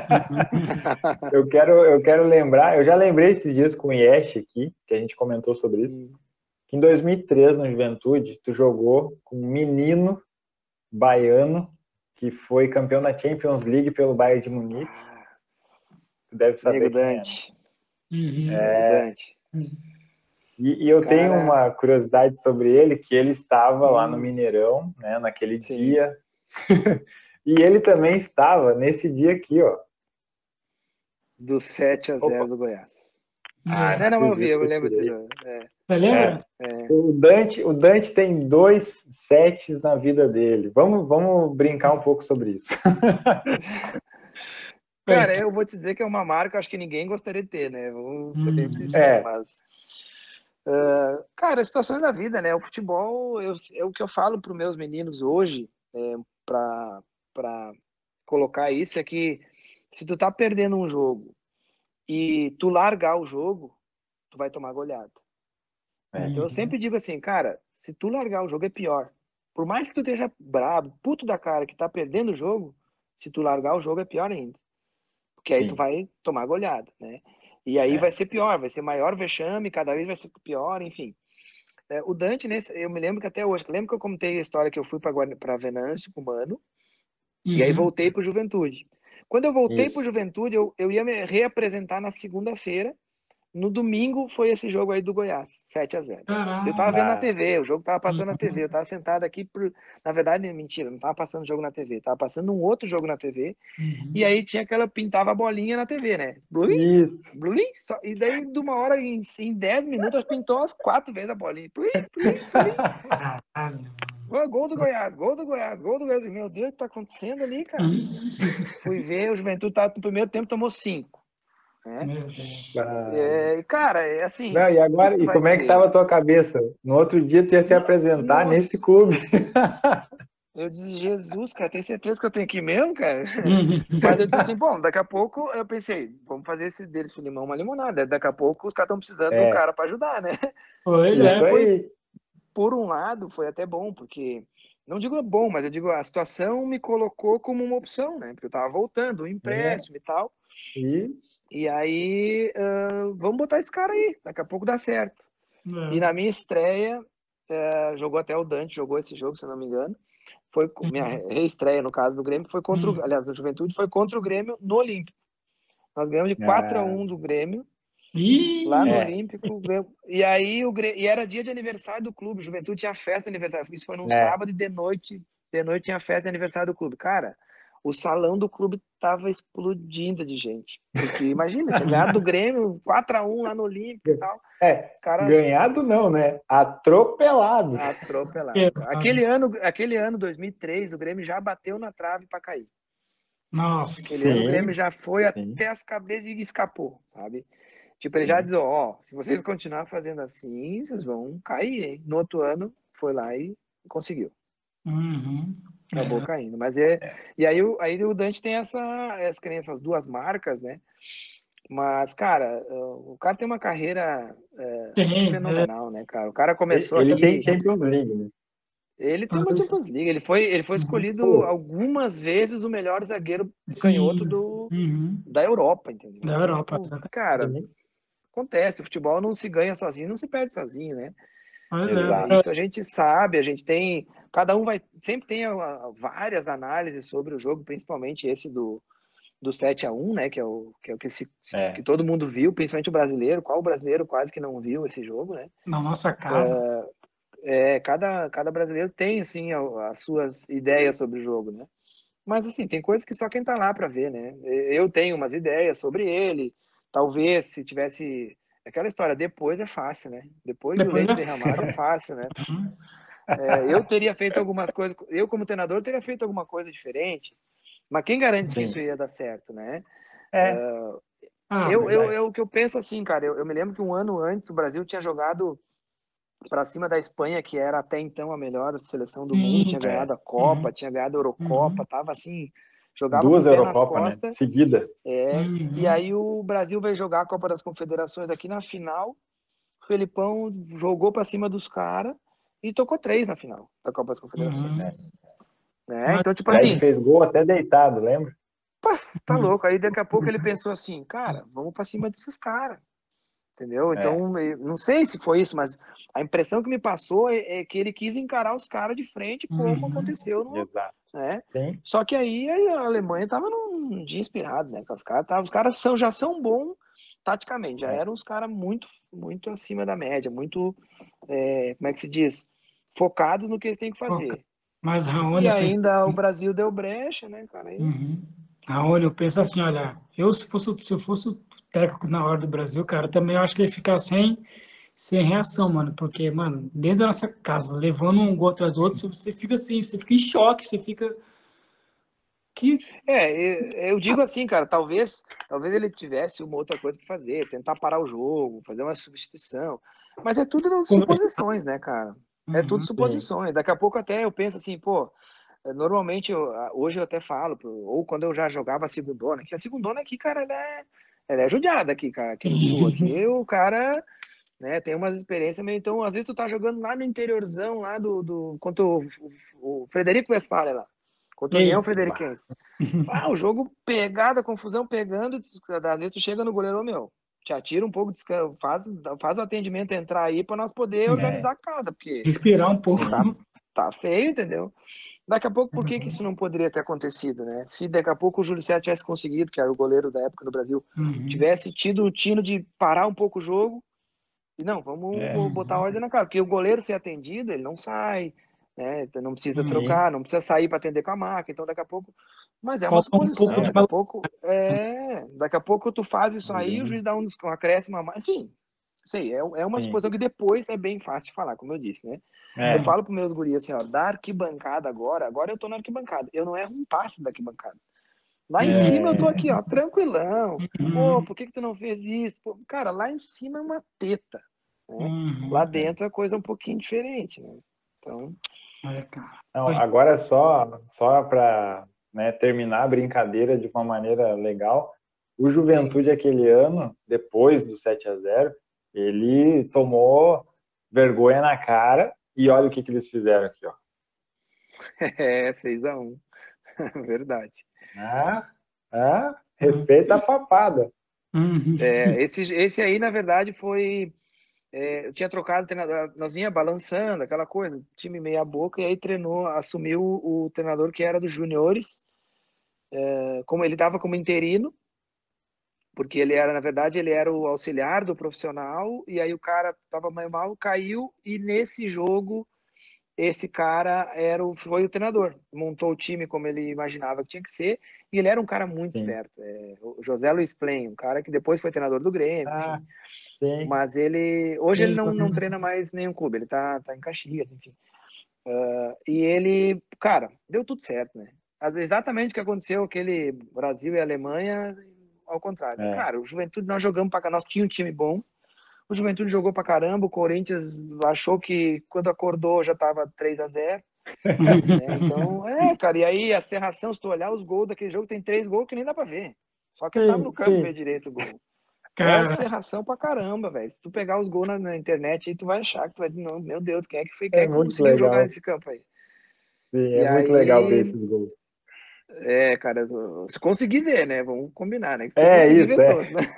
Eu quero, eu quero lembrar, eu já lembrei esses dias com o Yesh aqui, que a gente comentou sobre isso, que em dois mil e três, no Juventude, tu jogou com um menino baiano que foi campeão da Champions League pelo Bayern de Munique. Tu deve Nego saber quem é, né? Dante. Uhum. Nego Dante. E, e eu tenho Cara, uma curiosidade sobre ele, que ele estava lá no hum, Mineirão, né, naquele sim. dia, e ele também estava nesse dia aqui, ó. Do sete a Opa! zero do Goiás. Ah, É. não Não, não, eu vi, acredito eu que eu lembro desse tirei. jogo. É, Você É, lembra? é. o Dante, o Dante tem dois sets na vida dele. Vamos, vamos brincar um pouco sobre isso. Cara, Coitado. eu vou te dizer que é uma marca, acho que ninguém gostaria de ter, né? Vou ser bem Uhum. sincero, É, mas. Uh, cara, situações da vida, né? O futebol, eu, é o que eu falo para os meus meninos hoje, é, para colocar isso, é que se tu tá perdendo um jogo e tu largar o jogo, tu vai tomar goleada. é, Então eu Uhum. sempre digo assim, cara, se tu largar o jogo é pior. Por mais que tu esteja brabo, puto da cara que tá perdendo o jogo, se tu largar o jogo é pior ainda. Porque aí tu sim, vai tomar goleada, né? E aí vai é. ser pior, vai ser maior vexame, cada vez vai ser pior, enfim. É, o Dante, nesse, eu me lembro que até hoje, lembro que eu contei a história que eu fui para Venâncio com o Mano, e aí Uhum. voltei para o Juventude. Quando eu voltei para o Isso. Juventude, eu, eu ia me reapresentar na segunda-feira. No domingo foi esse jogo aí do Goiás, sete a zero. Eu tava Caralho. vendo na Ah, T V, o jogo tava passando na T V, eu Uhum. tava sentado aqui, por... na verdade, mentira, não tava passando jogo na T V, tava passando um outro jogo na T V, e Uhum. aí tinha aquela, pintava a bolinha na T V, né? Bluim, isso. bluim, só... e daí de uma hora em, em dez minutos pintou umas quatro vezes a bolinha, bluim, bluim, bluim. Caralho. Gol do Goiás, gol do Goiás, gol do Goiás. Meu Deus, o que tá acontecendo ali, cara? Uhum. Fui ver, o Juventude tava no primeiro tempo, tomou cinco, né? Meu Deus. Ah, É, cara, é assim, não, e o que que agora, tu e vai como é que dizer? estava a tua cabeça? No outro dia tu ia se Não, apresentar nesse nossa, clube. eu disse, Jesus, cara, tem certeza que eu tenho que ir mesmo, cara? Uhum. Mas eu disse assim, bom, daqui a pouco eu pensei, vamos fazer esse, desse limão uma limonada. Daqui a pouco os caras estão precisando de um É, cara para ajudar, né? Pois E aí é. isso foi, aí. por um lado, foi até bom, porque, não digo bom, mas eu digo, a situação me colocou como uma opção, né? Porque eu tava voltando, um É, empréstimo e tal. isso. E aí, uh, vamos botar esse cara aí, daqui a pouco dá certo. E É. na minha estreia, uh, jogou até o Dante, jogou esse jogo, se eu não me engano. Foi minha reestreia, no caso do Grêmio, foi contra o, Uhum. aliás, no Juventude, foi contra o Grêmio no Olímpico. Nós ganhamos de quatro a Ah, um do Grêmio, lá no Ih, é, Olímpico. E aí, o Grêmio, e era dia de aniversário do clube, Juventude tinha festa de aniversário. Isso foi num é. sábado e de noite, de noite tinha festa de aniversário do clube. Cara, o salão do clube tava explodindo de gente. Porque imagina, tinha ganhado do Grêmio quatro a um lá no Olímpico e tal. É, Os caras ganhado não, né? Atropelado. atropelaram. que- Aquele ano, aquele ano, dois mil e três, o Grêmio já bateu na trave para cair. Aquele ano o Nossa. Grêmio Sim, já foi sim. até as cabeças e escapou, sabe? Tipo, ele já Sim. diz, ó, se vocês continuar fazendo assim, vocês vão cair, hein? No outro ano, foi lá e conseguiu. Uhum. Acabou É. caindo. Mas é. E aí, o- aí o Dante tem essa, essa crença, as duas marcas, né? Mas, cara, o cara tem uma carreira é, Tem, fenomenal, né, cara? O cara começou Ele aqui... tem Champions League, né? Ele tem uma Champions League. Ele foi, ele foi Uhum. escolhido algumas vezes o melhor zagueiro canhoto Sim. do, Uhum. da Europa, entendeu? Da Então, Europa, tipo, exatamente. cara, acontece. O futebol não se ganha sozinho, não se perde sozinho, né? Mas Exato. é, Isso a gente sabe, a gente tem... Cada um vai... Sempre tem uh, várias análises sobre o jogo, principalmente esse do, do sete a um, né? Que é o que, é o que, se, É. que todo mundo viu, principalmente o brasileiro. Qual brasileiro quase que não viu esse jogo, né? na nossa casa. É, cada, cada brasileiro tem, assim, as suas ideias sobre o jogo, né? Mas, assim, tem coisas que só quem tá lá para ver, né? Eu tenho umas ideias sobre ele. Talvez, se tivesse... Aquela história, depois é fácil, né? Depois do Depois leite é derramado é fácil, né? Uhum. É, eu teria feito algumas coisas... Eu, como treinador, teria feito alguma coisa diferente. Mas quem garante que Sim. isso ia dar certo, né? É. Ah, Eu, eu, verdade. eu, o que eu penso assim, cara, eu, eu me lembro que um ano antes o Brasil tinha jogado para cima da Espanha, que era até então a melhor seleção do mundo, sim. tinha É. ganhado a Copa, Uhum. tinha ganhado a Eurocopa, Uhum. tava assim, jogava com Duas o pé nas Eurocopa, né? costas, Seguida. é, e Uhum. aí o Brasil veio jogar a Copa das Confederações aqui na final, o Felipão jogou para cima dos caras e tocou três na final da Copa das Confederações, Uhum. né? Mas Então, tipo Fred assim, fez gol até deitado, lembra? pá, tá uhum. louco, aí daqui a pouco ele pensou assim, cara, vamos para cima desses caras. Entendeu? É. Então, eu não sei se foi isso, mas a impressão que me passou é, é que ele quis encarar os caras de frente, como Uhum. aconteceu no, Exato. né? Sim. Só que aí a Alemanha estava num dia inspirado, né? Os caras, os caras são, já são bons taticamente, já É. eram os caras muito, muito acima da média, muito, é, como é que se diz? Focados no que eles têm que fazer. Mas E Raoni, eu penso, ainda o Brasil deu brecha, né, cara? Aí... uhum. Raoni, eu penso assim, olha, eu se fosse, se eu fosse o técnico na hora do Brasil, cara, também eu acho que ia ficar sem, sem reação, mano, porque, mano, dentro da nossa casa, levando um gol atrás do outro, você fica assim, você fica em choque, você fica que É, eu digo assim, cara, talvez, talvez ele tivesse uma outra coisa para fazer, tentar parar o jogo, fazer uma substituição, mas é tudo nas conversar. suposições, né, cara? É tudo Uhum. Sim. suposições. Daqui a pouco até eu penso assim, pô, normalmente eu, hoje eu até falo, ou quando eu já jogava a segundona, que a segundona aqui, cara, ela é, ela é judiada aqui, cara, aqui no sul, aqui o cara, né, tem umas experiências meio, então às vezes tu tá jogando lá no interiorzão, lá do, do contra o, o, o Frederico Westphalen lá, contra o União Eita. Frederiquense. Ah, o jogo pegada, confusão pegando, às vezes tu chega no goleiro, meu, te atira um pouco, faz, faz o atendimento entrar aí para nós poder É. organizar a casa, porque Respirar um pouco. tá, tá feio, entendeu? Daqui a pouco, por que que isso não poderia ter acontecido, né? Se daqui a pouco o Júlio César tivesse conseguido, que era o goleiro da época no Brasil, Uhum. tivesse tido o tino de parar um pouco o jogo e não, vamos É. botar ordem na casa, porque o goleiro ser atendido, ele não sai, né? Então não precisa Uhum. trocar, não precisa sair para atender com a máquina, então daqui a pouco... Mas é uma Falta um pouco suposição, de É. daqui a balanço. pouco é, daqui a pouco tu faz isso aí, o Sim. juiz dá um, um acréscimo a mais, enfim, sei, é, é uma Sim. suposição que depois é bem fácil de falar, como eu disse, né? Eu É. falo para meus guris assim, ó, da arquibancada agora, agora eu tô na arquibancada, eu não erro um passe da arquibancada. Lá em cima eu tô É. aqui, ó, tranquilão. Pô, Uhum. por que que tu não fez isso? Pô, cara, lá em cima é uma teta, né? Lá Uhum. dentro a coisa é um pouquinho diferente, né? Então, É, cara. Não, Oi. agora só, só para, né, terminar a brincadeira de uma maneira legal, o sim. Juventude aquele ano, depois do sete a zero, ele tomou vergonha na cara e olha o que, que eles fizeram aqui, ó. É, seis a um. Verdade. Ah, ah, respeita a papada. Uhum. É, esse, esse aí, na verdade, foi... É, eu tinha trocado treinador, nós vinha balançando, aquela coisa, time meia boca, e aí treinou, assumiu o, o treinador que era dos juniores, é, como ele estava como interino, porque ele era, na verdade, ele era o auxiliar do profissional, e aí o cara estava meio mal, caiu, e nesse jogo, esse cara era o, foi o treinador, montou o time como ele imaginava que tinha que ser, e ele era um cara muito Sim. esperto, é, o José Luiz Plen, um cara que depois foi treinador do Grêmio, Ah, enfim. sim. Mas ele, hoje ele Sei, não, não treina mais nenhum clube, ele tá, tá em Caxias, enfim. Uh, e ele, cara, deu tudo certo, né? Exatamente o que aconteceu, aquele Brasil e Alemanha, ao contrário, né? É. Cara, o Juventude nós jogamos pra nós tinha um time bom, o Juventude jogou pra caramba, o Corinthians achou que quando acordou já tava três a zero, né? Então, é, cara, e aí a Serração, se tu olhar os gols daquele jogo, tem três gols que nem dá pra ver. Só quem tava Sim, no campo vê sim. direito o gol. É serração pra caramba, velho. Se tu pegar os gols na, na internet, aí tu vai achar que tu vai dizer, não, meu Deus, quem é que foi, quem É é que muito conseguiu legal. jogar nesse campo aí? Sim, E é muito aí, legal ver esses gols. É, cara, se conseguir ver, né? Vamos combinar, né? Se tu É conseguir isso, ver é. todos, né?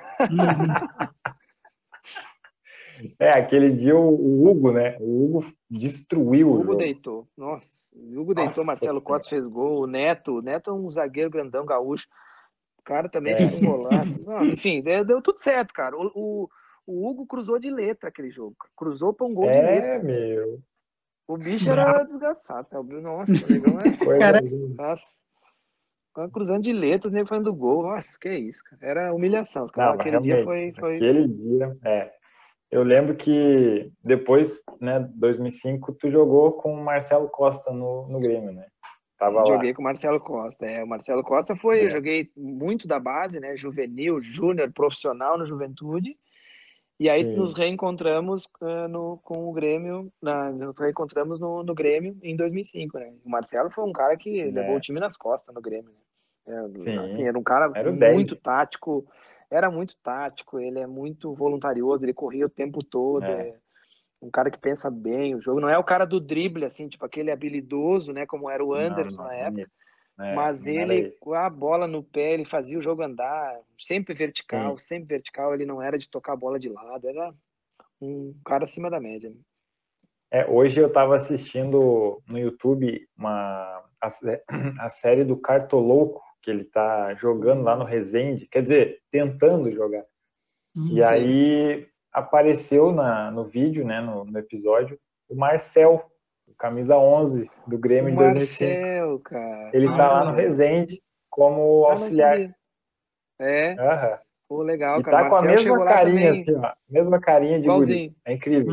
É, aquele dia o, o Hugo, né? O Hugo destruiu O o Hugo jogo. deitou. Nossa, o Hugo deitou, Nossa Marcelo Senhora. Costa fez gol, o Neto, o Neto é um zagueiro grandão gaúcho. O cara também É. fez um golaço. Não, enfim, deu, deu tudo certo, cara. O, o, o Hugo cruzou de letra aquele jogo. Cruzou pra um gol de É, letra. meu. O bicho era desgraçado. Tá? Nossa, o negão é. Coisa Cara, linda. Nossa. Ficava cruzando de letras, nem fazendo gol. Nossa, que isso, cara. Era humilhação. Os Não, caras, mas aquele dia realmente, foi, foi. aquele dia, é. Eu lembro que depois, né, dois mil e cinco, tu jogou com o Marcelo Costa no, no Grêmio, né? Tava lá. Joguei com o Marcelo Costa. É, o Marcelo Costa foi, É. eu joguei muito da base, né? Juvenil, júnior, profissional no Juventude. E aí Sim. nos reencontramos uh, no, com o Grêmio, na, nos reencontramos no, no Grêmio em dois mil e cinco, né? O Marcelo foi um cara que É. levou o time nas costas no Grêmio, né? É, assim, Sim. era um cara Era o muito dez. tático, era muito tático, ele é muito voluntarioso, ele corria o tempo todo, É. é um cara que pensa bem o jogo, não é o cara do drible, assim, tipo aquele habilidoso, né, como era o Não, Anderson não, na não, época, é, mas não era ele, isso. com a bola no pé, ele fazia o jogo andar, sempre vertical, Sim. sempre vertical, ele não era de tocar a bola de lado, era um cara acima da média. Né? É, hoje eu estava assistindo no YouTube uma, a, a série do Cartolouco, que ele tá jogando lá no Resende, quer dizer, tentando jogar. E Sim. aí apareceu na, no vídeo, né, no, no episódio, o Marcel, o camisa onze do Grêmio O de dois mil e cinco. Marcel, cara. Ele tá lá no Marcel. Resende como Ah, não auxiliar. sabia. É. Aham. Pô, legal, E cara. tá com a Marcel mesma chegou lá carinha, também, assim, ó, mesma carinha de guri. igualzinho. É incrível.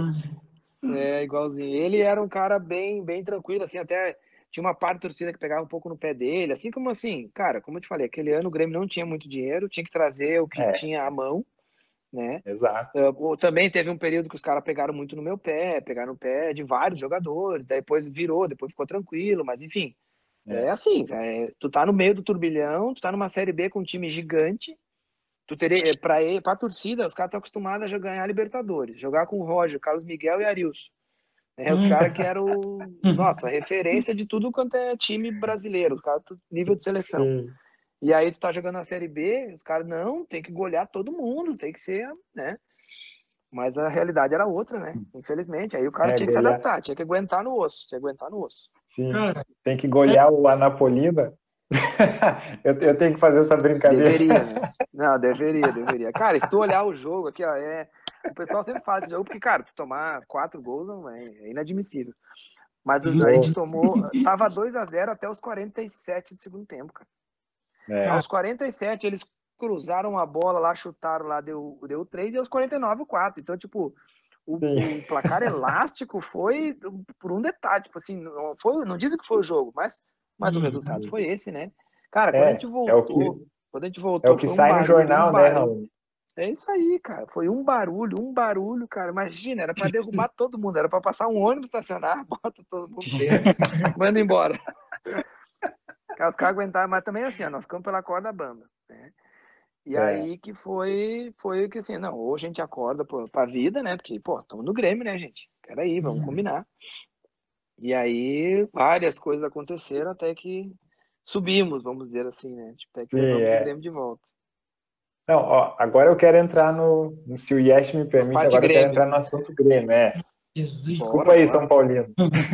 É, igualzinho. Ele era um cara bem, bem tranquilo, assim, até tinha uma parte da torcida que pegava um pouco no pé dele, assim como assim, cara, como eu te falei, aquele ano o Grêmio não tinha muito dinheiro, tinha que trazer o que É, tinha à mão, né? exato. Uh, também teve um período que os caras pegaram muito no meu pé, pegaram no pé de vários jogadores, depois virou, depois ficou tranquilo, mas enfim, é, É. assim, é, tu tá no meio do turbilhão, tu tá numa Série B com um time gigante, tu teria, pra, pra torcida, os caras estão acostumados a ganhar Libertadores, jogar com o Roger, Carlos Miguel e Arilson. É, os caras que eram, nossa, referência de tudo quanto é time brasileiro, os caras nível de seleção. Sim. E aí tu tá jogando na Série B, os caras, não, tem que golear todo mundo, tem que ser, né? Mas a realidade era outra, né? Infelizmente. Aí o cara É, tinha que se golear. adaptar, tinha que aguentar no osso, tinha que aguentar no osso. Sim. Cara, Tem que golear o Anapolina. eu, eu tenho que fazer essa brincadeira. Deveria, né? Não, deveria, deveria. Cara, se tu olhar o jogo aqui, ó, é... o pessoal sempre fala esse jogo, porque, cara, tu tomar quatro gols não é, é inadmissível. Mas a gente tomou. Tava dois a zero até os quarenta e sete do segundo tempo, cara. É. Aos quarenta e sete, eles cruzaram a bola lá, chutaram lá, deu, deu três, e aos quarenta e nove, o quatro. Então, tipo, o, o placar elástico foi por um detalhe. Tipo assim, não, foi, não dizem que foi o jogo, mas, mas o resultado foi esse, né? Cara, quando É, a gente voltou, é o que, quando a gente é voltou, o que foi um sai no barulho, jornal, um né, barulho. Raul? É isso aí, cara. Foi um barulho, um barulho, cara. Imagina, era pra derrubar todo mundo, era pra passar um ônibus estacionar, bota todo mundo dentro, manda embora. Os caras aguentaram, mas também assim, ó, nós ficamos pela corda bamba, né? E É. aí que foi, foi que assim, não, ou a gente acorda pô, pra vida, né? Porque, pô, estamos no Grêmio, né, gente? Peraí, vamos combinar. E aí várias coisas aconteceram até que subimos, vamos dizer assim, né? Tipo, até que Sim, levamos é. o Grêmio de volta. Não, ó, agora eu quero entrar no, no se o Yesh me permite, Parte agora eu quero Grêmio. entrar no assunto Grêmio, é. Jesus. Desculpa Bora, aí, bora. São Paulino.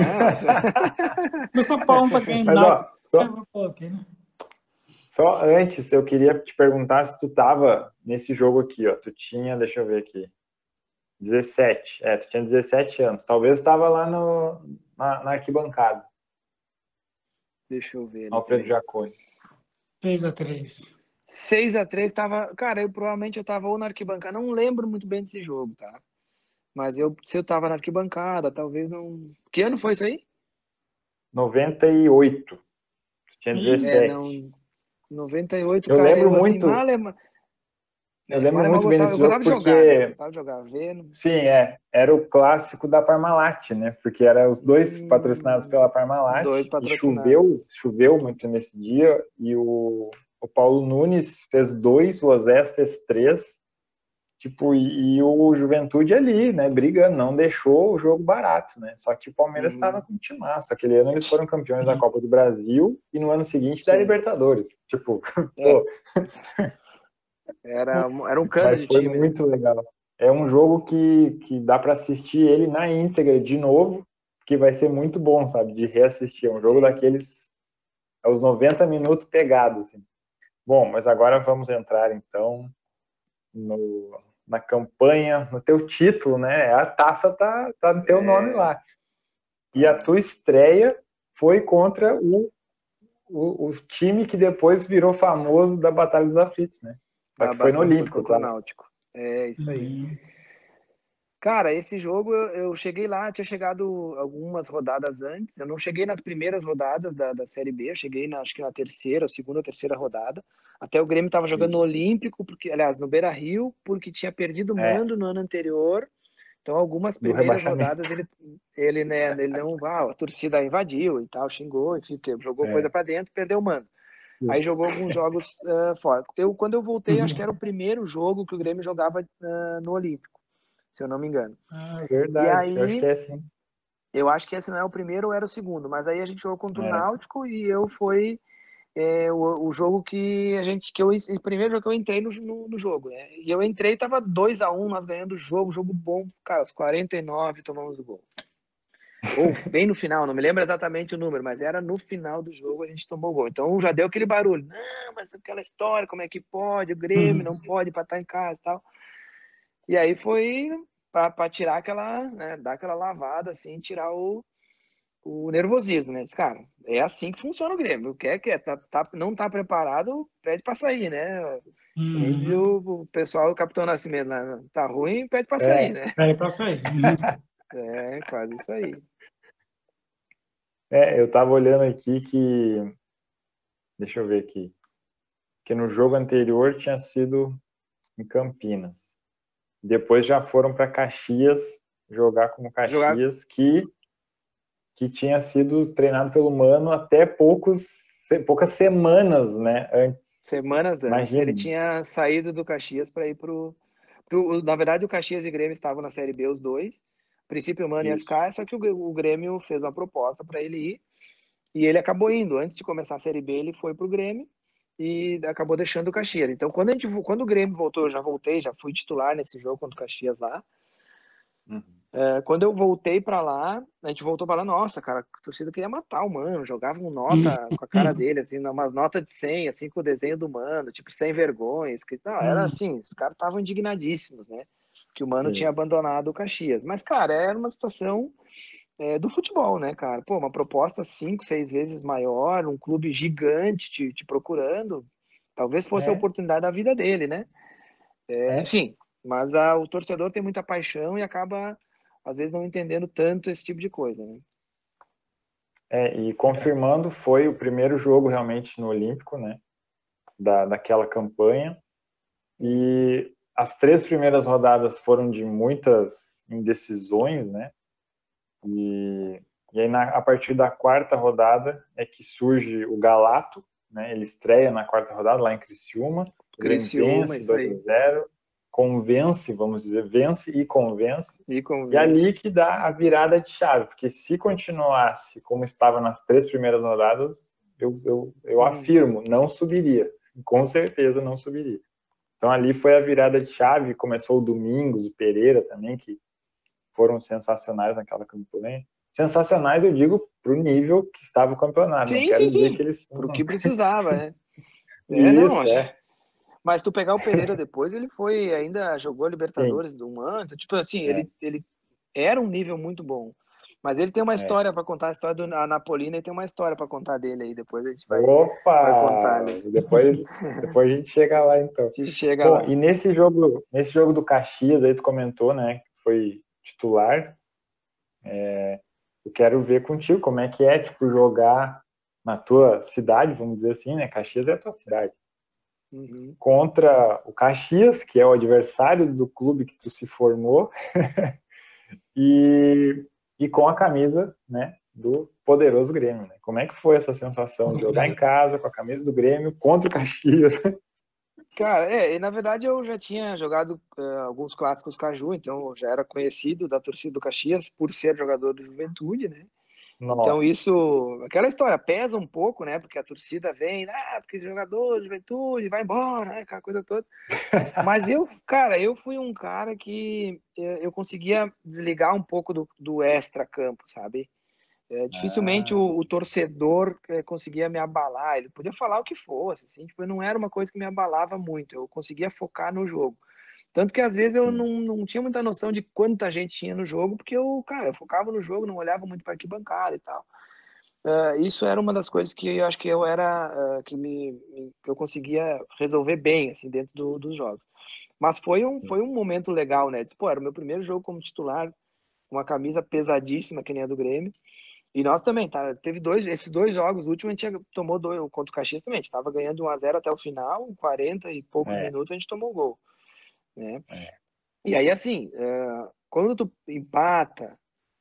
Eu sou pau um pra quem Mas, não. ó, só, Eu coloquei, né? só antes, eu queria te perguntar se tu tava nesse jogo aqui, ó. Tu tinha, deixa eu ver aqui, dezessete. É, tu tinha dezessete anos. Talvez estava lá no, na, na arquibancada. Deixa eu ver. Alfredo Jaconi. seis a três. seis a três tava. Cara, eu provavelmente eu tava ou na arquibancada. Não lembro muito bem desse jogo, tá? Mas eu, se eu tava na arquibancada, talvez não. Que ano foi isso aí? noventa e oito. Tu tinha Ih. dezessete. É, não. noventa e oito, Eu cara, lembro eu assim, muito. mal, é, Eu lembro mal, é mal muito bem gostava, desse eu jogo gostava de jogar, né? porque, Gostava de jogar, vendo. sim, é, era o clássico da Parmalat, né? Porque eram os dois Hum, patrocinados pela Parmalat dois e patrocinados. choveu, choveu muito nesse dia e o, o Paulo Nunes fez dois, o Osés fez três Tipo, e, e o Juventude ali, né, brigando, não deixou o jogo barato, né? Só que o Palmeiras estava Uhum. com timaço. Aquele ano eles foram campeões da Copa do Brasil e no ano seguinte da Sim. Libertadores. Tipo, É. pô, Era, era um cano mas de foi time, né? muito legal. É um jogo que, que dá para assistir ele na íntegra de novo, que vai ser muito bom, sabe? De reassistir. É um jogo Sim. daqueles, aos noventa minutos pegados, assim. Bom, mas agora vamos entrar, então, no, na campanha, no teu título, né? A taça tá, tá no teu nome É, lá. E tá. a tua estreia foi contra o, o, o time que depois virou famoso da Batalha dos Aflitos, né? Só Da que foi no Batalha foi Olímpico, contra o claro. Náutico. É isso aí. Uhum. Cara, esse jogo eu, eu cheguei lá, tinha chegado algumas rodadas antes. Eu não cheguei nas primeiras rodadas da, da Série B, eu cheguei na, acho que na terceira, segunda ou terceira rodada. Até o Grêmio estava jogando no Isso. Olímpico, porque, aliás, no Beira-Rio, porque tinha perdido o É, mando no ano anterior. Então, algumas do primeiras rebaixamento. rodadas ele, ele, né, ele não, ah, a torcida invadiu e tal, xingou, enfim, que jogou coisa É. para dentro, perdeu o mando. Aí jogou alguns jogos uh, fora. Eu, quando eu voltei, acho que era o primeiro jogo que o Grêmio jogava uh, no Olímpico, se eu não me engano. Ah, E verdade, eu acho aí, que é assim. eu acho que esse não é o primeiro ou era o segundo, mas aí a gente jogou contra o É. Náutico e eu foi é, o, o jogo que a gente, que eu, o primeiro jogo que eu entrei no, no, no jogo, né? E eu entrei, tava dois a um, nós ganhando o jogo, jogo bom, cara, aos quarenta e nove tomamos o gol. Ou bem no final, não me lembro exatamente o número, mas era no final do jogo a gente tomou o gol. Então já deu aquele barulho. Não, mas aquela história, como é que pode? O Grêmio não pode empatar em casa e tal. E aí foi para tirar aquela, né, dar aquela lavada, assim, tirar o, o nervosismo, né? Diz, cara, é assim que funciona o Grêmio. Quer que é, tá, tá, não tá preparado, pede para sair, né? Que nem dizia Uhum. o, o pessoal, o Capitão Nascimento, né? Tá ruim, pede para sair, É, né? Peraí pra sair. É, quase isso aí. é, eu tava olhando aqui que. Deixa eu ver aqui. Que no jogo anterior tinha sido em Campinas. Depois já foram para Caxias jogar como Jogar Caxias, que, que tinha sido treinado pelo Mano até poucos, poucas semanas, né, antes. semanas antes, ele Imagina. tinha saído do Caxias para ir pro, pro. Na verdade, o Caxias e o Grêmio estavam na Série B, os dois. A princípio, o Mano ia Isso. ficar, só que o, o Grêmio fez uma proposta para ele ir e ele acabou indo. Antes de começar a Série B, ele foi pro Grêmio e acabou deixando o Caxias. Então, quando, a gente, quando o Grêmio voltou, eu já voltei, já fui titular nesse jogo contra o Caxias lá. Uhum. É, quando eu voltei para lá, a gente voltou para lá, nossa, cara, a torcida queria matar o Mano, jogava um nota com a cara dele, assim, umas notas de cem, assim, com o desenho do Mano, tipo, sem vergonha, escrito, não, era assim, os caras estavam indignadíssimos, né, que o Mano tinha Sim. abandonado o Caxias, mas, cara, era uma situação é, do futebol, né, cara, pô, uma proposta cinco, seis vezes maior, um clube gigante te, te procurando, talvez fosse a É, oportunidade da vida dele, né, é, é. enfim, mas a, o torcedor tem muita paixão e acaba às vezes não entendendo tanto esse tipo de coisa, né? É, e confirmando, foi o primeiro jogo realmente no Olímpico, né, da, daquela campanha. Uhum. E as três primeiras rodadas foram de muitas indecisões, né? E, e aí, na, a partir da quarta rodada, é que surge o Galato, né? Ele estreia na quarta rodada, lá em Criciúma. O Grêmio Criciúma, vence isso dois a aí. zero, convence, vamos dizer, vence e convence. E E ali convence. que dá a virada de chave, porque se continuasse como estava nas três primeiras rodadas, eu, eu, eu Hum. afirmo, não subiria. Com certeza não subiria. Então ali foi a virada de chave, começou o Domingos, o Pereira também, que foram sensacionais naquela campanha. Sensacionais, eu digo, para o nível que estava o campeonato. Não Sim, quero sim, dizer sim. que eles Pro são. que precisava, né? É, não, Isso, acho. é. Mas tu pegar o Pereira depois, ele foi, ainda jogou Sim, Libertadores do Manto, tipo assim, é, ele, ele era um nível muito bom. Mas ele tem uma é. história para contar, a história do a Napolina, e tem uma história para contar dele aí, depois a gente vai, vai contar Opa! ali. Depois, depois a gente chega lá, então. A gente chega Bom, lá. e nesse jogo, nesse jogo do Caxias, aí tu comentou, né, que foi titular. É, eu quero ver contigo como é que é, tipo, jogar na tua cidade, vamos dizer assim, né? Caxias é a tua cidade. Uhum. Contra o Caxias, que é o adversário do clube que tu se formou, e, e com a camisa, né, do poderoso Grêmio, né? Como é que foi essa sensação de jogar em casa com a camisa do Grêmio contra o Caxias? Cara, é, e na verdade eu já tinha jogado uh, alguns clássicos Caju, então eu já era conhecido da torcida do Caxias por ser jogador do Juventude, né? Então Nossa. isso, aquela história pesa um pouco, né? Porque a torcida vem, ah, porque jogador de Juventude vai embora, né? Aquela coisa toda. Mas eu, cara, eu fui um cara que eh, eu conseguia desligar um pouco do, do extra-campo, sabe? É, dificilmente Ah, o, o torcedor é, conseguia me abalar. Ele podia falar o que fosse, assim, tipo, não era uma coisa que me abalava muito. Eu conseguia focar no jogo. Tanto que às vezes eu sim. não, não tinha muita noção de quanta gente tinha no jogo, porque eu, cara, eu focava no jogo, não olhava muito para arquibancada e tal. Uh, isso era uma das coisas que eu acho que eu era uh, que me, me que eu conseguia resolver bem assim dentro do, dos jogos. Mas foi um Sim. foi um momento legal, né? Pô, era o meu primeiro jogo como titular, uma camisa pesadíssima que nem a do Grêmio. E nós também, tá? Teve dois, esses dois jogos, o último a gente tomou dois, contra o Caxias também, a gente estava ganhando um a zero até o final, em quarenta e poucos É, minutos a gente tomou um gol, né? é. E aí, assim, uh, quando tu empata,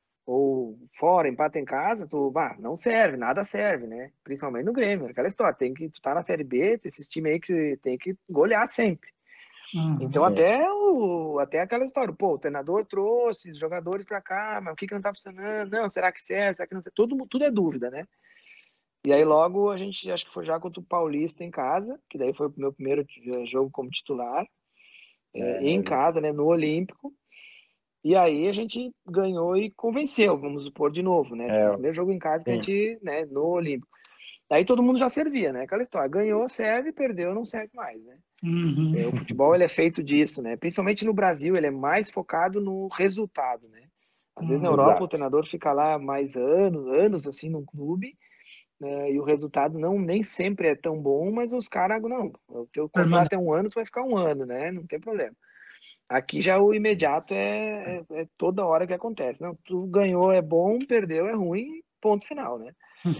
ou fora, empata em casa, tu, bah, não serve, nada serve, né? Principalmente no Grêmio, aquela história, tem que, tu tá na Série B, esses times aí que tem que golear sempre. Uhum. Então, Sim. até, o, até aquela história, pô, o treinador trouxe os jogadores pra cá, mas o que que não tá funcionando? Não, será que serve? Será que não serve? Tudo, tudo é dúvida, né? E aí logo a gente, acho que foi já contra o Paulista em casa, que daí foi o meu primeiro jogo como titular, É, é, no em Olímpico. casa, né, no Olímpico. E aí a gente ganhou e convenceu, vamos supor, de novo, né? Tipo, o É, primeiro jogo em casa que a sim. gente, né, no Olímpico. Aí todo mundo já servia, né? Aquela história, ganhou, serve, perdeu, não serve mais, né? Uhum. É, o futebol, ele é feito disso, né? Principalmente no Brasil, ele é mais focado no resultado, né? Às vezes na Uhum. Europa o Exato. treinador fica lá mais anos, anos assim num clube, né? E o resultado não nem sempre é tão bom, mas os caras, não, o teu contrato Permanente. é um ano, tu vai ficar um ano, né? Não tem problema. Aqui já o imediato é, é, é toda hora que acontece. Não, tu ganhou é bom, perdeu é ruim, ponto final, né?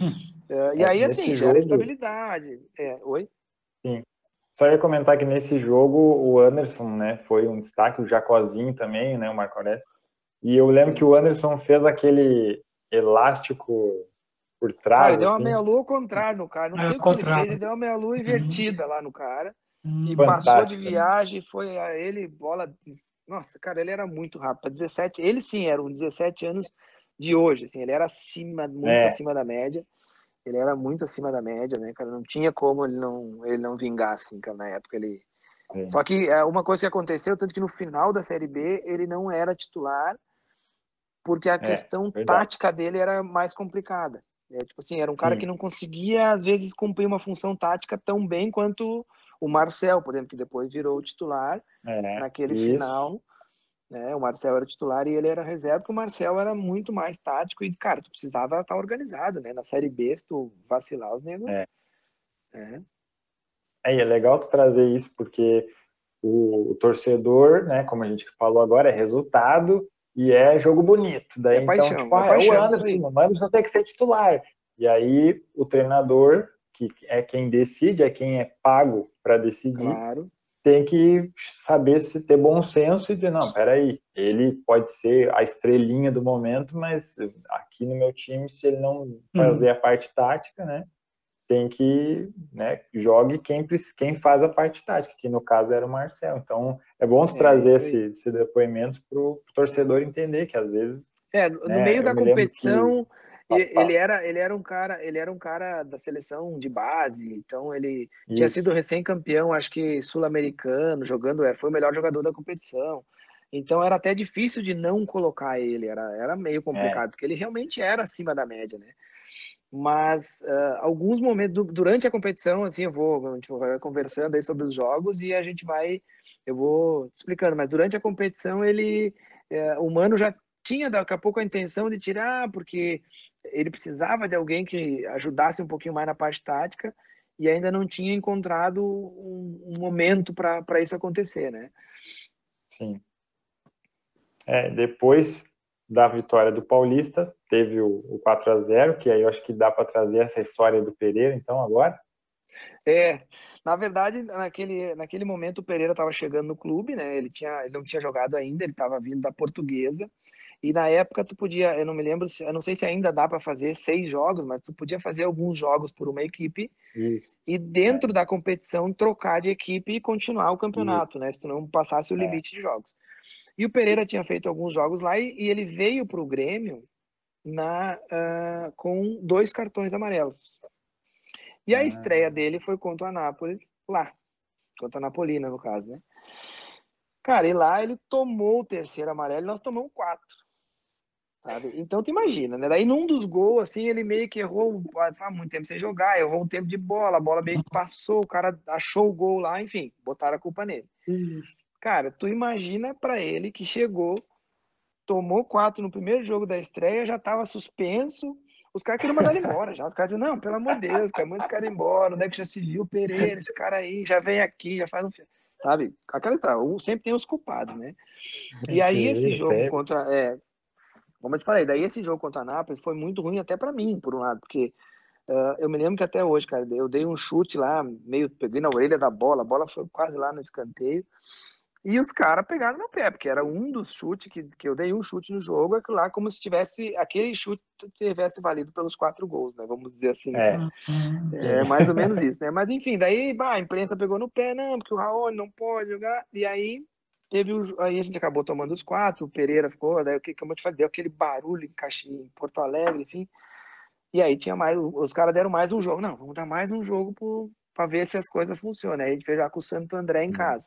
É, e É, aí, assim, nesse gera jogo, estabilidade. É, oi? sim. Só ia comentar que nesse jogo o Anderson, né, foi um destaque, o Jacozinho também, né, o Marco Aurélio. E eu lembro que Sim. o Anderson fez aquele elástico por Ah, ele trás, deu uma assim, meia-lua ao contrário no cara. Não É sei o o que ele fez, contrário. ele deu uma meia-lua Uhum. invertida lá no cara. E Uhum. passou de fantástico, né? viagem, foi a ele, bola. Nossa, cara, ele era muito rápido. dezessete, ele sim, era um dezessete anos de hoje, assim, ele era acima, muito É, acima da média. Ele era muito acima da média, né, cara? Não tinha como ele não, ele não vingar, assim, cara, na época ele. sim. Só que é, uma coisa que aconteceu, tanto que no final da Série B ele não era titular, porque a É, questão verdade. tática dele era mais complicada. É, tipo assim, era um cara que Sim, não conseguia, às vezes, cumprir uma função tática tão bem quanto o Marcel, por exemplo, que depois virou o titular é, naquele isso. final, né? O Marcel era titular e ele era reserva, porque o Marcel era muito mais tático e, cara, tu precisava estar organizado, né? Na Série B, se tu vacilar, os negros. É. É, É, e é legal tu trazer isso, porque o, o torcedor, né, como a gente falou agora, é resultado e é jogo bonito. é Daí então, tipo, paixão, é ah, é o paixão, isso Anderson, aí. o Anderson tem que ser titular. E aí o treinador, que é quem decide, é quem é pago para decidir, Claro. tem que saber se ter bom senso e dizer, não, peraí, ele pode ser a estrelinha do momento, mas aqui no meu time, se ele não fazer Uhum. a parte tática, né, tem que, né, jogue quem, quem faz a parte tática, que no caso era o Marcel. Então, é bom tu É trazer isso esse, aí. esse depoimento para o torcedor entender que às vezes, É, no né, meio eu da me lembro que, competição, fala, ele fala, era, ele era um cara, ele era um cara da seleção de base, então ele tinha isso, sido recém-campeão, acho que sul-americano, jogando, é, foi o melhor jogador da competição. Então era até difícil de não colocar ele, era, era meio é, complicado, porque ele realmente era acima da média, né? Mas uh, alguns momentos du- durante a competição, assim, eu vou, a gente vai conversando aí sobre os jogos e a gente vai, eu vou explicando, mas durante a competição ele, é, o Mano já tinha daqui a pouco a intenção de tirar, porque ele precisava de alguém que ajudasse um pouquinho mais na parte tática e ainda não tinha encontrado um, um momento para para isso acontecer, né? sim. É, depois da vitória do Paulista, teve o, o quatro a zero, que aí eu acho que dá para trazer essa história do Pereira, então, agora. É, na verdade, naquele, naquele momento o Pereira estava chegando no clube, né? Ele tinha, ele não tinha jogado ainda, ele estava vindo da Portuguesa. E na época tu podia, eu não me lembro, se- eu não sei se ainda dá para fazer seis jogos, mas tu podia fazer alguns jogos por uma equipe Isso. e dentro da competição trocar de equipe e continuar o Isso. campeonato, né? Se tu não passasse o É. limite de jogos. E o Pereira tinha feito alguns jogos lá e, e ele veio para o Grêmio na, ah, com dois cartões amarelos. E a Ah, estreia dele foi contra o Anápolis, lá. Contra a Napolina, no caso, né? Cara, e lá ele tomou o terceiro amarelo e nós tomamos quatro. Sabe? Então tu imagina, né? Daí num dos gols, assim, ele meio que errou, há muito tempo sem jogar, errou um tempo de bola, a bola meio que passou, o cara achou o gol lá, enfim, botaram a culpa nele. Cara, tu imagina pra ele que chegou, tomou quatro no primeiro jogo da estreia, já tava suspenso, os caras queriam mandar ele embora já. Os caras diziam, não, pelo amor de Deus, cara, manda esse cara embora, onde é que já se viu o Pereira, esse cara aí, já vem aqui, já faz um... Sabe? Aquela história, sempre tem os culpados, né? E aí esse sim, jogo sempre. contra... É, como eu te falei, daí esse jogo contra a Nápoles foi muito ruim até pra mim, por um lado, porque uh, eu me lembro que até hoje, cara, eu dei um chute lá, meio peguei na orelha da bola, a bola foi quase lá no escanteio, e os caras pegaram no pé, porque era um dos chutes que, que eu dei um chute no jogo, aquilo lá como se tivesse, aquele chute tivesse valido pelos quatro gols, né, vamos dizer assim. É. É mais ou menos isso, né, mas enfim, daí bah, a imprensa pegou no pé, não, porque o Raoni não pode jogar, e aí teve o, aí a gente acabou tomando os quatro, o Pereira ficou, daí o que como eu te falei, deu aquele barulho em, Caxi, em Porto Alegre, enfim, e aí tinha mais, os caras deram mais um jogo, não, vamos dar mais um jogo para ver se as coisas funcionam, aí a gente fez já com o Santo André em casa.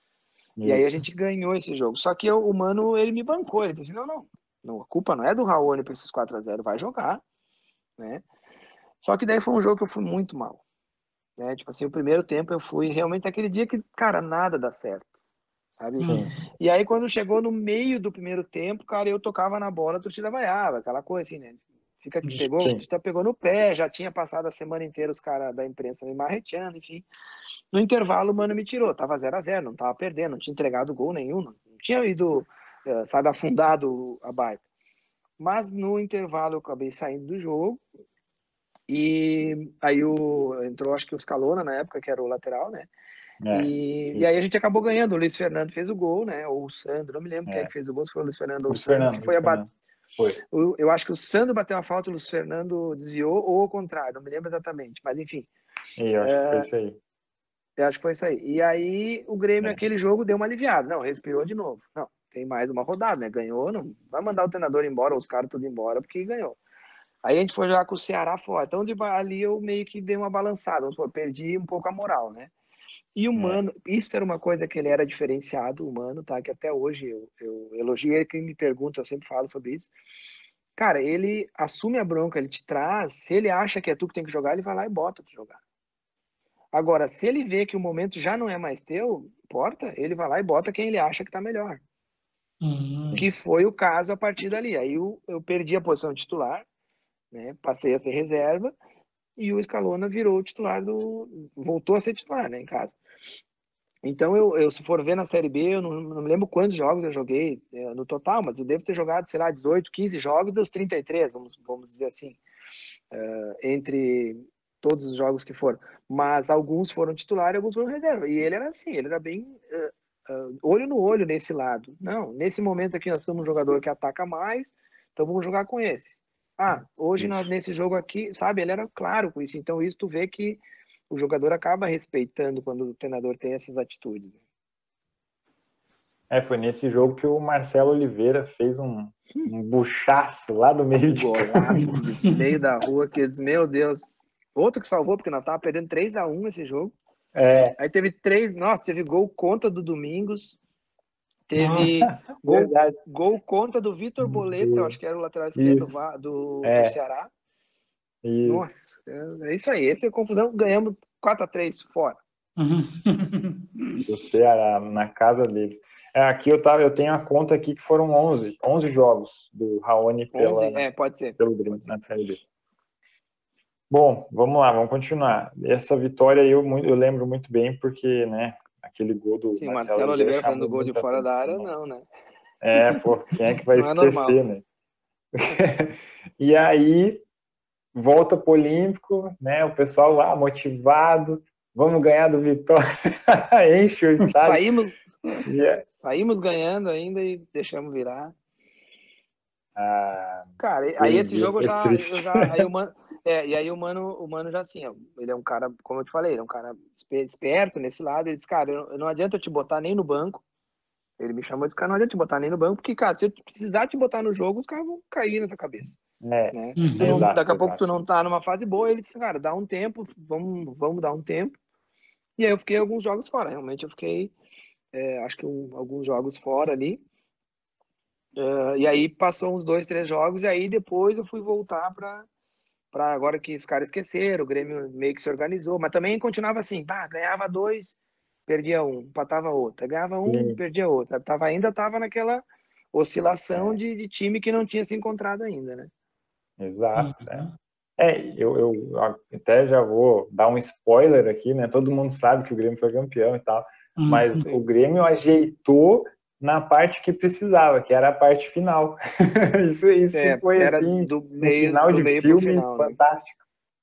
E aí a Isso. gente ganhou esse jogo. Só que eu, o Mano, ele me bancou. Ele disse assim, não, não, não, a culpa não é do Raoni para esses quatro a zero, vai jogar, né? Só que daí foi um jogo que eu fui muito mal, né? Tipo assim, o primeiro tempo eu fui realmente aquele dia que, cara, nada dá certo, sabe? Sim. E aí quando chegou no meio do primeiro tempo, cara, eu tocava na bola, a torcida vaiava, aquela coisa assim, né? Fica que pegou, Sim. já pegou no pé, já tinha passado a semana inteira os caras da imprensa me marreteando, enfim. No intervalo, o Mano me tirou. Tava zero a zero, não tava perdendo, não tinha entregado gol nenhum, não tinha ido, sabe, afundado a barca. Mas no intervalo eu acabei saindo do jogo e aí o, entrou, acho que o Scalona na época, que era o lateral, né? É, E, e aí a gente acabou ganhando. O Luiz Fernando fez o gol, né? Ou o Sandro, não me lembro é. quem é que fez o gol, se foi o Luiz Fernando ou o Luiz Sandro, Fernando, que foi Luiz a bat... Fernando. Foi. Eu acho que o Sandro bateu a falta, o Luiz Fernando desviou, ou ao contrário, não me lembro exatamente, mas enfim. E eu acho que foi isso aí. Eu acho que foi isso aí. E aí o Grêmio, É. aquele jogo, deu uma aliviada. Não, respirou de novo. Não, tem mais uma rodada, né? Ganhou, não vai mandar o treinador embora, os caras tudo embora, porque ganhou. Aí a gente foi jogar com o Ceará fora. Então de, ali eu meio que dei uma balançada, eu perdi um pouco a moral, né? E o Mano, é. Isso era uma coisa que ele era diferenciado, o Mano, tá? Que até hoje eu, eu elogio ele, quem me pergunta, eu sempre falo sobre isso. Cara, ele assume a bronca, ele te traz, se ele acha que é tu que tem que jogar, ele vai lá e bota tu jogar. Agora, se ele vê que o momento já não é mais teu, importa, ele vai lá e bota quem ele acha que tá melhor. Uhum. Que foi o caso a partir dali. Aí eu, eu perdi a posição de titular, né? Passei a ser reserva e o Scalona virou o titular do... voltou a ser titular, né, em casa. Então, eu, eu se for ver na Série B, eu não, não me lembro quantos jogos eu joguei é, no total, mas eu devo ter jogado, sei lá, dezoito, quinze jogos dos trinta e três, vamos, vamos dizer assim, uh, entre todos os jogos que foram. Mas alguns foram titular e alguns foram reserva. E ele era assim, ele era bem uh, uh, olho no olho nesse lado. Não, nesse momento aqui nós precisamos de um jogador que ataca mais, então vamos jogar com esse. Ah, hoje nós, nesse jogo aqui, sabe, ele era claro com isso. Então isso tu vê que o jogador acaba respeitando quando o treinador tem essas atitudes. É, foi nesse jogo que o Marcelo Oliveira fez um, um buchaço lá do meio um de golaço de meio da rua, que diz, meu Deus. Outro que salvou, porque nós tava perdendo três a um esse jogo. É. Aí teve três, nossa, teve gol contra do Domingos. Teve gol, gol contra do Vitor Boleta, eu acho que era o lateral esquerdo do, do, é. do Ceará. Isso. Nossa, é, é isso aí. Esse é a confusão. Ganhamos quatro a três fora. Do Ceará, na casa deles. É, aqui eu, tava, eu tenho a conta aqui que foram onze, onze jogos do Raoni pela, onze, é, pode ser. pelo Grêmio na Série B. Bom, vamos lá, vamos continuar. Essa vitória eu, eu lembro muito bem porque, né, aquele gol do Sim, Marcelo, Marcelo Oliveira Oliveira fazendo gol de fora atenção, da área, não, né? É, pô, quem é que vai não esquecer, é né? E aí, volta pro Olímpico, né, o pessoal lá motivado, vamos ganhar do Vitória, enche o estádio. Saímos, yeah. saímos ganhando ainda e deixamos virar. Ah, Cara, aí esse entendi, jogo eu foi já, eu triste. já, aí o mano, é, e aí o mano, o mano já assim, ó, ele é um cara, como eu te falei, ele é um cara espe- esperto nesse lado, ele disse, cara, eu, não adianta eu te botar nem no banco, ele me chamou e disse, cara, não adianta te botar nem no banco, porque, cara, se eu precisar te botar no jogo, os caras vão cair na tua cabeça, É, né? Tu Uhum. não, daqui exato, a pouco exato. tu não tá numa fase boa, ele disse, cara, dá um tempo, vamos, vamos dar um tempo, e aí eu fiquei alguns jogos fora, realmente eu fiquei, é, acho que um, alguns jogos fora ali, uh, e aí passou uns dois, três jogos, e aí depois eu fui voltar para para agora que os caras esqueceram, o Grêmio meio que se organizou, mas também continuava assim, bah, ganhava dois, perdia um, empatava outro, ganhava um, Sim, perdia outro, tava, ainda estava naquela oscilação é, de, de time que não tinha se encontrado ainda, né? exato. É, Uhum. É, eu, eu até já vou dar um spoiler aqui, né? Todo mundo sabe que o Grêmio foi campeão e tal, mas Uhum. o Sim. Grêmio ajeitou na parte que precisava, que era a parte final. Isso, isso que É, foi, era assim, do um meio, final do de meio pro filme final, né? fantástico.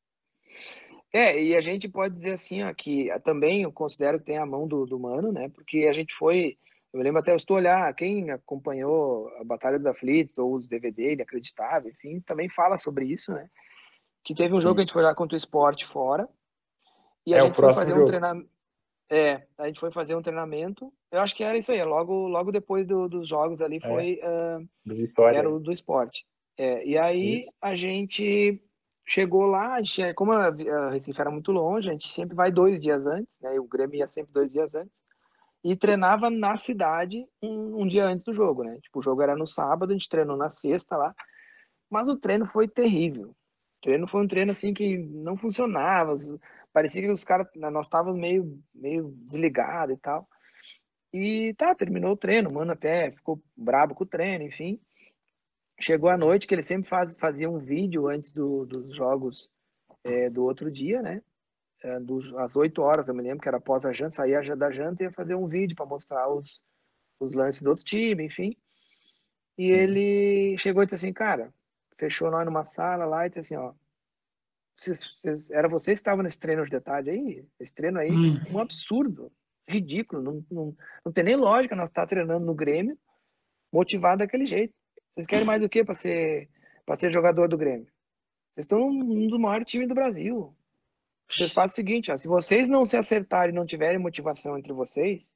É, e a gente pode dizer assim, ó, que também eu considero que tem a mão do, do Mano, né? Porque a gente foi, eu me lembro até, eu estou olhar, quem acompanhou a Batalha dos Aflitos ou os D V D, Inacreditável, enfim, também fala sobre isso, né? Que teve um jogo que a Sim. gente foi lá contra o Sport fora e a É o gente foi próximo fazer um jogo. treinamento. É, a gente foi fazer um treinamento. Eu acho que era isso aí. Logo, logo depois do, dos jogos ali É, foi uh, do era Vitória. o do Sport. É, e aí Isso. a gente chegou lá. A gente, como a, a Recife era muito longe, a gente sempre vai dois dias antes, né? E o Grêmio ia sempre dois dias antes e treinava na cidade um, um dia antes do jogo, né? Tipo, o jogo era no sábado, a gente treinou na sexta lá. Mas o treino foi terrível. O treino foi um treino assim que não funcionava. Parecia que os caras, nós estávamos meio, meio desligados e tal. E tá, terminou o treino, o mano até ficou brabo com o treino, enfim. Chegou a noite, que ele sempre faz, fazia um vídeo antes do, dos jogos é, do outro dia, né? É, dos, às oito horas, eu me lembro que era após a janta, saía já da janta e ia fazer um vídeo para mostrar os, os lances do outro time, enfim. E Sim. ele chegou e disse assim, cara, fechou nós numa sala lá e disse assim, ó, vocês, vocês, era vocês que estavam nesse treino de detalhe aí? Esse treino aí, um Uhum. absurdo, ridículo, não, não, não tem nem lógica nós estar treinando no Grêmio, motivado daquele jeito. Vocês querem mais do que para ser, para ser jogador do Grêmio? Vocês estão num dos maiores times do Brasil. Vocês fazem o seguinte, ó, se vocês não se acertarem e não tiverem motivação entre vocês,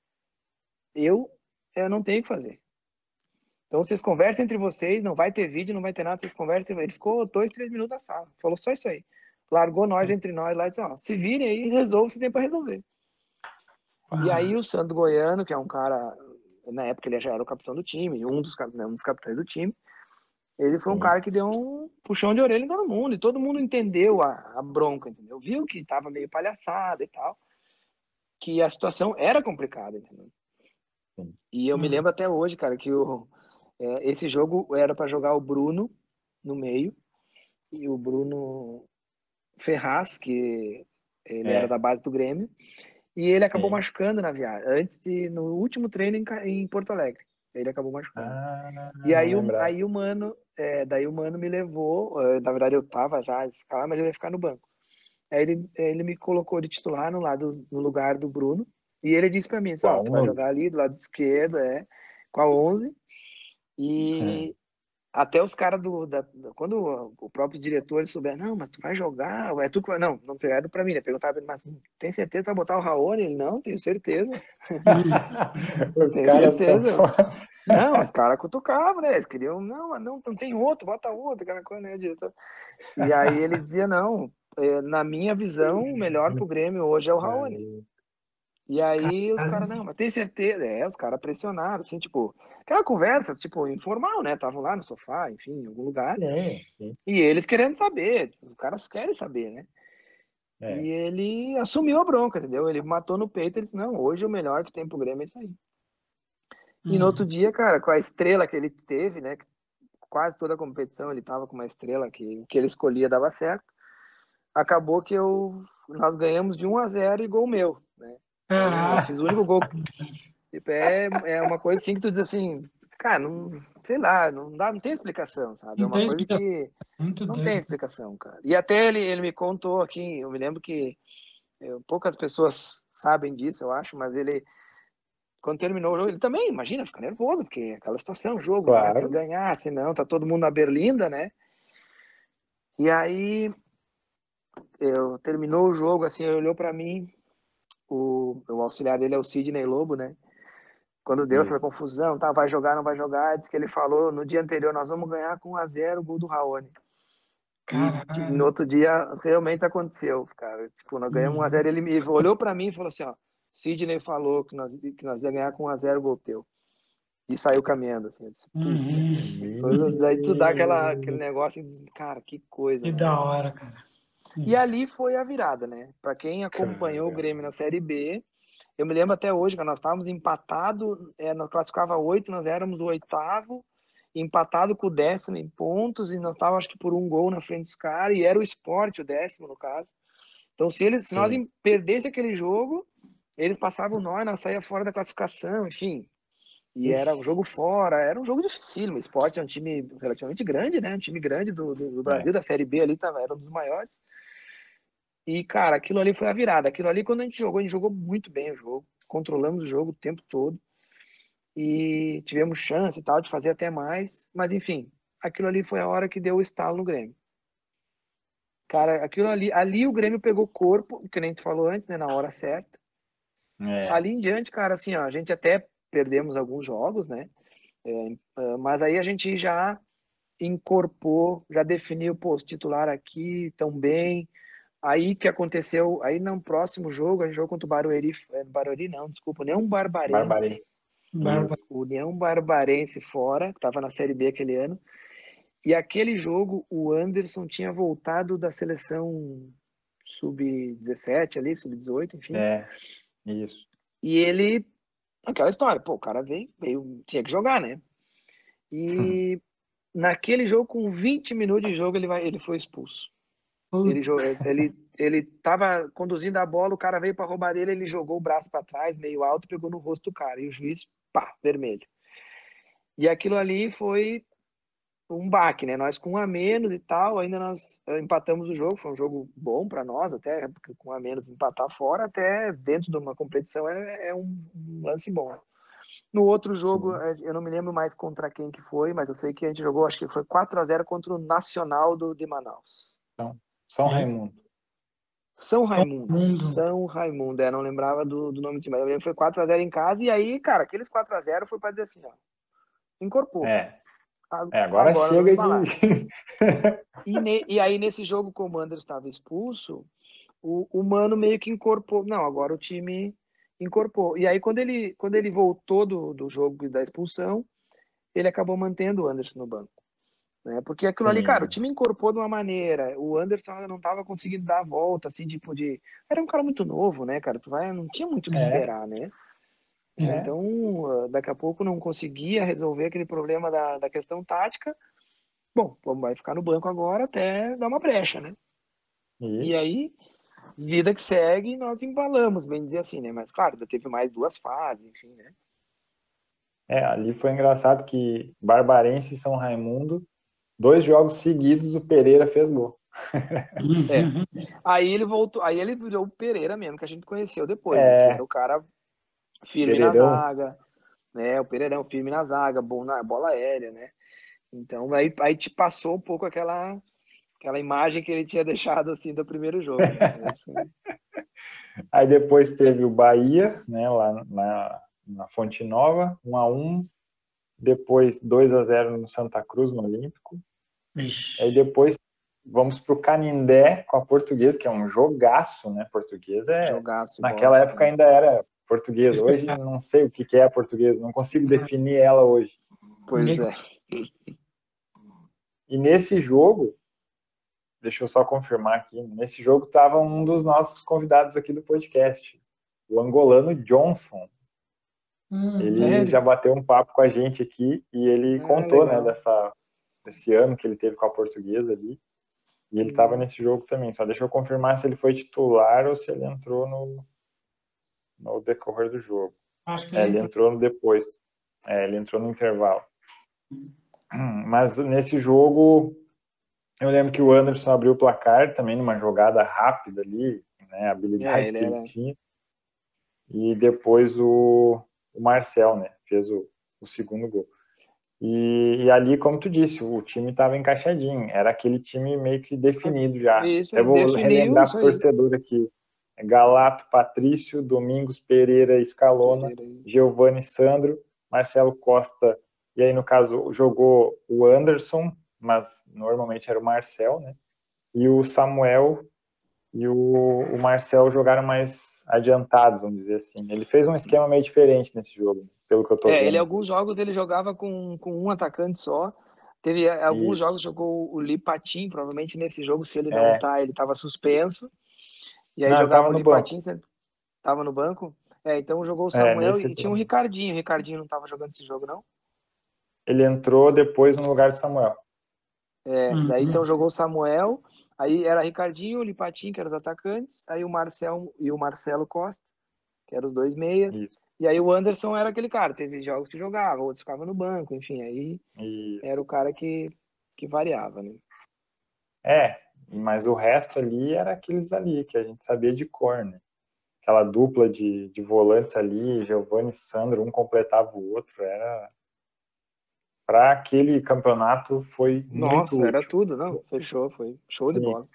eu, eu não tenho o que fazer. Então vocês conversem entre vocês, não vai ter vídeo, não vai ter nada, vocês conversem. Ele ficou dois, três minutos na sala, falou só isso aí. Largou nós entre nós lá e disse, ó, se virem aí, resolve se tem para resolver. E aí Ah, o Sandro Goiano, que é um cara, na época ele já era o capitão do time, um dos, um dos capitães do time, ele foi um Sim. cara que deu um puxão de orelha em todo mundo, e todo mundo entendeu a, a bronca, entendeu? Viu que tava meio palhaçada e tal, que a situação era complicada, entendeu? Sim. E eu me uhum. lembro até hoje, cara, que o, é, esse jogo era para jogar o Bruno no meio, e o Bruno Ferraz, que ele era da É, base do Grêmio, e ele acabou sim. machucando na viagem, antes de, no último treino em, em Porto Alegre, ele acabou machucando. Ah, E não aí, o, lembrava. aí o mano, é, daí o mano me levou, eh, na verdade eu tava já escalado, mas eu ia ficar no banco. Aí ele, ele me colocou de titular no lado, no lugar do Bruno, e ele disse para mim, assim, Com a ó, tu vai onze. jogar ali do lado esquerdo, é, com a onze, e até os caras do, da, quando o próprio diretor ele souber, não, mas tu vai jogar, é tu que vai, não, não pegaram para mim, né, perguntaram pra ele, mas tem certeza que vai botar o Raoni? Ele, não, tenho certeza, Os tenho caras são certeza. foda. Não, os caras cutucavam, né? Eles queriam, não, mas não, não tem outro, bota outro, aquela coisa, né, diretor? E aí ele dizia, não, é, na minha visão, o melhor pro Grêmio hoje é o Raoni. E aí os caras, Caralho. não, mas tem certeza? É, os caras pressionaram, assim, tipo, aquela conversa, tipo, informal, né? Estavam lá no sofá, enfim, em algum lugar, Sim, sim. e eles querendo saber, os caras querem saber, né? E É. ele assumiu a bronca, entendeu? Ele matou no peito, ele disse, não, hoje o melhor que tem pro Grêmio é isso aí. E no outro Uhum. dia, cara, com a estrela que ele teve, né? Quase toda a competição ele tava com uma estrela que o que ele escolhia dava certo. Acabou que eu nós ganhamos de um a zero e gol meu, né? Então eu fiz o Caraca. único gol. Tipo, é, é uma coisa assim que tu diz assim, cara, não, sei lá, não dá, não tem explicação, sabe? É Não uma tem coisa explicação. que Muito não tem doido. explicação, cara. E até ele, ele me contou aqui, eu me lembro que eu, poucas pessoas sabem disso, eu acho, mas ele quando terminou o jogo, ele também, imagina, fica nervoso, porque aquela situação, o jogo, Claro. né, tem que ganhar, senão tá todo mundo na berlinda, né? E aí, eu, terminou o jogo, assim, ele olhou pra mim, o, o auxiliar dele é o Sidney Lobo, né? Quando deu essa Isso. confusão, tá, vai jogar, não vai jogar, disse que ele falou no dia anterior, nós vamos ganhar com um a zero o gol do Raoni. E de- no Caralho. outro dia, realmente aconteceu, cara. Tipo, nós ganhamos um a zero, ele me olhou pra mim e falou assim, ó, Sidney falou que nós, que nós ia ganhar com um a zero o gol teu. E saiu caminhando, assim. Eu disse, puta. Uhum. Daí tu dá aquela, aquele negócio e diz, cara, que coisa, Que né? da hora, cara. E ali foi a virada, né? Pra quem acompanhou o Grêmio na Série B, eu me lembro até hoje, que nós estávamos empatados, é, nós classificava oito, nós éramos o oitavo, empatado com o décimo em pontos, e nós estávamos, acho que, por um gol na frente dos caras, e era o Sport, o décimo, no caso. Então, se, eles, se nós Sim. perdesse aquele jogo, eles passavam nós, nós saía fora da classificação, enfim. E era um jogo fora, era um jogo dificílimo. O Sport é um time relativamente grande, né? Um time grande do, do, do Brasil, É. da Série B ali, tava, era um dos maiores. E, cara, aquilo ali foi a virada. Aquilo ali, quando a gente jogou, a gente jogou muito bem o jogo. Controlamos o jogo o tempo todo. E tivemos chance e tal de fazer até mais. Mas, enfim, aquilo ali foi a hora que deu o estalo no Grêmio. Cara, aquilo ali, ali o Grêmio pegou corpo, que nem tu falou antes, né? Na hora certa. É. Ali em diante, cara, assim, ó, a gente até perdemos alguns jogos, né? É, mas aí a gente já incorporou, já definiu, pô, os titular aqui tão bem. Aí que aconteceu, aí no próximo jogo, a gente jogou contra o Barueri, é, Barueri não, desculpa, União Barbarense. Barbarei. Barba. Isso. União Barbarense fora, que estava na Série B aquele ano. E aquele jogo, o Anderson tinha voltado da seleção sub dezessete ali, sub dezoito, enfim. É. Isso. E ele, aquela história, pô, o cara veio, veio tinha que jogar, né? E naquele jogo, com vinte minutos de jogo, ele, vai, ele foi expulso. Ele, ele, ele tava conduzindo a bola, o cara veio para roubar dele, ele jogou o braço para trás, meio alto, pegou no rosto do cara. E o juiz, pá, vermelho. E aquilo ali foi um baque, né? Nós com um a menos e tal, ainda nós empatamos o jogo. Foi um jogo bom para nós, até, porque com um a menos empatar fora, até dentro de uma competição, é, é um, um lance bom. No outro jogo, eu não me lembro mais contra quem que foi, mas eu sei que a gente jogou, acho que foi quatro a zero contra o Nacional do, de Manaus. Então, São Raimundo. São Raimundo. Mundo. São Raimundo. É, não lembrava do, do nome do time, mas eu lembro que foi quatro a zero em casa, e aí, cara, aqueles quatro a zero foi para dizer assim, ó, incorporou. É. É, agora, agora chega de... e, ne, e aí, nesse jogo, como o Anderson estava expulso, o, o Mano meio que incorporou. Não, agora o time incorporou. E aí, quando ele, quando ele voltou do, do jogo da expulsão, ele acabou mantendo o Anderson no banco. Né? Porque aquilo Sim. ali, cara, o time incorporou de uma maneira, o Anderson não estava conseguindo dar a volta, assim, tipo de... Era um cara muito novo, né, cara? Tu vai, não tinha muito o que é. esperar, né? É. Então, daqui a pouco não conseguia resolver aquele problema da, da questão tática. Bom, vai ficar no banco agora até dar uma brecha, né? Isso. E aí, vida que segue, nós embalamos, bem dizer assim, né? Mas, claro, ainda teve mais duas fases, enfim, né? É, ali foi engraçado que Barbarense e São Raimundo, dois jogos seguidos, o Pereira fez gol. É. Aí ele voltou, aí ele virou o Pereira mesmo, que a gente conheceu depois, é. né? Que era o cara firme Pereirão. na zaga, né? O Pereirão firme na zaga, bom na bola aérea, né? Então aí, aí te passou um pouco aquela, aquela imagem que ele tinha deixado assim do primeiro jogo. Né? Isso... Aí depois teve o Bahia, né? Lá na, na Fonte Nova, um a um. Depois dois a zero no Santa Cruz, no Olímpico. Ixi. Aí depois vamos para o Canindé com a Portuguesa, que é um jogaço, né? Portuguesa é... Jogaço, Naquela bola, época né? ainda era Portuguesa. Hoje não sei o que é a Portuguesa, não consigo definir ela hoje. Pois é. E nesse jogo, deixa eu só confirmar aqui, nesse jogo estava um dos nossos convidados aqui do podcast, o angolano Johnson. Hum, ele é. já bateu um papo com a gente aqui e ele ah, contou, legal. né, dessa, desse ano que ele teve com a Portuguesa ali. E ele estava hum. nesse jogo também. Só deixa eu confirmar se ele foi titular ou se ele entrou no, no decorrer do jogo. Acho que é, ele entrou no depois. É, ele entrou no intervalo. Hum. Mas nesse jogo, eu lembro que o Anderson abriu o placar também numa jogada rápida ali, né, a habilidade é, ele que ele era... tinha. E depois o o Marcel, né? Fez o, o segundo gol. E, e ali, como tu disse, o time estava encaixadinho. Era aquele time meio que definido já. Isso, Eu vou definiu relembrar isso para o aí. torcedor aqui. Galato, Patrício, Domingos Pereira, Scalona, Giovanni Sandro, Marcelo Costa. E aí, no caso, jogou o Anderson, mas normalmente era o Marcel, né? E o Samuel e o, o Marcel jogaram mais adiantados, vamos dizer assim. Ele fez um esquema meio diferente nesse jogo, pelo que eu tô É, vendo. ele alguns jogos ele jogava com, com um atacante só. Teve alguns Isso. jogos jogou o Lipatin, provavelmente nesse jogo, se ele não É. tá, ele estava suspenso. E aí Não, ele jogava tava o no Lipatin, banco. você tava no banco? É, então jogou o É, Samuel nesse e tinha o Ricardinho. O Ricardinho não tava jogando esse jogo, não? ele entrou depois no lugar de Samuel. É, Uhum. daí então jogou o Samuel, aí era Ricardinho, o Lipatin, que eram os atacantes, aí o Marcel e o Marcelo Costa, que eram os dois meias. Isso. E aí o Anderson era aquele cara, teve jogos que jogava, outros ficavam no banco, enfim, aí Isso. era o cara que, que variava, né? É, mas o resto ali era aqueles ali que a gente sabia de cor, né? Aquela dupla de, de volantes ali, Giovanni e Sandro, um completava o outro, era para aquele campeonato foi muito Nossa, era útil. tudo, não? Fechou, foi show de Sim. bola.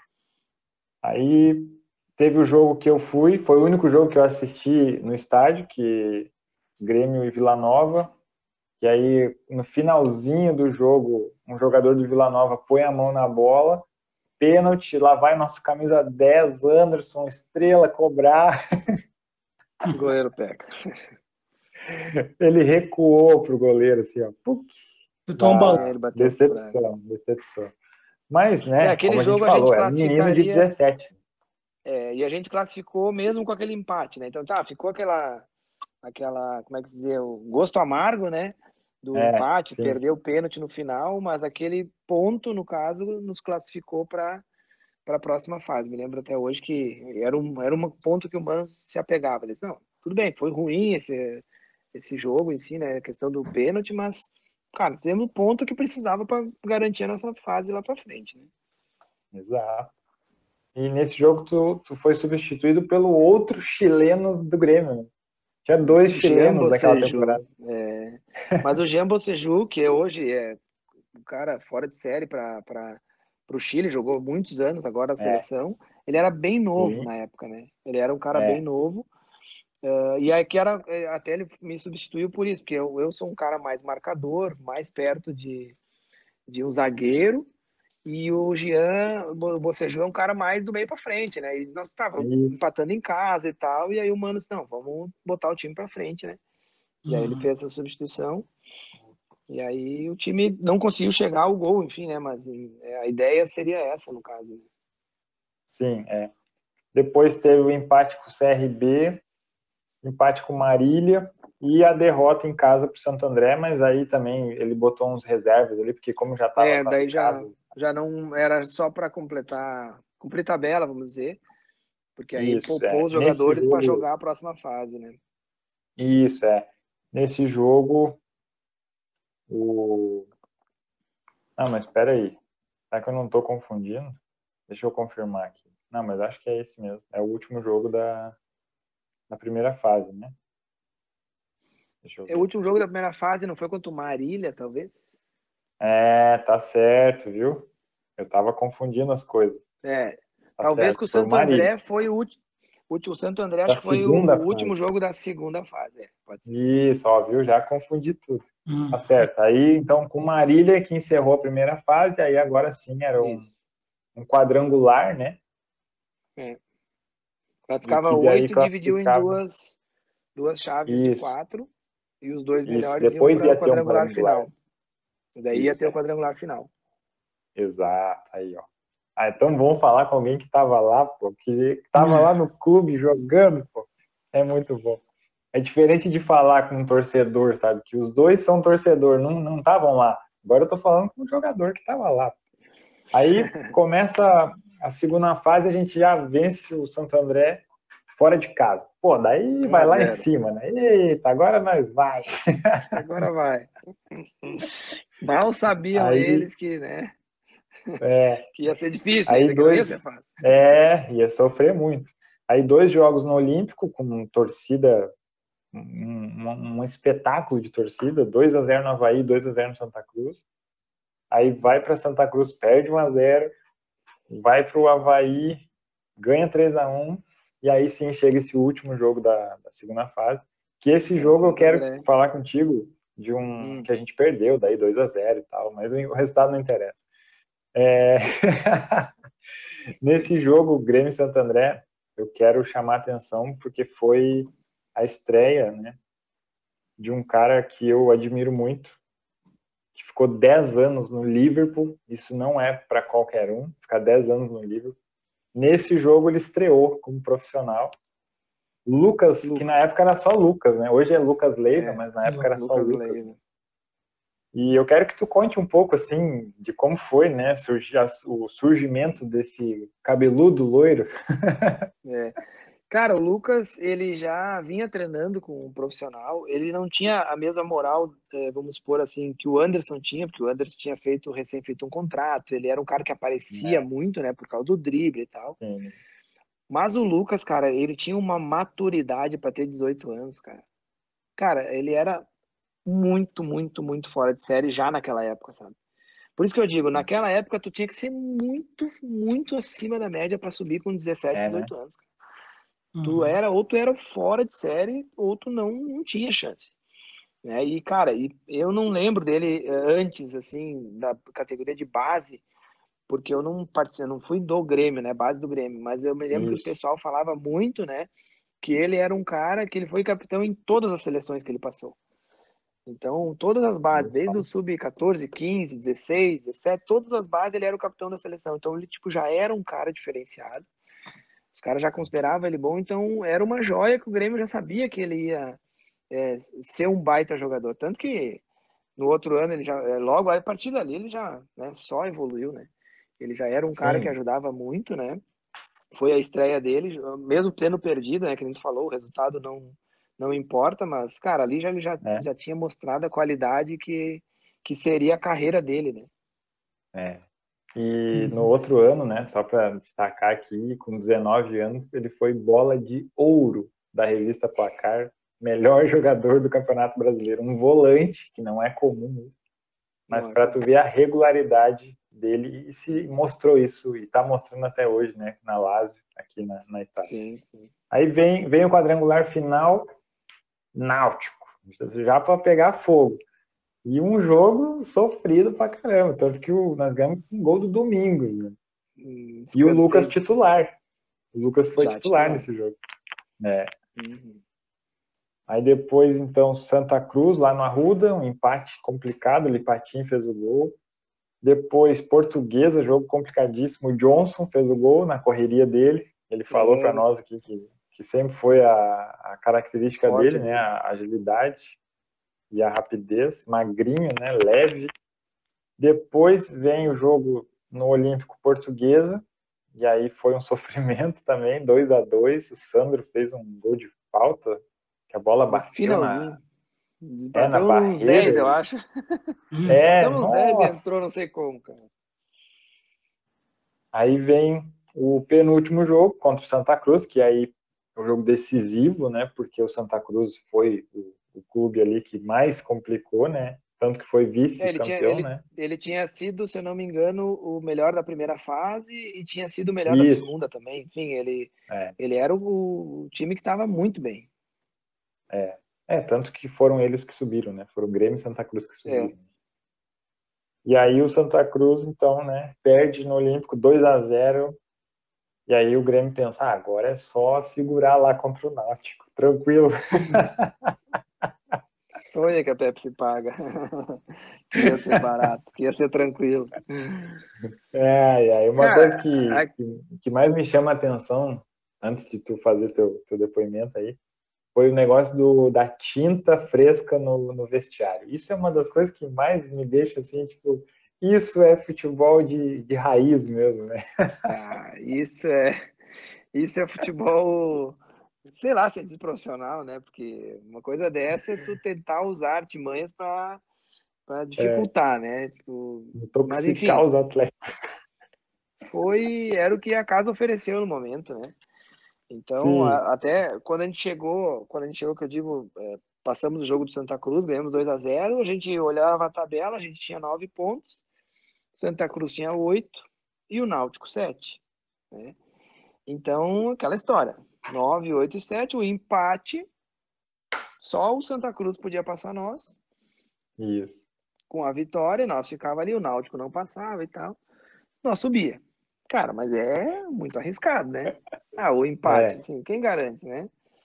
Aí teve o jogo que eu fui, foi o único jogo que eu assisti no estádio, que Grêmio e Vila Nova. E aí, no finalzinho do jogo, um jogador do Vila Nova põe a mão na bola, pênalti, lá vai nosso camisa dez, Anderson, estrela, cobrar. O goleiro pega. Ele recuou pro goleiro, assim, ó. Puc, Chutou um balão. É, ele bateu pro prato. decepção, decepção. Mas, É, né, aquele como a gente jogo a gente falou, era um menino de classificaria. dezessete. É, e a gente classificou mesmo com aquele empate, né? Então tá, ficou aquela, aquela, como é que se diz, o gosto amargo, né? Do É, empate, sim. perdeu o pênalti no final, mas aquele ponto, no caso, nos classificou para para a próxima fase. Me lembro até hoje que era um, era um ponto que o Mano se apegava. Ele disse, não, tudo bem, foi ruim esse, esse jogo em si, né? A questão do pênalti, mas, cara, temos um ponto que precisava para garantir a nossa fase lá para frente, né? Exato. E nesse jogo tu, tu foi substituído pelo outro chileno do Grêmio, né? Tinha dois chilenos naquela temporada. É, mas o Jean Boceju, que hoje é um cara fora de série para o Chile, jogou muitos anos agora na É, seleção, ele era bem novo sim, na época, né? Ele era um cara bem é, novo, uh, e aí que era, até ele me substituiu por isso, porque eu, eu sou um cara mais marcador, mais perto de, de um zagueiro, e o Jean Boceju é um cara mais do meio para frente, né? E nós estávamos isso. empatando em casa e tal, e aí o Mano disse, não, vamos botar o time para frente, né? E aí ele fez essa substituição. E aí o time não conseguiu chegar ao gol, enfim, né? Mas a ideia seria essa, no caso. Sim, é. Depois teve o empate com o C R B, empate com o Marília e a derrota em casa para o Santo André, mas aí também ele botou uns reservas ali, porque como já estava É, daí já, classificado. já não era só para completar, cumprir tabela, vamos dizer, porque aí Isso, poupou é. os Nesse jogadores para jogo, jogar a próxima fase, né? isso, é. Nesse jogo, o... Ah, mas espera aí. Será que eu não estou confundindo? Deixa eu confirmar aqui. Não, mas acho que é esse mesmo. É o último jogo da, da primeira fase, né? Deixa eu É o ver. último jogo da primeira fase, não foi contra o Marília, talvez? É, tá certo, viu? Eu tava confundindo as coisas. É, Tá talvez certo, com o foi o Santo Marília. André foi o último. O Santo André Da acho que foi o, segunda o último fase. jogo da segunda fase. É, pode ser. Isso, ó, viu? Já confundi tudo. Hum. Tá certo. Aí, então, com Marília, que encerrou a primeira fase, aí agora sim era um, um quadrangular, né? É. E Classificava que daí oito e dividiu em classificava. duas, duas chaves de Isso, quatro. E os dois isso. melhores iam Depois para o ia ter um quadrangular quadrangular. final. E daí ia Isso, ter o é. quadrangular final. Exato. Aí, ó. Ah, então vamos falar com alguém que tava lá, pô, que tava lá no clube jogando, pô. É muito bom. É diferente de falar com um torcedor, sabe? Que os dois são torcedor, não não estavam lá. Agora eu tô falando com um jogador que tava lá. Aí começa a segunda fase, a gente já vence o Santo André fora de casa. Pô, daí vai lá em cima, né? Eita, agora nós vai. Agora vai. Mal sabiam Aí, eles que, né, é, que ia ser difícil aí ainda, que não ia ser dois, fácil. é, ia sofrer muito. Aí dois jogos no Olímpico com torcida um, um, um espetáculo de torcida, dois a zero no Avaí, dois a zero no Santa Cruz. Aí vai para Santa Cruz, perde um a zero, vai para o Avaí, ganha três a um, e aí sim chega esse último jogo da, da segunda fase, que esse jogo eu quero falar contigo de um hum. que a gente perdeu, daí dois a zero e tal, mas o resultado não interessa. É... Nesse jogo, Grêmio e Santo André, eu quero chamar a atenção porque foi a estreia, né, de um cara que eu admiro muito, que ficou dez anos no Liverpool. Isso não é para qualquer um, ficar dez anos no Liverpool. Nesse jogo ele estreou como profissional. Lucas, Lucas. que na época era só Lucas, né? Hoje é Lucas Leiva, é, mas na época era Lucas só Lucas. Leiva. E eu quero que tu conte um pouco, assim, de como foi, né, o surgimento desse cabeludo loiro. É. Cara, o Lucas, ele já vinha treinando com um profissional, ele não tinha a mesma moral, vamos supor assim, que o Anderson tinha, porque o Anderson tinha feito, recém feito um contrato, ele era um cara que aparecia é. muito, né, por causa do drible e tal. Sim. Mas o Lucas, cara, ele tinha uma maturidade para ter dezoito anos, cara. Cara, ele era muito, muito, muito fora de série já naquela época, sabe? Por isso que eu digo, naquela época tu tinha que ser muito, muito acima da média para subir com dezessete, é, dezoito né? anos, cara. Uhum. Tu era, ou tu era fora de série, ou tu não, não tinha chance. Né? E, cara, e eu não lembro dele antes, assim, da categoria de base, porque eu não participei, não fui do Grêmio, né? Base do Grêmio, mas eu me lembro Isso. que o pessoal falava muito, né? Que ele era um cara que ele foi capitão em todas as seleções que ele passou. Então, todas as bases, desde o sub quatorze, quinze, dezesseis, dezessete, todas as bases ele era o capitão da seleção. Então, ele, tipo, já era um cara diferenciado. Os caras já consideravam ele bom, então era uma joia que o Grêmio já sabia que ele ia é, ser um baita jogador. Tanto que no outro ano, ele já, logo a partir dali, ele já né, só evoluiu, né? Ele já era um cara Sim. que ajudava muito, né? Foi a estreia dele, mesmo tendo perdido, né? Que a gente falou, o resultado não, não importa, mas, cara, ali já, ele já, é. já tinha mostrado a qualidade que, que seria a carreira dele, né? É. E no outro ano, né, só para destacar aqui, com dezenove anos, ele foi bola de ouro da revista Placar, melhor jogador do Campeonato Brasileiro, um volante, que não é comum isso, mas para tu ver a regularidade dele, e se mostrou isso, e está mostrando até hoje, né, na Lazio, aqui na, na Itália. Sim, sim. Aí vem, vem o quadrangular final, Náutico, já para pegar fogo. E um jogo sofrido pra caramba. Tanto que o, nós ganhamos com um gol do Domingos. Né? Hum, e o Lucas titular. O Lucas foi titular, titular nesse jogo. É. Uhum. Aí depois, então, Santa Cruz, lá no Arruda, um empate complicado. O Lipatinho fez o gol. Depois, Portuguesa, jogo complicadíssimo. O Johnson fez o gol na correria dele. Ele Sim. falou para nós aqui que, que sempre foi a, a característica Forte, dele, né? A agilidade e a rapidez, magrinho, né, leve. Depois vem o jogo no Olímpico Portuguesa, e aí foi um sofrimento também, dois a dois. O Sandro fez um gol de falta, que a bola no bateu finalzinho. na, é, na barreira. Uns dez, eu acho. É, uns dez e entrou não sei como, cara. Aí vem o penúltimo jogo contra o Santa Cruz, que aí é um jogo decisivo, né, porque o Santa Cruz foi o o clube ali que mais complicou, né? Tanto que foi vice-campeão, é, ele, né? Ele tinha sido, se eu não me engano, o melhor da primeira fase e tinha sido o melhor Isso. da segunda também. Enfim, ele, é. ele era o, o time que estava muito bem. É. é, tanto que foram eles que subiram, né? Foram o Grêmio e Santa Cruz que subiram. É. E aí o Santa Cruz, então, né? Perde no Olímpico dois a zero. E aí o Grêmio pensa, ah, agora é só segurar lá contra o Náutico. Tranquilo. Sonha que a Pepsi paga. Que ia ser barato, que ia ser tranquilo. É, e aí uma Cara, coisa que, a... que, que mais me chama a atenção, antes de tu fazer teu, teu depoimento aí, foi o negócio do, da tinta fresca no, no vestiário. Isso é uma das coisas que mais me deixa assim, tipo, isso é futebol de, de raiz mesmo, né? Ah, isso é, isso é futebol... sei lá se é desprofissional, né? Porque uma coisa dessa é tu tentar usar artimanhas para dificultar, é, né? Tipo, mas enfim, os atletas. Foi, era o que a casa ofereceu no momento, né? Então, a, até quando a gente chegou, quando a gente chegou, que eu digo, é, passamos o jogo do Santa Cruz, ganhamos dois a zero, a gente olhava a tabela, a gente tinha nove pontos, Santa Cruz tinha oito e o Náutico sete, né? Então, aquela história, nove, oito e sete, o empate, só o Santa Cruz podia passar nós. Isso. Com a vitória, nós ficava ali, o Náutico não passava e tal, nós subia. Cara, mas é muito arriscado, né? Ah, o empate, É. assim, quem garante, né?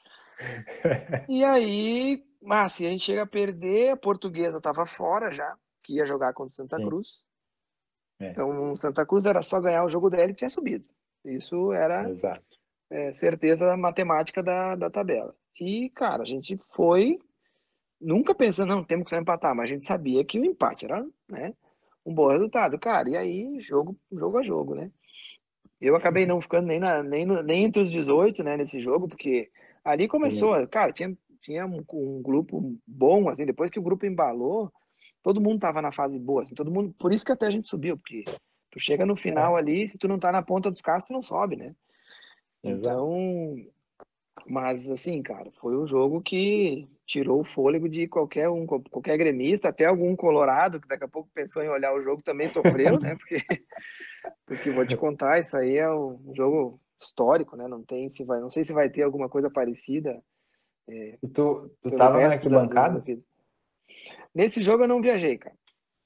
E aí, mas se a gente chega a perder, a Portuguesa estava fora já, que ia jogar contra o Santa Sim. Cruz. É. Então, o Santa Cruz era só ganhar o jogo dela e tinha subido. Isso era Exato. é, certeza matemática da, da tabela. E, cara, a gente foi, nunca pensando, não, temos que só empatar, mas a gente sabia que o empate era, né, um bom resultado. Cara, e aí, jogo, jogo a jogo, né? Eu acabei não ficando nem, na, nem, no, nem entre os dezoito, né, nesse jogo, porque ali começou, Sim. cara, tinha, tinha um, um grupo bom, assim, depois que o grupo embalou, todo mundo tava na fase boa, assim, todo mundo, por isso que até a gente subiu, porque tu chega no final É. ali, se tu não tá na ponta dos cascos, tu não sobe, né? Exato. Então, mas assim, cara, foi um jogo que tirou o fôlego de qualquer um, qualquer gremista, até algum colorado, que daqui a pouco pensou em olhar o jogo, também sofreu, né? Porque Porque vou te contar, isso aí é um jogo histórico, né? Não tem, se vai, não sei se vai ter alguma coisa parecida é, E tu, tu pelo tava na resto da, do- da arquibancada? vida. Nesse jogo eu não viajei, cara.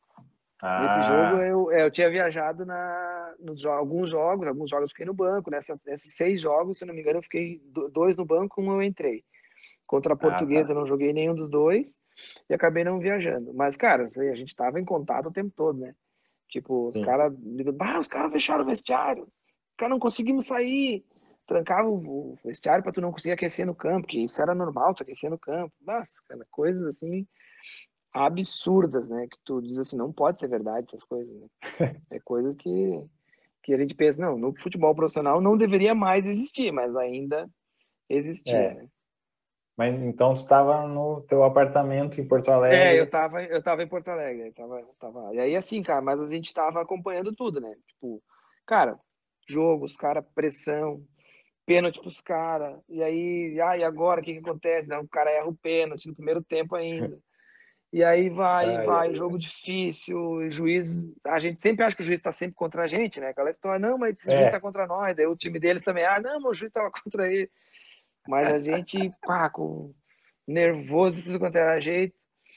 Nesse jogo Ah, eu, é, eu tinha viajado na, nos jo- alguns jogos, alguns jogos eu fiquei no banco. Nessa, nesses seis jogos, se eu não me engano, eu fiquei do- dois no banco, um eu entrei. Contra a ah, Portuguesa tá. eu não joguei nenhum dos dois e acabei não viajando. Mas, cara, assim, a gente tava em contato o tempo todo, né? Tipo, os Sim. caras ligam, bah, os caras fecharam o vestiário, os caras não conseguimos sair. Trancava o vestiário para tu não conseguir aquecer no campo, que isso era normal, tu aquecer no campo. Nossa, cara, coisas assim absurdas, né? Que tu diz assim, não pode ser verdade essas coisas, né? É coisa que, que a gente pensa, não, no futebol profissional não deveria mais existir, mas ainda existia, É. né? Mas então tu estava no teu apartamento em Porto É, eu Alegre. tava, eu tava em Porto Alegre, eu tava, eu tava. E aí, assim, cara, mas a gente tava acompanhando tudo, né? Tipo, cara, jogos, cara, pressão, pênalti pros caras. E aí, ah, e agora o que que acontece? Não, o cara erra o pênalti no primeiro tempo ainda. E aí vai, Ai, vai, ai, jogo difícil, o juiz, a gente sempre acha que o juiz tá sempre contra a gente, né? Aquela história, não, mas esse juiz tá é. contra nós. Daí o time deles também, ah, não, mas o juiz tava contra ele. Mas a gente, pá, com nervoso de tudo quanto era jeito.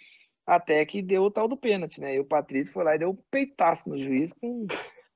Até que deu o tal do pênalti, né? E o Patrício foi lá e deu um peitaço no juiz, com...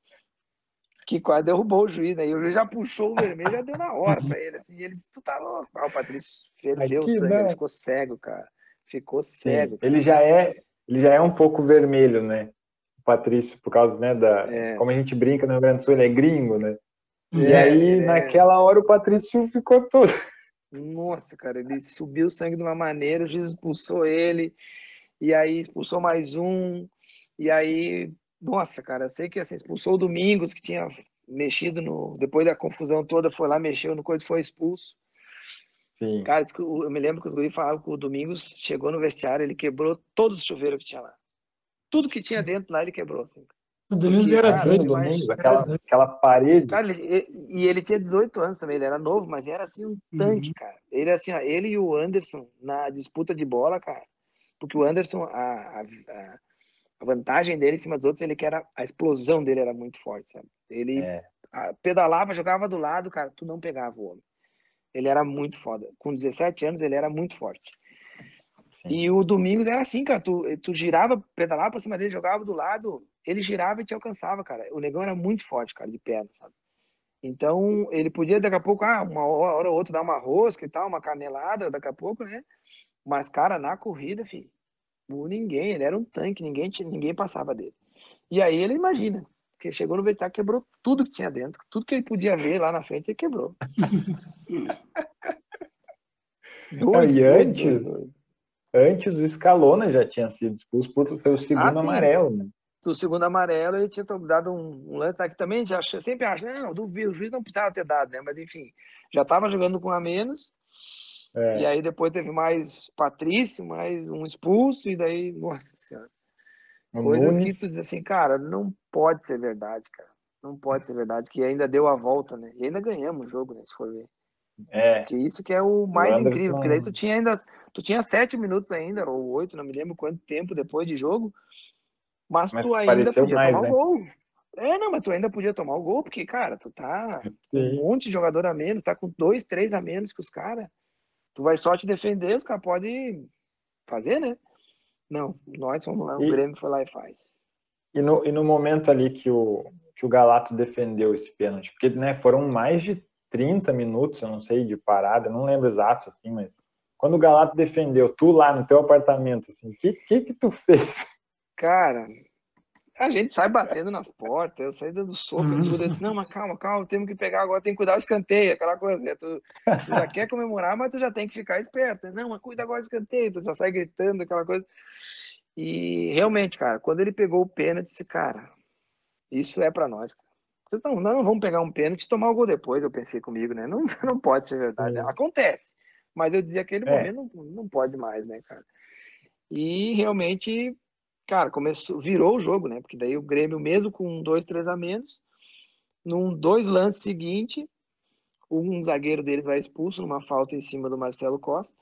que quase derrubou o juiz, né? E o juiz já puxou o vermelho, já deu na hora pra ele, assim. E ele disse, tu tá louco? Ah, o Patrício ferveu o Aqui sangue, ele não. ficou cego, cara. Ficou Sim, cego, cara. ele já é, ele já é um pouco vermelho, né? O Patrício, por causa, né, da, É, como a gente brinca no Rio Grande do Sul, ele é gringo, né? E é, aí, ele é... naquela hora, o Patrício ficou todo. Nossa, cara, ele subiu o sangue de uma maneira, o juiz expulsou ele, e aí expulsou mais um, e aí... Nossa, cara, eu sei que assim, expulsou o Domingos, que tinha mexido no... Depois da confusão toda, foi lá, mexeu no coisa e foi expulso. Sim. Cara, eu me lembro que os guris falavam que o Domingos chegou no vestiário, ele quebrou todos os chuveiros que tinha lá. Tudo que tinha dentro lá, ele quebrou, assim. O Domingos Porque, era cara, Imagina o tu doido, imagina... Domingos, era aquela, doido. aquela parede. Cara, ele, e ele tinha dezoito anos também, ele era novo, mas era assim um tanque, Uhum. cara. Ele assim, ó, ele e o Anderson na disputa de bola, cara. Porque o Anderson, a, a, a vantagem dele em cima dos outros, ele que era a explosão dele era muito forte, sabe? Ele É, a, pedalava, jogava do lado, cara, tu não pegava o homem. Ele era muito foda. Com dezessete anos, ele era muito forte. sim. E o Domingos era assim, cara. Tu, tu girava, pedalava pra cima dele, jogava do lado, ele girava e te alcançava, cara. O negão era muito forte, cara, de perna, sabe? Então, ele podia daqui a pouco, ah, uma hora ou outra dar uma rosca e tal, uma canelada, daqui a pouco, né? Mas, cara, na corrida, filho, por ninguém, ele era um tanque, ninguém, ninguém passava dele. E aí ele imagina, que chegou no vestiário, quebrou tudo que tinha dentro, tudo que ele podia ver lá na frente, ele quebrou. Não, Doido, e doido, doido, antes, doido. antes o Scalona já tinha sido expulso por pelo Ah, segundo sim, amarelo, né? do segundo amarelo, ele tinha dado um, um lance aqui também, já acha, sempre acha, não, duvido, o juiz não precisava ter dado, né? Mas enfim, já estava jogando com um a menos, e É, aí depois teve mais Patrício, mais um expulso, e daí, nossa senhora, o coisas que tu Nunes, diz assim, cara, não pode ser verdade, cara, não pode ser verdade, que ainda deu a volta, né? E ainda ganhamos o jogo, né, se for ver. É, Que isso que é o o mais Anderson... incrível, porque daí tu tinha ainda, tu tinha sete minutos ainda, ou oito, não me lembro quanto tempo depois de jogo, mas, Mas tu ainda pareceu podia mais, tomar o né? gol. É, não, mas tu ainda podia tomar o gol, porque, cara, tu tá com um Sim. monte de jogador a menos, tá com dois, três a menos que os caras. Tu vai só te defender, os caras podem fazer, né? Não, nós vamos lá, o E, Grêmio foi lá e faz. e, no, e no momento ali que o, que o Galato defendeu esse pênalti, porque, né, foram mais de trinta minutos, eu não sei, de parada, eu não lembro exato, assim, mas quando o Galato defendeu, tu lá no teu apartamento, assim, o que, que que tu fez? Cara, a gente sai batendo nas portas, eu saí dando soco em Uhum. tudo. Eu disse, não, mas calma, calma, temos que pegar agora, tem que cuidar do escanteio, aquela coisa, né? Tu, tu já quer comemorar, mas tu já tem que ficar esperto. Não, mas cuida agora do escanteio, tu já sai gritando, aquela coisa. E realmente, cara, quando ele pegou o pênalti, disse, cara, isso é pra nós. Não, nós não vamos pegar um pênalti e tomar o gol depois, eu pensei comigo, né? Não, não pode ser verdade. Né? Acontece. Mas eu dizia aquele É, momento não, não pode mais, né, cara? E realmente, cara, começou, virou o jogo, né? Porque daí o Grêmio, mesmo com dois, três a menos, num dois lances seguintes, um zagueiro deles vai expulso numa falta em cima do Marcelo Costa.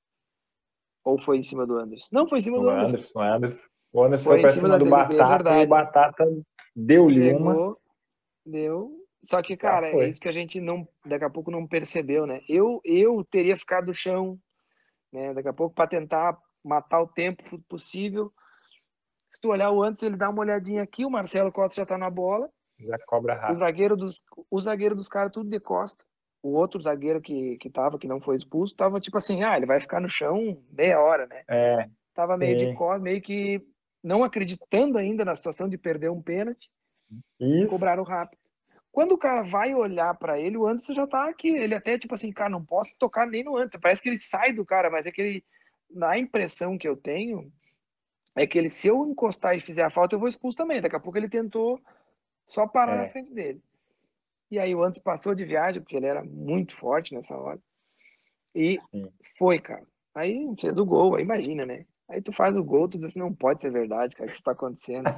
Ou foi em cima do Anderson? Não, foi em cima do o Anderson. Anderson, o Anderson. O Anderson foi Foi em pra cima cima da do é Batata e o verdade. Batata deu-lhe uma, Chegou, deu. Só que, já cara, é foi. isso que a gente não, daqui a pouco não percebeu, né? Eu, eu teria ficado no chão, né? Daqui a pouco para tentar matar o tempo possível. Se tu olhar o antes, ele dá uma olhadinha aqui, o Marcelo Costa já tá na bola. Já cobra O rápido. zagueiro dos, o zagueiro dos caras tudo de costa. O outro zagueiro que, que tava, que não foi expulso, tava tipo assim, ah, ele vai ficar no chão meia hora, né? É, Tava meio de sim. costa, meio que não acreditando ainda na situação de perder um pênalti, Isso. cobraram rápido. Quando o cara vai olhar para ele, o Anderson já tá aqui. Ele até, tipo assim, cara, não posso tocar nem no Anderson. Parece que ele sai do cara, mas é que ele, na impressão que eu tenho, é que ele, se eu encostar e fizer a falta, eu vou expulso também. Daqui a pouco ele tentou só parar na É, frente dele. E aí o Anderson passou de viagem, porque ele era muito forte nessa hora. E sim. foi, cara. Aí fez o gol, aí imagina, né? Aí tu faz o gol, tu diz assim, não pode ser verdade, cara, o que isso tá acontecendo?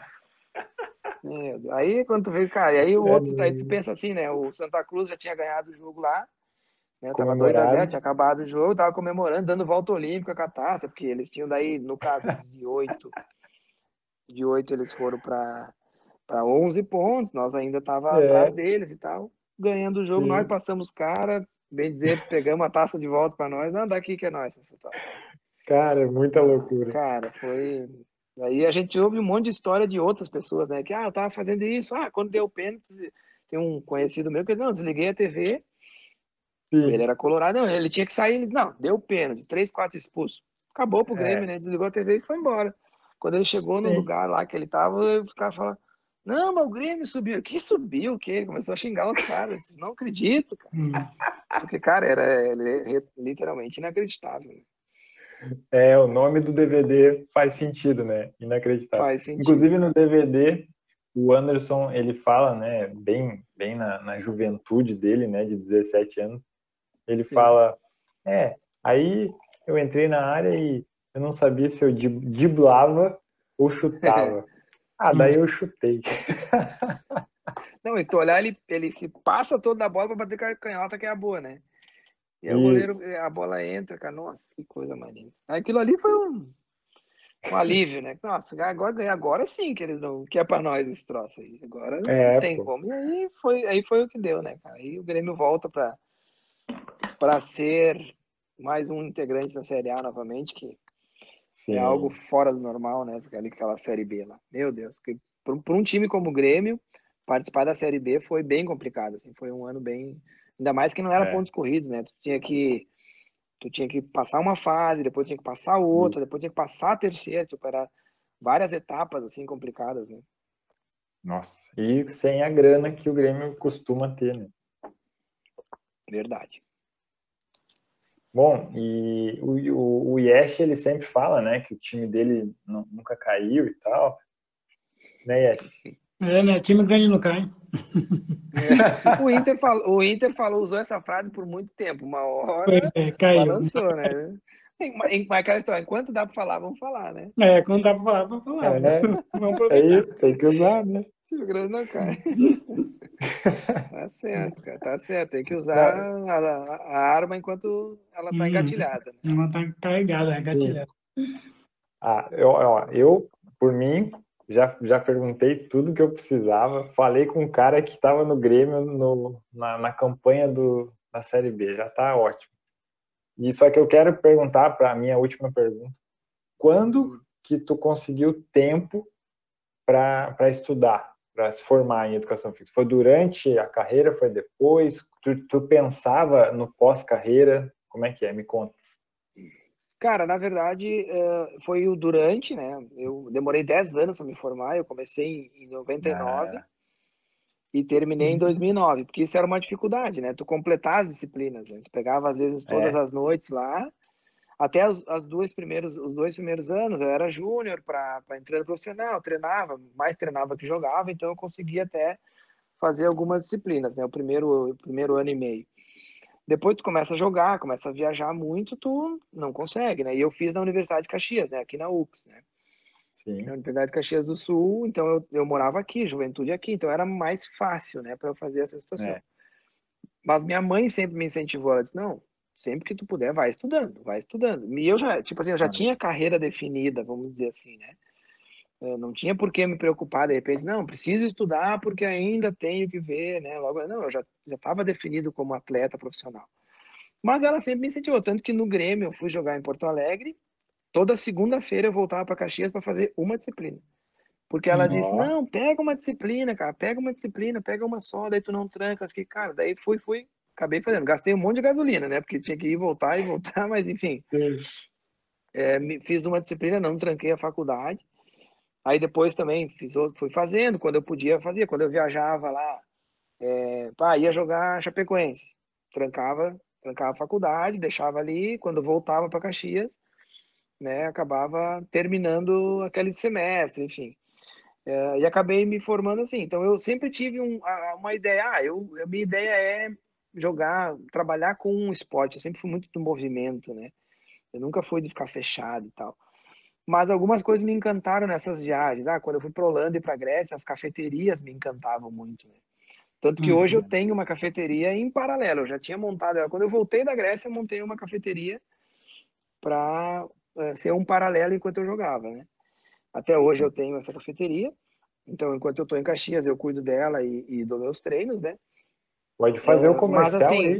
É, aí quando tu vê, cara, e aí o É, outro, aí tu pensa assim, né? O Santa Cruz já tinha ganhado o jogo lá, né? Tava dois a zero, comemorado. tinha acabado o jogo, tava comemorando, dando volta olímpica com a taça, porque eles tinham daí, no caso, de oito, de oito eles foram para para onze pontos, nós ainda tava atrás É, deles e tal. Ganhando o jogo, nós sim. passamos cara, bem dizer, pegamos a taça de volta para nós, não, daqui que é nós essa taça. Cara, é muita loucura. Cara, foi. Aí a gente ouve um monte de história de outras pessoas, né? Que, ah, eu tava fazendo isso, ah, quando deu o pênalti, tem um conhecido meu que disse, não, desliguei a T V, ele Sim. era colorado, não, ele tinha que sair, ele disse, não, deu o pênalti, três, quatro expulsos. Acabou pro Grêmio, É, né? Desligou a T V e foi embora. Quando ele chegou no sim. lugar lá que ele tava, eu ficava falando, não, mas o Grêmio subiu. Que subiu o quê? Ele começou a xingar os caras. Eu disse, não acredito, cara. Hum. Porque, cara, era literalmente inacreditável. Né? É, o nome do D V D faz sentido, né? Inacreditável. Faz sentido. Inclusive no D V D, o Anderson, ele fala, né, bem, bem na, na juventude dele, né, de dezessete anos, ele Sim. fala, é, aí eu entrei na área e eu não sabia se eu driblava ou chutava. Ah, daí eu chutei. Não, se tu olhar, ele, ele se passa toda a bola para bater com a canhota, que é a boa, né? E aí o goleiro, Isso. a bola entra, cara. Nossa, que coisa mais linda. Aquilo ali foi um, um alívio, né? Nossa, agora, agora sim que eles dão, que é pra nós esse troço aí. Agora não É, tem pô. como. E aí foi, aí foi o que deu, né, cara? Aí o Grêmio volta pra, pra ser mais um integrante da Série A novamente, que é algo Sim. fora do normal, né? Ali, aquela Série B lá. Meu Deus, que para um time como o Grêmio, participar da Série B foi bem complicado, assim, foi um ano bem, ainda mais que não era É. pontos corridos, né? Tu tinha que tu tinha que passar uma fase, depois tinha que passar outra, Isso. depois tinha que passar a terceira, tipo, era várias etapas assim complicadas, né? Nossa. E sem a grana que o Grêmio costuma ter, né? Verdade. Bom, e o, o, o Yesh, ele sempre fala, né, que o time dele não, nunca caiu e tal. Né, Yesh? É, né? Time grande não cai. É. O Inter falou, o Inter falou, usou essa frase por muito tempo, uma Pois hora é, caiu. balançou, né? Mas aquela história, enquanto dá para falar, vamos falar, né? É, quando dá pra falar, pra falar. É, Vamos é aproveitar. isso, tem que usar, né? O Grêmio não cai. Tá certo, cara, tá certo. Tem que usar Não, a, a- a arma enquanto ela tá Hum, engatilhada, né? ela tá carregada, é sim. gatilhada. Ah, eu, ó, eu, por mim, já, já perguntei tudo que eu precisava. Falei com um cara que estava no Grêmio no, na, na campanha do, da Série B. Já tá ótimo. E só que eu quero perguntar para a minha última pergunta. Quando Hum. que tu conseguiu tempo para para estudar, para se formar em educação física? Foi durante a carreira? Foi depois? Tu, tu pensava no pós-carreira? Como é que é? Me conta. Cara, na verdade, eh, foi o durante, né? Eu demorei dez anos para me formar. Eu comecei em em noventa e nove Ah, e terminei em Uhum. dois mil e nove, porque isso era uma dificuldade, né? Tu completar as disciplinas, né? Tu pegava às vezes todas é? as noites lá, até os, as duas primeiros, os dois primeiros anos eu era júnior para entrar no profissional, treinava, mais treinava que jogava, então eu conseguia até fazer algumas disciplinas, né? O primeiro, o primeiro ano e meio. Depois tu começa a jogar, começa a viajar muito, tu não consegue, né? E eu fiz na Universidade de Caxias, né? Aqui na U F S, né? Na Sim. Universidade de Caxias do Sul, então eu, eu morava aqui, juventude aqui, então era mais fácil, né, para eu fazer essa situação. É. Mas minha mãe sempre me incentivou, ela disse, não, sempre que tu puder, vai estudando, vai estudando. E eu já, tipo assim, eu já Ah, tinha carreira definida, vamos dizer assim, né? Eu não tinha por que me preocupar, de repente, não, preciso estudar porque ainda tenho que ver, né? Logo, não, eu já já estava definido como atleta profissional. Mas ela sempre me incentivou, tanto que no Grêmio eu fui jogar em Porto Alegre, toda segunda-feira eu voltava para Caxias para fazer uma disciplina. Porque ela disse, ó, não, pega uma disciplina, cara, pega uma disciplina, pega uma só, daí tu não tranca. Que, cara, daí fui, fui, acabei fazendo. Gastei um monte de gasolina, né? Porque tinha que ir voltar e voltar, mas enfim. sim. É, fiz uma disciplina, não tranquei a faculdade. Aí depois também fiz, fui fazendo, quando eu podia, fazia. Quando eu viajava lá, é, pá, ia jogar Chapecoense. Trancava, trancava a faculdade, deixava ali, quando voltava para Caxias, né, acabava terminando aquele semestre, enfim. E acabei me formando assim. Então eu sempre tive um, uma ideia. Ah, eu, a minha ideia é jogar, trabalhar com um esporte. Eu sempre fui muito do movimento, né? Eu nunca fui de ficar fechado e tal. Mas algumas coisas me encantaram nessas viagens. Ah, quando eu fui para Holanda e para Grécia, as cafeterias me encantavam muito, né? Tanto que hoje eu Uhum. tenho uma cafeteria em paralelo. Eu já tinha montado ela. Quando eu voltei da Grécia, eu montei uma cafeteria para uh, ser um paralelo enquanto eu jogava, né? Até hoje eu tenho essa cafeteria. Então, enquanto eu estou em Caxias, eu cuido dela e, e dou meus treinos, né? Pode fazer o Mas comercial assim, aí.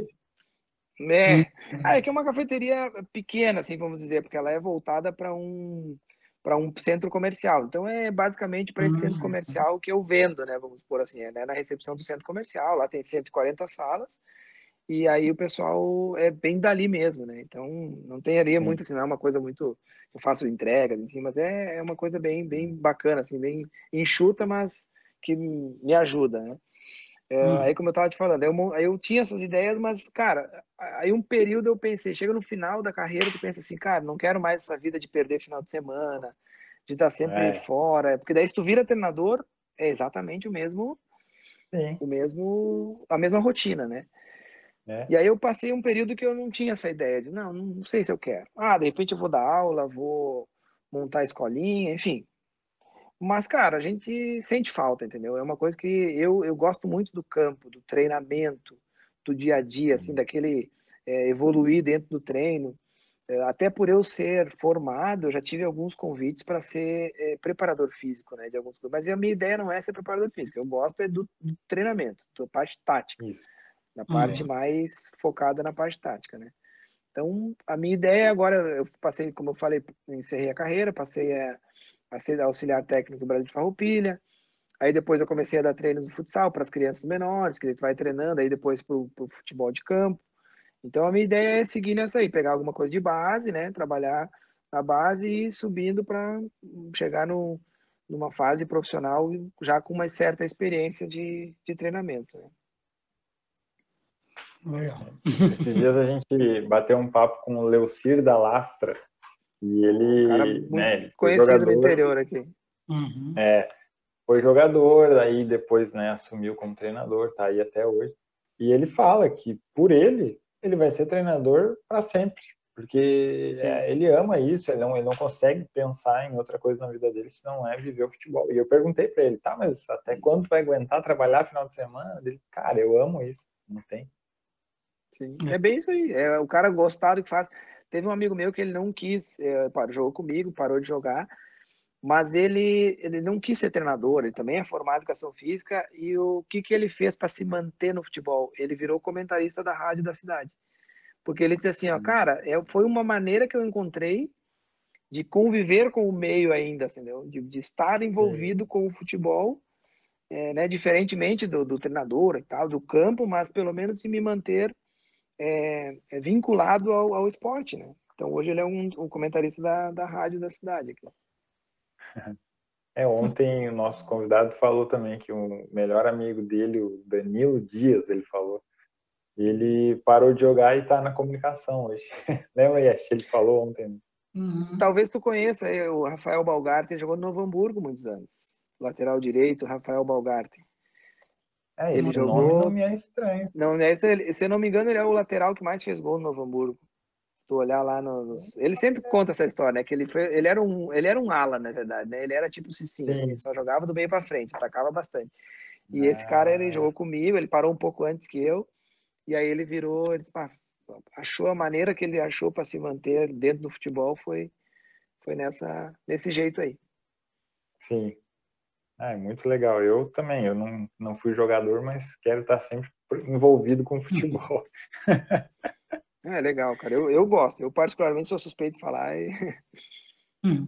é, ah, é que é uma cafeteria pequena, assim, vamos dizer, porque ela é voltada para um para um centro comercial. Então é basicamente para esse centro Uhum. comercial que eu vendo, né? Vamos por assim, é, né? Na recepção do centro comercial, lá tem cento e quarenta salas, e aí o pessoal é bem dali mesmo, né? Então não tem ali Sim. muito assim, não é uma coisa muito, eu faço entregas, enfim, mas é, é uma coisa bem bem bacana, assim, bem enxuta, mas que me ajuda, né? Aí, Uhum. como eu tava te falando, eu, eu tinha essas ideias, mas, cara, aí um período eu pensei, chega no final da carreira, tu pensa assim, cara, não quero mais essa vida de perder final de semana, de estar sempre É, fora, porque daí se tu vira treinador, é exatamente o mesmo, sim. o mesmo, a mesma rotina, né? É. E aí eu passei um período que eu não tinha essa ideia de, não, não sei se eu quero. Ah, de repente eu vou dar aula, vou montar escolinha, enfim. Mas, cara, a gente sente falta, entendeu? É uma coisa que eu, eu gosto muito do campo, do treinamento, do dia a dia, assim, daquele é, evoluir dentro do treino. É, até por eu ser formado, eu já tive alguns convites para ser é, preparador físico, né, de alguns clubes. Mas a minha ideia não é ser preparador físico, eu gosto é do, do treinamento, da parte tática, Isso. da parte Uhum. mais focada na parte tática, né? Então, a minha ideia agora, eu passei, como eu falei, encerrei a carreira, passei a, a ser auxiliar técnico do Brasil de Farroupilha. Aí depois eu comecei a dar treinos de futsal para as crianças menores, que tu vai treinando, aí depois para o futebol de campo. Então, a minha ideia é seguir nessa aí, pegar alguma coisa de base, né? Trabalhar na base e ir subindo para chegar no, numa fase profissional já com uma certa experiência de, de treinamento, né? Legal. Esses dias a gente bateu um papo com o Leucir da Lastra e Um cara ele, muito né, ele foi conhecido no jogador, interior aqui. Uhum. foi jogador, aí depois, né, assumiu como treinador, tá aí até hoje. E ele fala que por ele, ele vai ser treinador para sempre, Porque é, ele ama isso, ele não, ele não consegue pensar em outra coisa na vida dele se não é viver o futebol. E eu perguntei para ele, tá, mas até quando tu vai aguentar trabalhar final de semana? Ele, cara, eu amo isso, não tem. Sim, é bem isso aí, é o cara gostar do que faz. Teve um amigo meu que ele não quis, é, parou, jogou comigo, parou de jogar, mas ele, ele não quis ser treinador, ele também é formado em educação física, e o que, que ele fez para se manter no futebol? Ele virou comentarista da rádio da cidade. Porque ele disse assim, ó, cara, é, foi uma maneira que eu encontrei de conviver com o meio ainda, entendeu? De, de estar envolvido com o futebol, é, né? Diferentemente do, do treinador e tal, do campo, mas pelo menos de me manter é, é vinculado ao, ao esporte, né? Então hoje ele é um, um comentarista da, da rádio da cidade aqui. É, ontem o nosso convidado falou também que o melhor amigo dele, o Danilo Dias, ele falou, ele parou de jogar e está na comunicação hoje. Lembra, Yesh? Ele falou ontem. Uhum. Talvez tu conheça o Rafael Balgarten, ele jogou no Novo Hamburgo muitos anos. Lateral direito, Rafael Balgarten. É, Ele esse jogou... nome não me é estranho. Não, esse, se eu não me engano, ele é o lateral que mais fez gol no Novo Hamburgo. Se tu olhar lá nos... Ele sempre conta essa história, né? Que ele, foi... ele, era um... ele era um ala, na verdade, né? Ele era tipo Cicinho, assim, ele só jogava do meio para frente, atacava bastante. E ah. esse cara, ele jogou comigo, ele parou um pouco antes que eu, e aí ele virou, ele disse, pá, achou a maneira que ele achou para se manter dentro do futebol foi, foi nessa, nesse jeito aí. Sim. Ah, é muito legal. Eu também, eu não, não fui jogador, mas quero estar sempre envolvido com o futebol. É legal, cara. Eu, eu gosto. Eu particularmente sou suspeito de falar. E... Hum.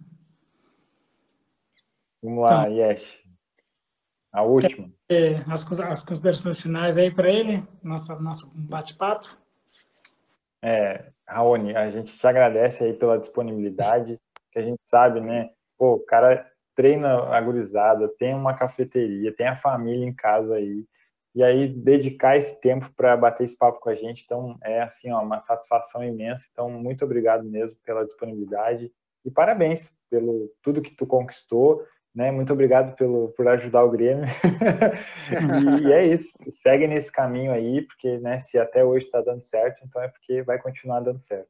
Vamos lá, então, Yesh. A última. É, as, as considerações finais aí para ele, nosso, nosso bate-papo. É, Raoni, a gente te agradece aí pela disponibilidade, que a gente sabe, né? Pô, o cara treina a gurizada, tem uma cafeteria, tem a família em casa aí, e aí dedicar esse tempo para bater esse papo com a gente, então é assim, ó, uma satisfação imensa. Então, muito obrigado mesmo pela disponibilidade e parabéns pelo tudo que tu conquistou, né? Muito obrigado pelo, por ajudar o Grêmio. E é isso, segue nesse caminho aí, porque, né, se até hoje está dando certo, então é porque vai continuar dando certo.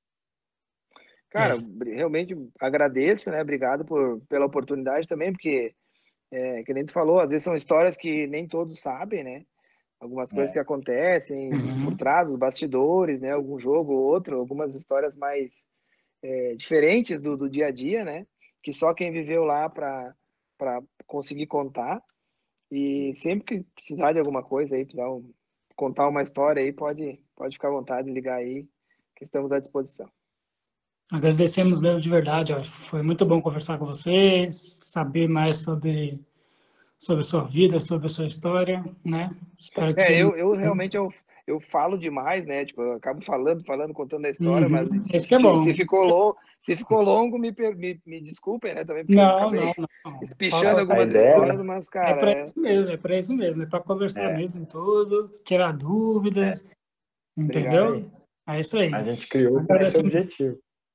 Cara, realmente agradeço, né? Obrigado por, pela oportunidade também, porque, é, que nem tu falou, às vezes são histórias que nem todos sabem, né? Algumas coisas é. que acontecem uhum. por trás dos bastidores, né? Algum jogo ou outro, algumas histórias mais é, diferentes do, do dia a dia, né? Que só quem viveu lá para para conseguir contar. E sempre que precisar de alguma coisa aí, precisar contar uma história aí, pode, pode ficar à vontade, ligar aí, que estamos à disposição. Agradecemos mesmo de verdade, ó. Foi muito bom conversar com vocês, saber mais sobre, sobre a sua vida, sobre a sua história, né? Espero que... É, eu, eu realmente eu, eu falo demais, né? Tipo, eu acabo falando, falando, contando a história, uhum. mas Esse é bom. Se ficou longo, se ficou longo, me, me, me desculpem, né? Também porque não, eu acabei não, não. espichando Fala, algumas histórias, mas, cara... É para isso mesmo, é para isso mesmo, é para conversar é. mesmo tudo, tirar dúvidas, é. entendeu? É isso aí. A gente criou com esse objetivo.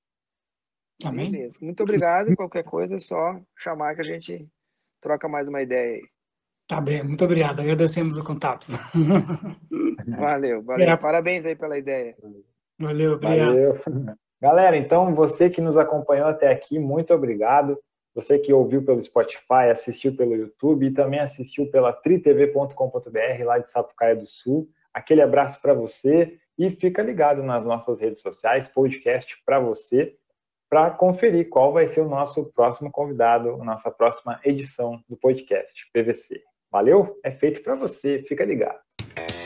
Amém? Beleza. Muito obrigado. Qualquer coisa é só chamar que a gente troca mais uma ideia aí. Tá bem, muito obrigado. Agradecemos o contato. Valeu, valeu. É. Parabéns aí pela ideia. Valeu, obrigado. Valeu. Galera, então você que nos acompanhou até aqui, muito obrigado. Você que ouviu pelo Spotify, assistiu pelo YouTube e também assistiu pela tri t v ponto com ponto b r lá de Sapucaia do Sul. Aquele abraço para você e fica ligado nas nossas redes sociais, podcast para você, para conferir qual vai ser o nosso próximo convidado, a nossa próxima edição do podcast P V C. Valeu? É feito para você, fica ligado.